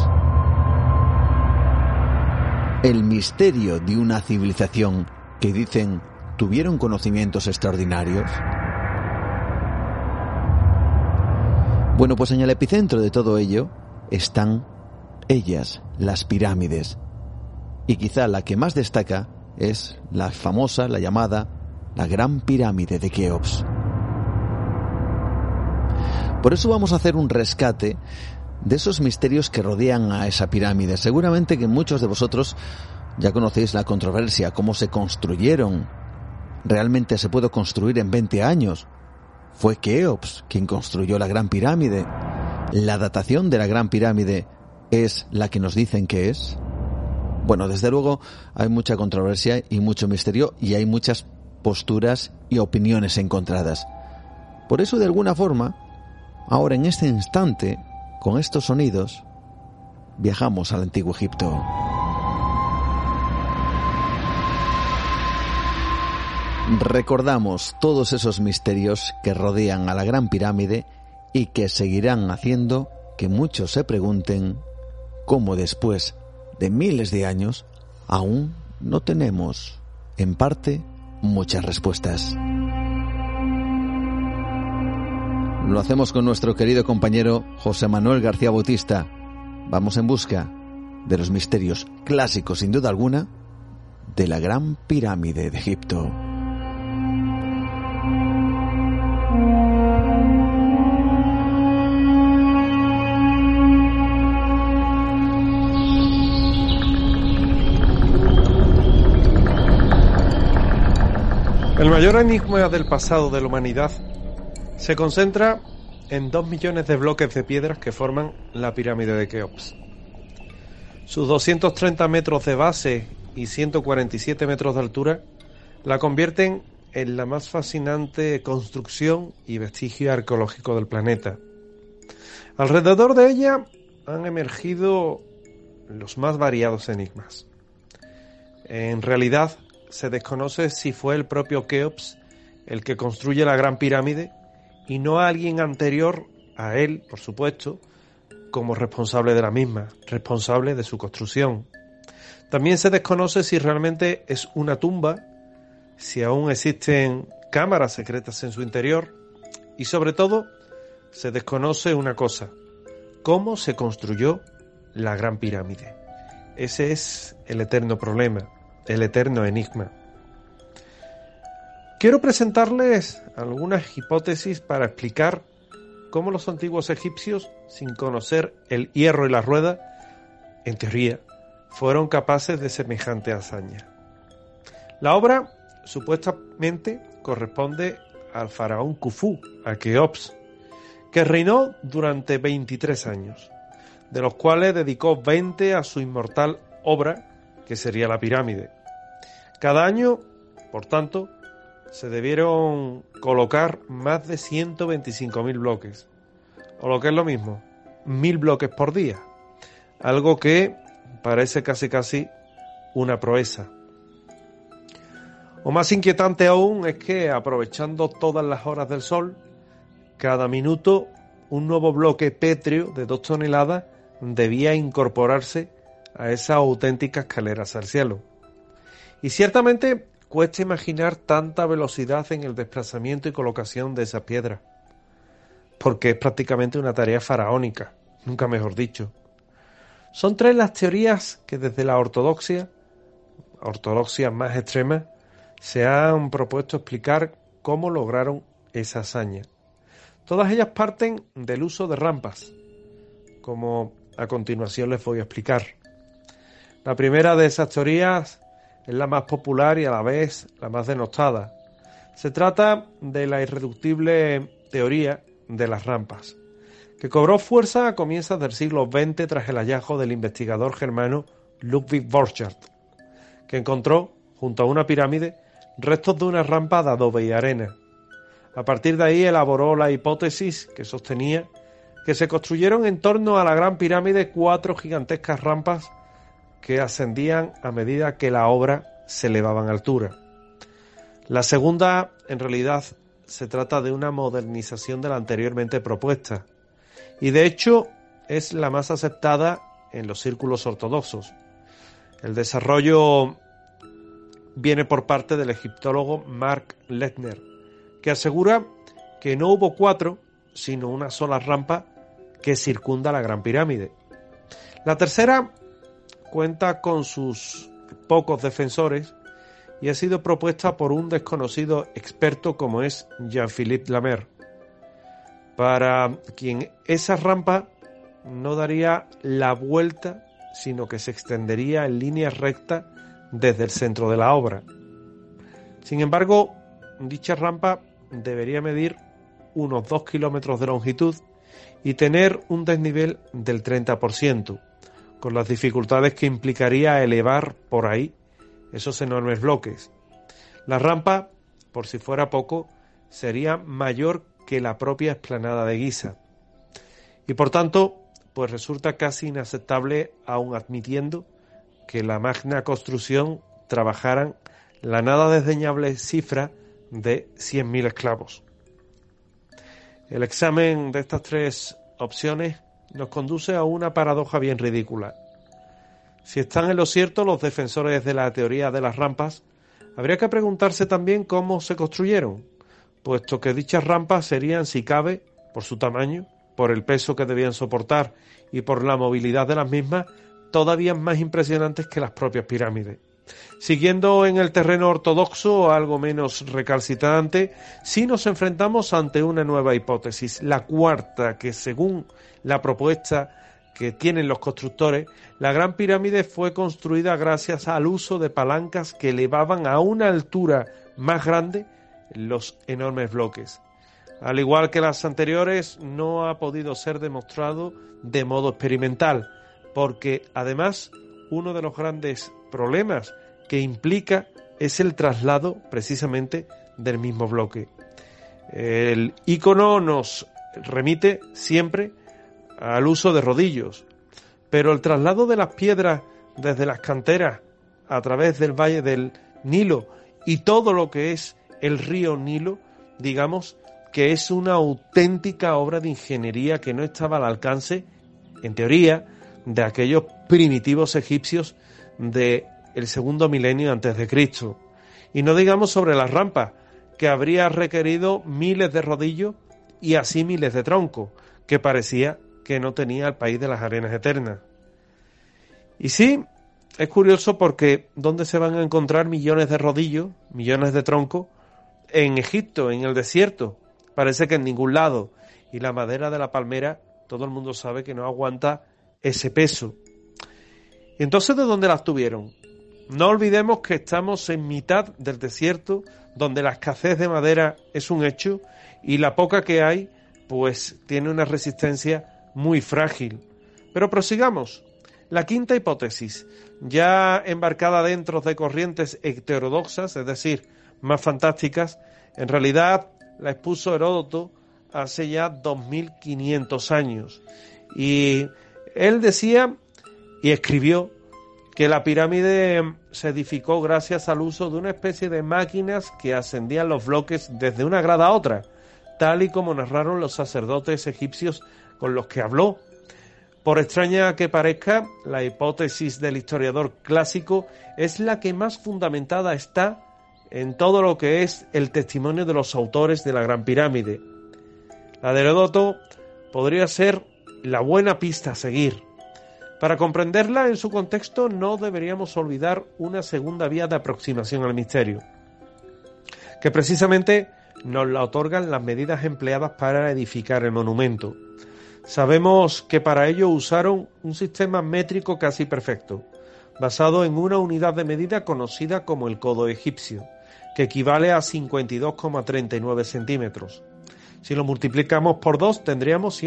el misterio de una civilización que dicen tuvieron conocimientos extraordinarios. Bueno, pues en el epicentro de todo ello están ellas, las pirámides, y quizá la que más destaca es la famosa, la llamada, la Gran Pirámide de Keops. Por eso vamos a hacer un rescate de esos misterios que rodean a esa pirámide. Seguramente que muchos de vosotros ya conocéis la controversia, cómo se construyeron. ¿Realmente se puede construir en 20 años? ¿Fue Keops quien construyó la Gran Pirámide? ¿La datación de la Gran Pirámide es la que nos dicen que es? Bueno, desde luego hay mucha controversia y mucho misterio, y hay muchas posturas y opiniones encontradas. Por eso, de alguna forma, ahora en este instante, con estos sonidos, viajamos al Antiguo Egipto. Recordamos todos esos misterios que rodean a la Gran Pirámide y que seguirán haciendo que muchos se pregunten cómo después de miles de años aún no tenemos, en parte, muchas respuestas. Lo hacemos con nuestro querido compañero José Manuel García Bautista. Vamos en busca de los misterios clásicos, sin duda alguna, de la Gran Pirámide de Egipto. El mayor enigma del pasado de la humanidad se concentra en 2 millones de bloques de piedras que forman la pirámide de Keops. Sus 230 metros de base y 147 metros de altura la convierten en la más fascinante construcción y vestigio arqueológico del planeta. Alrededor de ella han emergido los más variados enigmas. En realidad, se desconoce si fue el propio Keops el que construye la Gran Pirámide y no alguien anterior a él, por supuesto, como responsable de la misma, responsable de su construcción. También se desconoce si realmente es una tumba, si aún existen cámaras secretas en su interior y, sobre todo, se desconoce una cosa: cómo se construyó la Gran Pirámide. Ese es el eterno problema, el eterno enigma. Quiero presentarles algunas hipótesis para explicar cómo los antiguos egipcios, sin conocer el hierro y la rueda, en teoría, fueron capaces de semejante hazaña. La obra supuestamente corresponde al faraón Khufu, a Keops, que reinó durante 23 años, de los cuales dedicó 20 a su inmortal obra, que sería la pirámide. Cada año, por tanto, se debieron colocar más de 125.000 bloques, o lo que es lo mismo, 1.000 bloques por día, algo que parece casi una proeza. O más inquietante aún es que, aprovechando todas las horas del sol, cada minuto un nuevo bloque pétreo de 2 toneladas debía incorporarse a esas auténticas escaleras al cielo. Y ciertamente cuesta imaginar tanta velocidad en el desplazamiento y colocación de esas piedras, porque es prácticamente una tarea faraónica, nunca mejor dicho. Son 3 las teorías que desde la ortodoxia más extrema, se han propuesto explicar cómo lograron esa hazaña. Todas ellas parten del uso de rampas, como a continuación les voy a explicar. La primera de esas teorías es la más popular y a la vez la más denostada. Se trata de la irreductible teoría de las rampas, que cobró fuerza a comienzos del siglo XX tras el hallazgo del investigador germano Ludwig Borchardt, que encontró, junto a una pirámide, restos de una rampa de adobe y arena. A partir de ahí elaboró la hipótesis que sostenía que se construyeron en torno a la Gran Pirámide 4 gigantescas rampas que ascendían a medida que la obra se elevaba en altura. La segunda, en realidad, se trata de una modernización de la anteriormente propuesta, y de hecho es la más aceptada en los círculos ortodoxos. El desarrollo viene por parte del egiptólogo Mark Lechner, que asegura que no hubo 4, sino una sola rampa que circunda la Gran Pirámide. La tercera cuenta con sus pocos defensores y ha sido propuesta por un desconocido experto como es Jean-Philippe Lamer, para quien esa rampa no daría la vuelta, sino que se extendería en línea recta desde el centro de la obra. Sin embargo, dicha rampa debería medir unos 2 kilómetros de longitud y tener un desnivel del 30%, con las dificultades que implicaría elevar por ahí esos enormes bloques. La rampa, por si fuera poco, sería mayor que la propia explanada de Giza. Y por tanto, pues resulta casi inaceptable, aun admitiendo que la magna construcción trabajaran la nada desdeñable cifra de 100.000 esclavos. El examen de estas 3 opciones nos conduce a una paradoja bien ridícula. Si están en lo cierto los defensores de la teoría de las rampas, habría que preguntarse también cómo se construyeron, puesto que dichas rampas serían, si cabe, por su tamaño, por el peso que debían soportar y por la movilidad de las mismas, todavía más impresionantes que las propias pirámides. Siguiendo en el terreno ortodoxo, algo menos recalcitrante, sí nos enfrentamos ante una nueva hipótesis, la cuarta, que según la propuesta que tienen los constructores, la Gran Pirámide fue construida gracias al uso de palancas que elevaban a una altura más grande los enormes bloques. Al igual que las anteriores, no ha podido ser demostrado de modo experimental, porque además uno de los grandes problemas que implica es el traslado precisamente del mismo bloque. El ícono nos remite siempre al uso de rodillos, pero el traslado de las piedras desde las canteras a través del valle del Nilo y todo lo que es el río Nilo, digamos que es una auténtica obra de ingeniería que no estaba al alcance, en teoría, de aquellos primitivos egipcios del segundo milenio antes de Cristo. Y no digamos sobre las rampas, que habría requerido miles de rodillos y así miles de troncos, que parecía que no tenía el país de las arenas eternas. Y sí, es curioso porque ¿dónde se van a encontrar millones de rodillos, millones de troncos? En Egipto, en el desierto. Parece que en ningún lado. Y la madera de la palmera, todo el mundo sabe que no aguanta ese peso. ¿Y entonces de dónde las tuvieron? No olvidemos que estamos en mitad del desierto, donde la escasez de madera es un hecho y la poca que hay, pues tiene una resistencia muy frágil. Pero prosigamos. La quinta hipótesis, ya embarcada dentro de corrientes heterodoxas, es decir, más fantásticas, en realidad la expuso Heródoto hace ya 2500 años. Y él decía y escribió que la pirámide se edificó gracias al uso de una especie de máquinas que ascendían los bloques desde una grada a otra, tal y como narraron los sacerdotes egipcios con los que habló. Por extraña que parezca, la hipótesis del historiador clásico es la que más fundamentada está en todo lo que es el testimonio de los autores de la Gran Pirámide. La de Heródoto podría ser la buena pista a seguir. Para comprenderla en su contexto no deberíamos olvidar una segunda vía de aproximación al misterio, que precisamente nos la otorgan las medidas empleadas para edificar el monumento. Sabemos que para ello usaron un sistema métrico casi perfecto, basado en una unidad de medida conocida como el codo egipcio, que equivale a 52,39 centímetros. Si lo multiplicamos por 2 tendríamos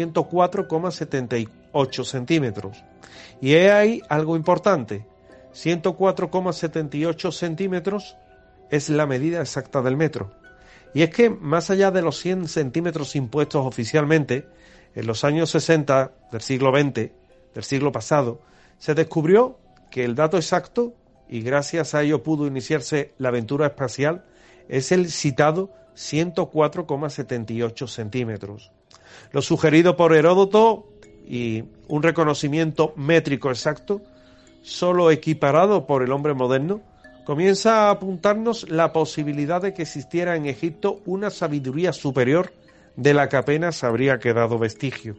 104,78 centímetros. Y he ahí algo importante, 104,78 centímetros es la medida exacta del metro. Y es que más allá de los 100 centímetros impuestos oficialmente, en los años 60 del siglo XX, del siglo pasado, se descubrió que el dato exacto, y gracias a ello pudo iniciarse la aventura espacial, es el citado 104,78 centímetros. Lo sugerido por Heródoto y un reconocimiento métrico exacto, solo equiparado por el hombre moderno, comienza a apuntarnos la posibilidad de que existiera en Egipto una sabiduría superior de la que apenas habría quedado vestigio.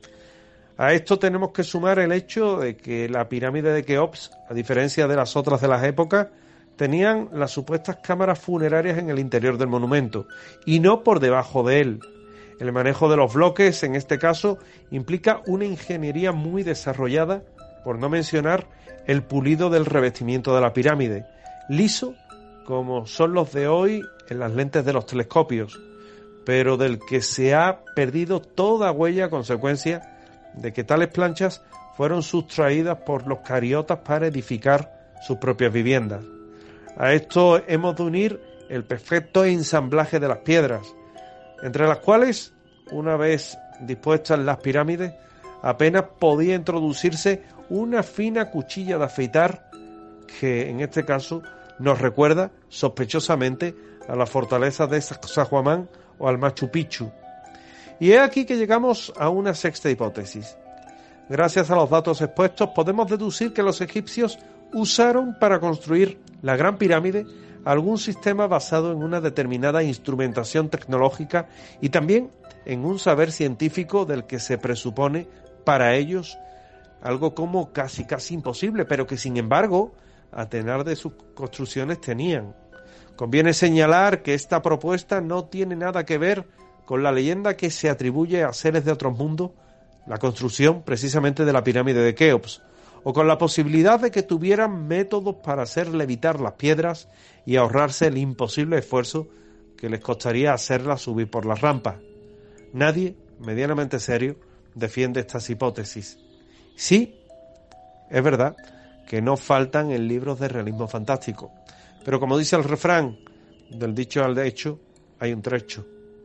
A esto tenemos que sumar el hecho de que la pirámide de Keops, a diferencia de las otras de las épocas, tenían las supuestas cámaras funerarias en el interior del monumento y no por debajo de él. El manejo de los bloques, en este caso, implica una ingeniería muy desarrollada, por no mencionar el pulido del revestimiento de la pirámide, liso como son los de hoy en las lentes de los telescopios, pero del que se ha perdido toda huella a consecuencia de que tales planchas fueron sustraídas por los cariotas para edificar sus propias viviendas. A esto hemos de unir el perfecto ensamblaje de las piedras, entre las cuales, una vez dispuestas las pirámides, apenas podía introducirse una fina cuchilla de afeitar que, en este caso, nos recuerda sospechosamente a la fortaleza de Sacsayhuamán o al Machu Picchu. Y es aquí que llegamos a una sexta hipótesis. Gracias a los datos expuestos podemos deducir que los egipcios usaron para construir la Gran Pirámide algún sistema basado en una determinada instrumentación tecnológica y también en un saber científico del que se presupone para ellos algo como casi imposible, pero que sin embargo a tenor de sus construcciones tenían. Conviene señalar que esta propuesta no tiene nada que ver con la leyenda que se atribuye a seres de otros mundos la construcción precisamente de la pirámide de Keops, o con la posibilidad de que tuvieran métodos para hacer levitar las piedras y ahorrarse el imposible esfuerzo que les costaría hacerlas subir por las rampas. Nadie medianamente serio defiende estas hipótesis. Sí, es verdad que no faltan en libros de realismo fantástico, pero como dice el refrán, del dicho al hecho hay un trecho.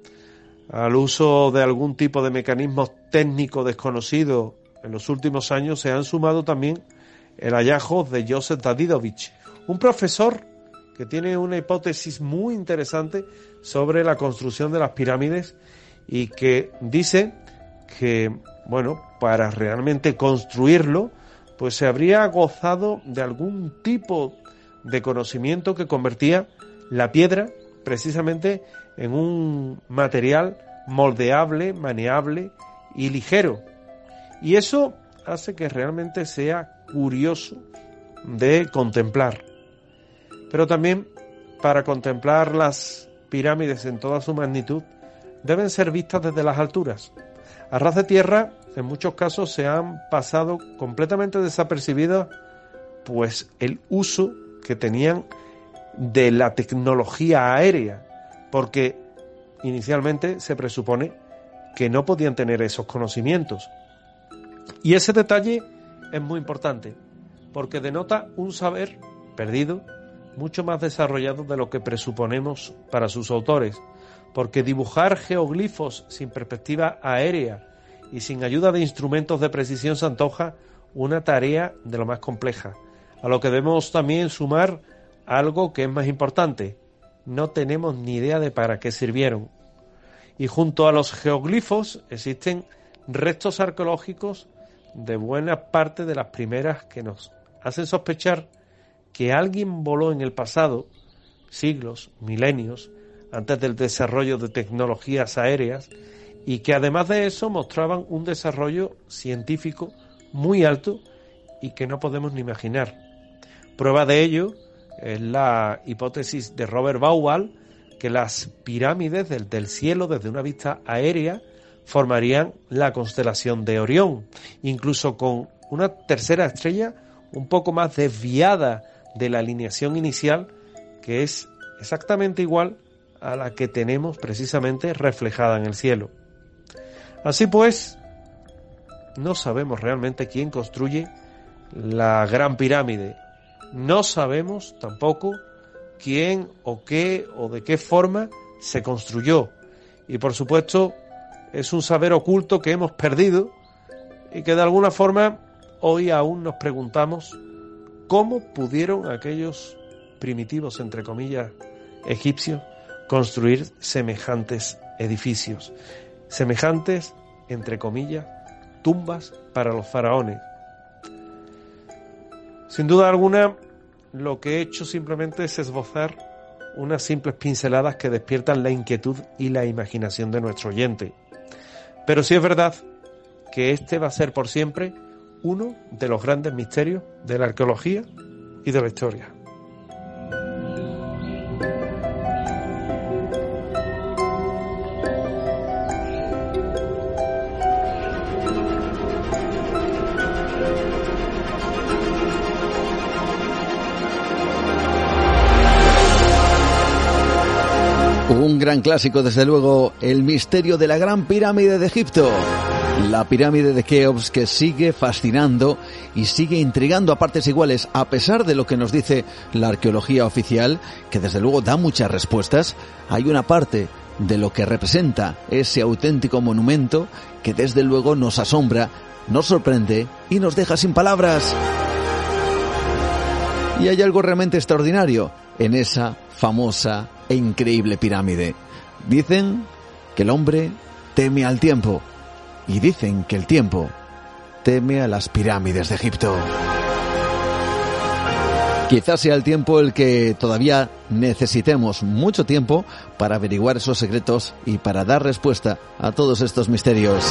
Al uso de algún tipo de mecanismos técnicos desconocidos en los últimos años se han sumado también el hallazgo de Joseph Dadidovich, un profesor que tiene una hipótesis muy interesante sobre la construcción de las pirámides y que dice que, bueno, para realmente construirlo, pues se habría gozado de algún tipo de conocimiento que convertía la piedra precisamente en un material moldeable, maneable y ligero. Y eso hace que realmente sea curioso de contemplar. Pero también, para contemplar las pirámides en toda su magnitud, deben ser vistas desde las alturas. A ras de tierra, en muchos casos se han pasado completamente desapercibidos pues el uso que tenían de la tecnología aérea, porque inicialmente se presupone que no podían tener esos conocimientos. Y ese detalle es muy importante, porque denota un saber perdido mucho más desarrollado de lo que presuponemos para sus autores, porque dibujar geoglifos sin perspectiva aérea y sin ayuda de instrumentos de precisión se antoja una tarea de lo más compleja, a lo que debemos también sumar algo que es más importante: no tenemos ni idea de para qué sirvieron. Y junto a los geoglifos existen restos arqueológicos de buena parte de las primeras que nos hacen sospechar que alguien voló en el pasado, siglos, milenios, antes del desarrollo de tecnologías aéreas, y que además de eso mostraban un desarrollo científico muy alto y que no podemos ni imaginar. Prueba de ello es la hipótesis de Robert Bauval, que las pirámides del cielo desde una vista aérea formarían la constelación de Orión, incluso con una tercera estrella un poco más desviada de la alineación inicial, que es exactamente igual a la que tenemos precisamente reflejada en el cielo. Así pues, no sabemos realmente quién construye la Gran Pirámide. No sabemos tampoco quién o qué o de qué forma se construyó. Y por supuesto, es un saber oculto que hemos perdido y que de alguna forma hoy aún nos preguntamos cómo pudieron aquellos primitivos, entre comillas, egipcios, construir semejantes edificios, semejantes, entre comillas, tumbas para los faraones. Sin duda alguna, lo que he hecho simplemente es esbozar unas simples pinceladas que despiertan la inquietud y la imaginación de nuestro oyente. Pero sí es verdad que este va a ser por siempre uno de los grandes misterios de la arqueología y de la historia. Un gran clásico, desde luego, el misterio de la Gran Pirámide de Egipto. La pirámide de Keops, que sigue fascinando y sigue intrigando a partes iguales, a pesar de lo que nos dice la arqueología oficial, que desde luego da muchas respuestas. Hay una parte de lo que representa ese auténtico monumento que desde luego nos asombra, nos sorprende y nos deja sin palabras. Y hay algo realmente extraordinario en esa famosa e increíble pirámide. Dicen que el hombre teme al tiempo, y dicen que el tiempo teme a las pirámides de Egipto. Quizás sea el tiempo el que todavía necesitemos mucho tiempo para averiguar esos secretos y para dar respuesta a todos estos misterios.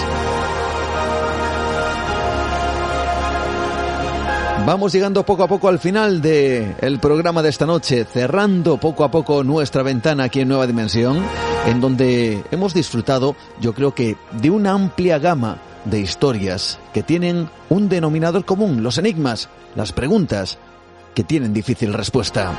Vamos llegando poco a poco al final del programa de esta noche, cerrando poco a poco nuestra ventana aquí en Nueva Dimensión, en donde hemos disfrutado, yo creo que, de una amplia gama de historias que tienen un denominador común: los enigmas, las preguntas que tienen difícil respuesta.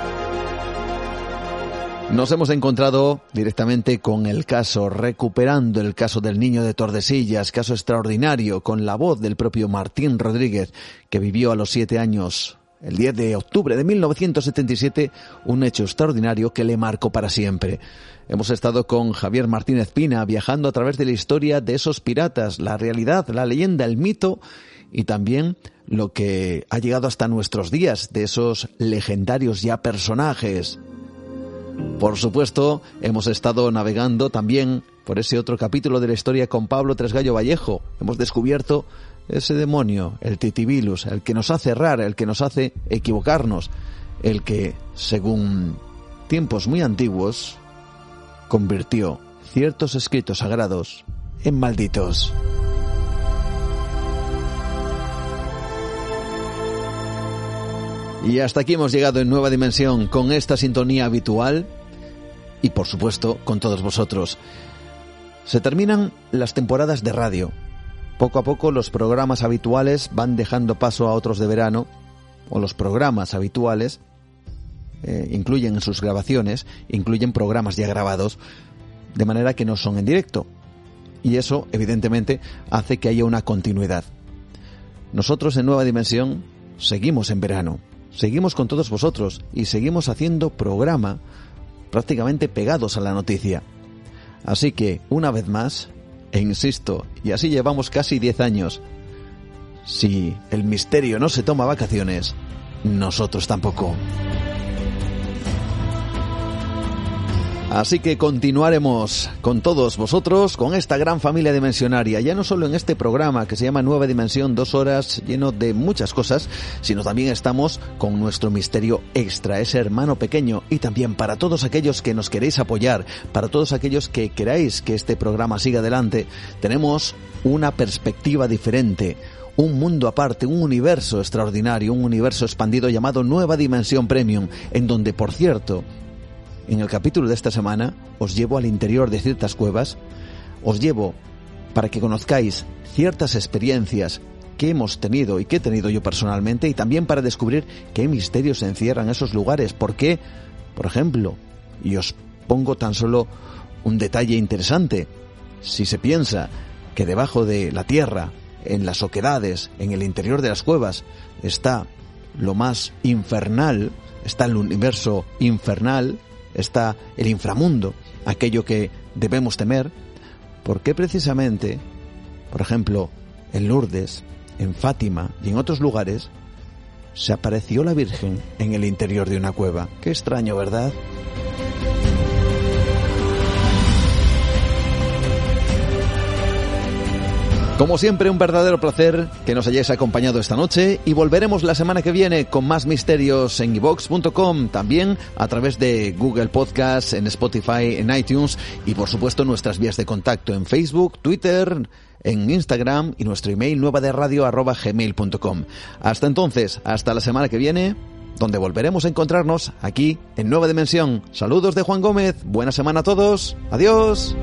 Nos hemos encontrado directamente con el caso, recuperando el caso del niño de Tordesillas, caso extraordinario, con la voz del propio Martín Rodríguez, que vivió a los 7 años, el 10 de octubre de 1977, un hecho extraordinario que le marcó para siempre. Hemos estado con Javier Martínez Pina, viajando a través de la historia de esos piratas, la realidad, la leyenda, el mito, y también lo que ha llegado hasta nuestros días de esos legendarios ya personajes. Por supuesto, hemos estado navegando también por ese otro capítulo de la historia con Pablo Tresgallo Vallejo. Hemos descubierto ese demonio, el Titibilus, el que nos hace errar, el que nos hace equivocarnos, el que, según tiempos muy antiguos, convirtió ciertos escritos sagrados en malditos. Y hasta aquí hemos llegado en Nueva Dimensión con esta sintonía habitual y por supuesto con todos vosotros. Se terminan las temporadas de radio. Poco a poco los programas habituales van dejando paso a otros de verano, o los programas habituales incluyen en sus grabaciones, incluyen programas ya grabados, de manera que no son en directo. Y eso, evidentemente, hace que haya una continuidad. Nosotros en Nueva Dimensión seguimos en verano, seguimos con todos vosotros y seguimos haciendo programa prácticamente pegados a la noticia. Así que, una vez más, e insisto, y así llevamos casi 10 años, si el misterio no se toma vacaciones, nosotros tampoco. Así que continuaremos con todos vosotros, con esta gran familia dimensionaria, ya no solo en este programa que se llama Nueva Dimensión, 2 horas lleno de muchas cosas, sino también estamos con nuestro misterio extra, ese hermano pequeño, y también para todos aquellos que nos queréis apoyar, para todos aquellos que queráis que este programa siga adelante, tenemos una perspectiva diferente, un mundo aparte, un universo extraordinario, un universo expandido llamado Nueva Dimensión Premium, en donde, por cierto, en el capítulo de esta semana os llevo al interior de ciertas cuevas, os llevo para que conozcáis ciertas experiencias que hemos tenido y que he tenido yo personalmente, y también para descubrir qué misterios se encierran en esos lugares. Porque, por ejemplo, y os pongo tan solo un detalle interesante, si se piensa que debajo de la tierra, en las oquedades, en el interior de las cuevas, está lo más infernal, está el universo infernal, está el inframundo, aquello que debemos temer, ¿por qué precisamente, por ejemplo, en Lourdes, en Fátima y en otros lugares, se apareció la Virgen en el interior de una cueva? Qué extraño, ¿verdad? Como siempre, un verdadero placer que nos hayáis acompañado esta noche, y volveremos la semana que viene con más misterios en iVox.com, también a través de Google Podcasts, en Spotify, en iTunes y por supuesto nuestras vías de contacto en Facebook, Twitter, en Instagram y nuestro email nuevaderadio@gmail.com. Hasta entonces, hasta la semana que viene, donde volveremos a encontrarnos aquí en Nueva Dimensión. Saludos de Juan Gómez, buena semana a todos, adiós.